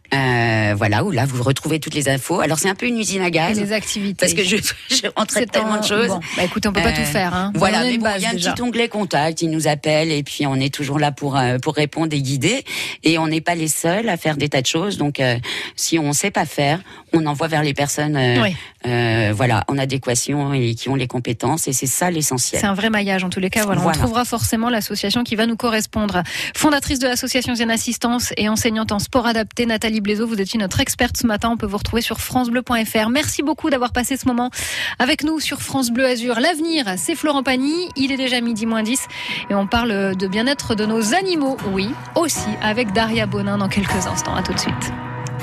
[SPEAKER 1] Euh, voilà, où là vous retrouvez toutes les infos. Alors c'est un peu une usine à gaz.
[SPEAKER 2] Et les activités.
[SPEAKER 1] Parce que je, je on traite tellement
[SPEAKER 2] un...
[SPEAKER 1] de choses.
[SPEAKER 2] Bon, bah écoutez, on peut pas euh, tout faire. Hein.
[SPEAKER 1] Voilà,
[SPEAKER 2] mais
[SPEAKER 1] bon, il y a un
[SPEAKER 2] déjà.
[SPEAKER 1] petit onglet contact, ils nous appellent et puis on est toujours là pour euh, pour répondre et guider. Et on n'est pas les seuls à faire des tas de choses. Donc euh, si on sait pas faire, on envoie vers les personnes, euh, oui. euh, voilà, en adéquation et qui ont les compétences. Et c'est ça l'essentiel.
[SPEAKER 2] C'est un vrai maillage en tous les cas. Voilà, voilà. On trouvera forcément l'association qui va nous correspondre. Fondatrice de l'association Zen Assistance et enseignante en sport adapté, Nathalie Blaiseau, vous étiez notre experte ce matin. On peut vous retrouver sur francebleu point f r. Merci beaucoup d'avoir passé ce moment avec nous sur France Bleu Azur. L'avenir, c'est Florent Pagny. Il est déjà midi moins dix et on parle de bien-être de nos animaux. Oui, aussi avec Daria Bonin dans quelques instants. À tout de suite.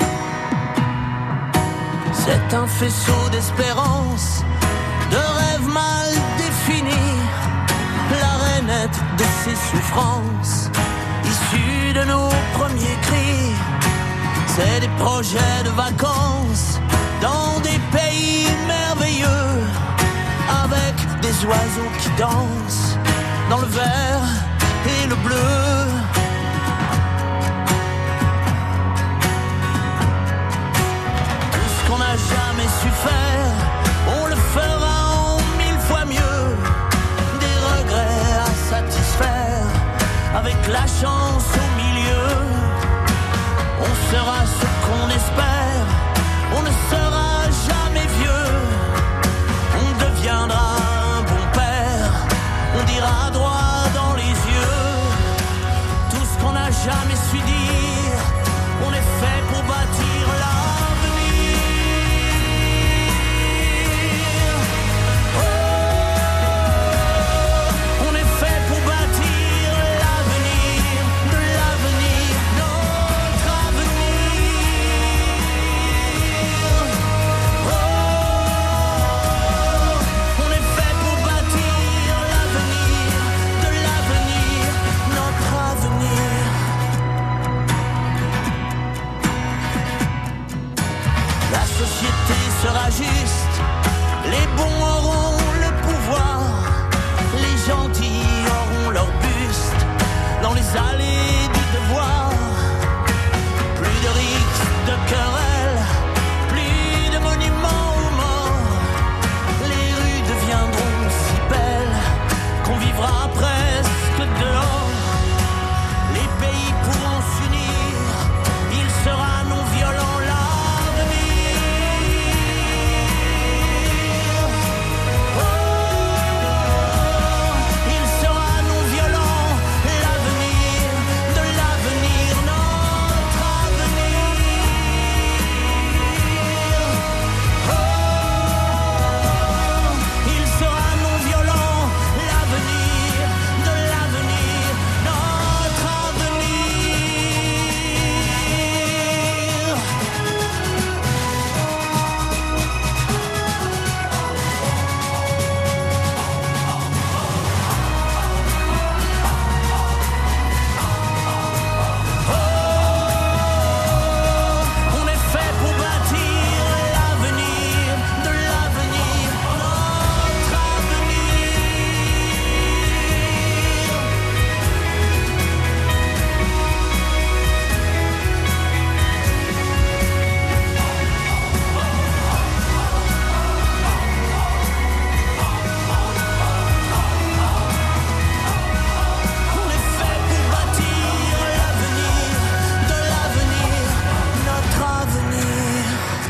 [SPEAKER 11] C'est un faisceau d'espérance, de rêves mal définis, la rainette de ses souffrances, issue de nos premiers cris. C'est des projets de vacances dans des pays merveilleux, avec des oiseaux qui dansent dans le vert et le bleu. Qu'on n'a jamais su faire, on le fera en mille fois mieux. Des regrets à satisfaire, avec la chance au milieu. On sera ce qu'on espère, on ne sera jamais vieux. On deviendra un bon père, on dira droit juste. Les bons auront le pouvoir, les gentils auront leur buste dans les allées du devoir. Plus de rixes, de querelles, plus de monuments aux morts. Les rues deviendront si belles qu'on vivra presque dehors. Les pays pourront s'unir, il sera non violent l'avenir. Oh, il sera non violent l'avenir, de l'avenir, notre avenir. Oh, il sera non violent l'avenir, de l'avenir, notre avenir. On est fait pour bâtir l'avenir, de l'avenir, notre avenir. On est fait pour bâtir l'avenir, de l'avenir, notre avenir.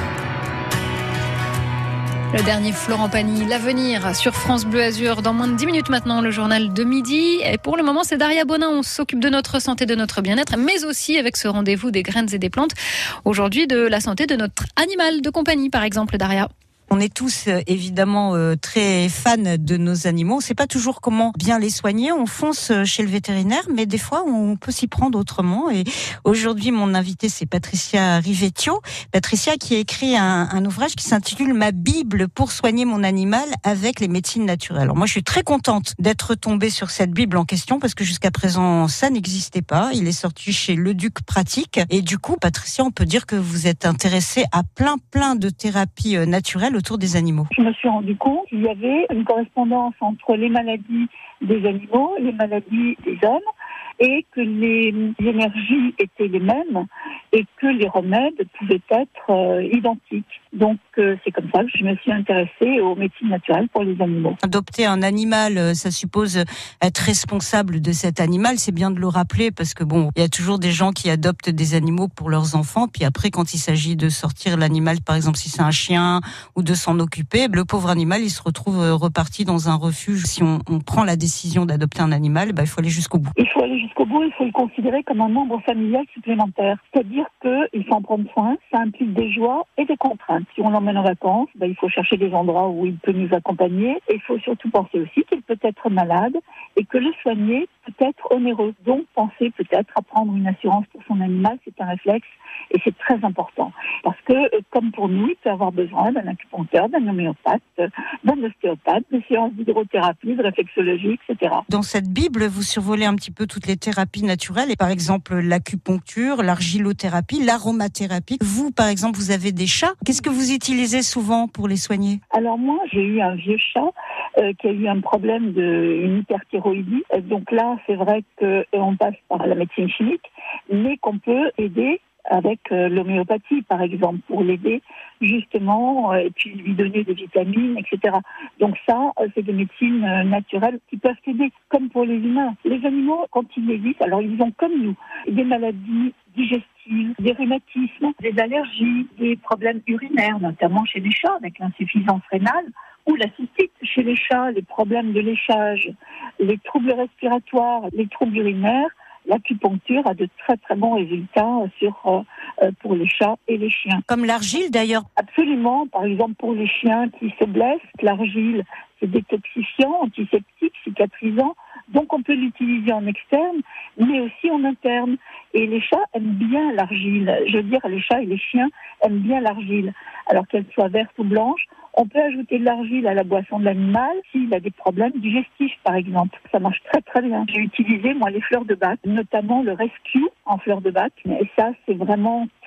[SPEAKER 2] Le dernier Florent Pagny, l'avenir sur France Bleu Azur. Dans moins de dix minutes maintenant, le journal de midi. Et pour le moment, c'est Daria Bonin. On s'occupe de notre santé, de notre bien-être, mais aussi avec ce rendez-vous des graines et des plantes. Aujourd'hui, de la santé de notre animal de compagnie, par exemple, Daria.
[SPEAKER 3] On est tous euh, évidemment euh, très fans de nos animaux. On ne sait pas toujours comment bien les soigner. On fonce chez le vétérinaire, mais des fois on peut s'y prendre autrement. Et aujourd'hui, mon invitée, c'est Patricia Rivetio. Patricia qui a écrit un, un ouvrage qui s'intitule Ma Bible pour soigner mon animal avec les médecines naturelles. Alors moi, je suis très contente d'être tombée sur cette Bible en question parce que jusqu'à présent, ça n'existait pas. Il est sorti chez Le Duc Pratique. Et du coup, Patricia, on peut dire que vous êtes intéressée à plein, plein de thérapies euh, naturelles autour des animaux.
[SPEAKER 20] Je me suis rendu compte qu'il y avait une correspondance entre les maladies des animaux, les maladies des hommes, et que les énergies étaient les mêmes et que les remèdes pouvaient être euh, identiques. Donc euh, c'est comme ça que je me suis intéressée aux médecines naturelles pour les animaux.
[SPEAKER 3] Adopter un animal, ça suppose être responsable de cet animal, c'est bien de le rappeler parce que bon, il y a toujours des gens qui adoptent des animaux pour leurs enfants, puis après quand il s'agit de sortir l'animal, par exemple si c'est un chien ou de s'en occuper, le pauvre animal il se retrouve reparti dans un refuge. Si on, on prend la décision d'adopter un animal, bah, il faut aller jusqu'au bout.
[SPEAKER 20] Il faut aller jusqu'au bout, il faut le considérer comme un membre familial supplémentaire. C'est-à-dire qu'il faut en prendre soin, ça implique des joies et des contraintes. Si on l'emmène en vacances, bah, il faut chercher des endroits où il peut nous accompagner. Et il faut surtout penser aussi qu'il peut être malade et que le soigner peut être onéreux. Donc penser peut-être à prendre une assurance pour son animal, c'est un réflexe et c'est très important. Parce que, comme pour nous, il peut avoir besoin d'un acupuncteur, d'un homéopathe, d'un ostéopathe, de séances d'hydrothérapie, de réflexologie, et cetera.
[SPEAKER 3] Dans cette Bible, vous survolez un petit peu toutes les thérapies naturelles, et par exemple l'acupuncture, l'argilothérapie, l'aromathérapie. Vous, par exemple, vous avez des chats. Qu'est-ce que vous utilisez souvent pour les soigner ?
[SPEAKER 20] Alors moi, j'ai eu un vieux chat euh, qui a eu un problème de une hyperthyroïdie. Donc là, c'est vrai qu'on passe par la médecine chimique, mais qu'on peut aider avec euh, l'homéopathie, par exemple, pour l'aider justement, euh, et puis lui donner des vitamines, et cetera. Donc ça, euh, c'est des médecines euh, naturelles qui peuvent aider, comme pour les humains. Les animaux, quand ils existent, alors ils ont comme nous des maladies digestives, des rhumatismes, des allergies, des problèmes urinaires, notamment chez les chats avec l'insuffisance rénale, ou la cystite chez les chats, les problèmes de léchage, les troubles respiratoires, les troubles urinaires. L'acupuncture a de très très bons résultats sur, euh, pour les chats et les chiens.
[SPEAKER 3] Comme l'argile d'ailleurs.
[SPEAKER 20] Absolument. Par exemple pour les chiens qui se blessent, l'argile c'est détoxifiant, antiseptique, cicatrisant. Donc on peut l'utiliser en externe, mais aussi en interne. Et les chats aiment bien l'argile. Je veux dire, les chats et les chiens aiment bien l'argile. Alors qu'elle soit verte ou blanche, on peut ajouter de l'argile à la boisson de l'animal s'il a des problèmes digestifs, par exemple. Ça marche très très bien. J'ai utilisé, moi, les fleurs de bac, notamment le Rescue en fleurs de bac. Et ça, c'est vraiment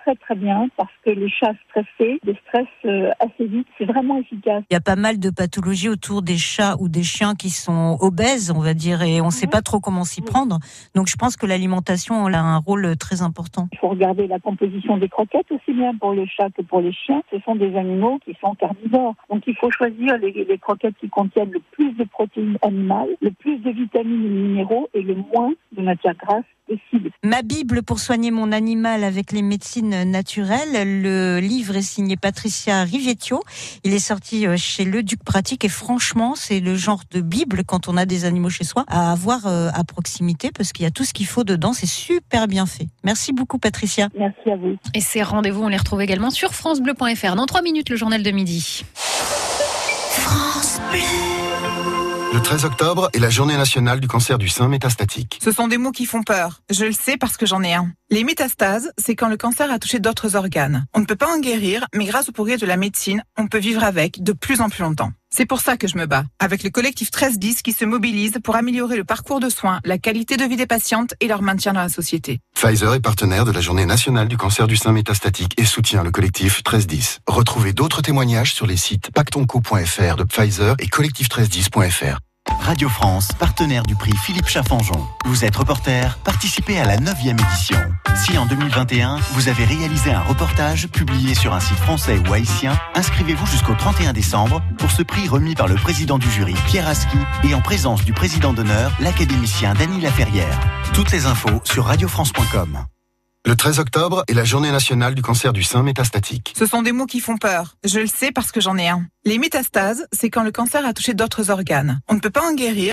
[SPEAKER 20] très très bien parce que les chats stressés déstressent euh, assez vite. C'est vraiment efficace.
[SPEAKER 3] Il y a pas mal de pathologies autour des chats ou des chiens qui sont obèses, on va dire, et on ne sait pas trop comment s'y prendre. Donc je pense que l'alimentation elle a un rôle très important.
[SPEAKER 20] Il faut regarder la composition des croquettes aussi bien pour le chat que pour les chiens. Ce sont des animaux qui sont carnivores. Donc il faut choisir les, les croquettes qui contiennent le plus de protéines animales, le plus de vitamines et de minéraux et le moins de matières grasses possible.
[SPEAKER 3] Ma Bible pour soigner mon animal avec les médecines naturelles. Le livre est signé Patricia Rivetio. Il est sorti chez Le Duc Pratique et franchement, c'est le genre de Bible quand on a des animaux chez soi à avoir à proximité parce qu'il y a tout ce qu'il faut dedans. C'est super bien fait. Merci beaucoup Patricia.
[SPEAKER 20] Merci à vous.
[SPEAKER 2] Et ces rendez-vous, on les retrouve également sur francebleu point f r. Dans trois minutes, le journal de midi.
[SPEAKER 18] France Bleu.
[SPEAKER 4] Le treize octobre est la journée nationale du cancer du sein métastatique.
[SPEAKER 5] Ce sont des mots qui font peur. Je le sais parce que j'en ai un. Les métastases, c'est quand le cancer a touché d'autres organes. On ne peut pas en guérir, mais grâce au progrès de la médecine, on peut vivre avec de plus en plus longtemps. C'est pour ça que je me bats, avec le collectif treize dix qui se mobilise pour améliorer le parcours de soins, la qualité de vie des patientes et leur maintien dans la société.
[SPEAKER 4] Pfizer est partenaire de la journée nationale du cancer du sein métastatique et soutient le collectif treize dix. Retrouvez d'autres témoignages sur les sites pactonco point f r de Pfizer et collectif treize dix point f r.
[SPEAKER 21] Radio France, partenaire du prix Philippe Chaffanjon. Vous êtes reporter, participez à la neuvième édition. Si en deux mille vingt et un, vous avez réalisé un reportage publié sur un site français ou haïtien, inscrivez-vous jusqu'au trente et un décembre pour ce prix remis par le président du jury Pierre Aski et en présence du président d'honneur, l'académicien Dany Laferrière. Toutes les infos sur radio france point com.
[SPEAKER 4] Le treize octobre est la journée nationale du cancer du sein métastatique.
[SPEAKER 5] Ce sont des mots qui font peur. Je le sais parce que j'en ai un. Les métastases, c'est quand le cancer a touché d'autres organes. On ne peut pas en guérir.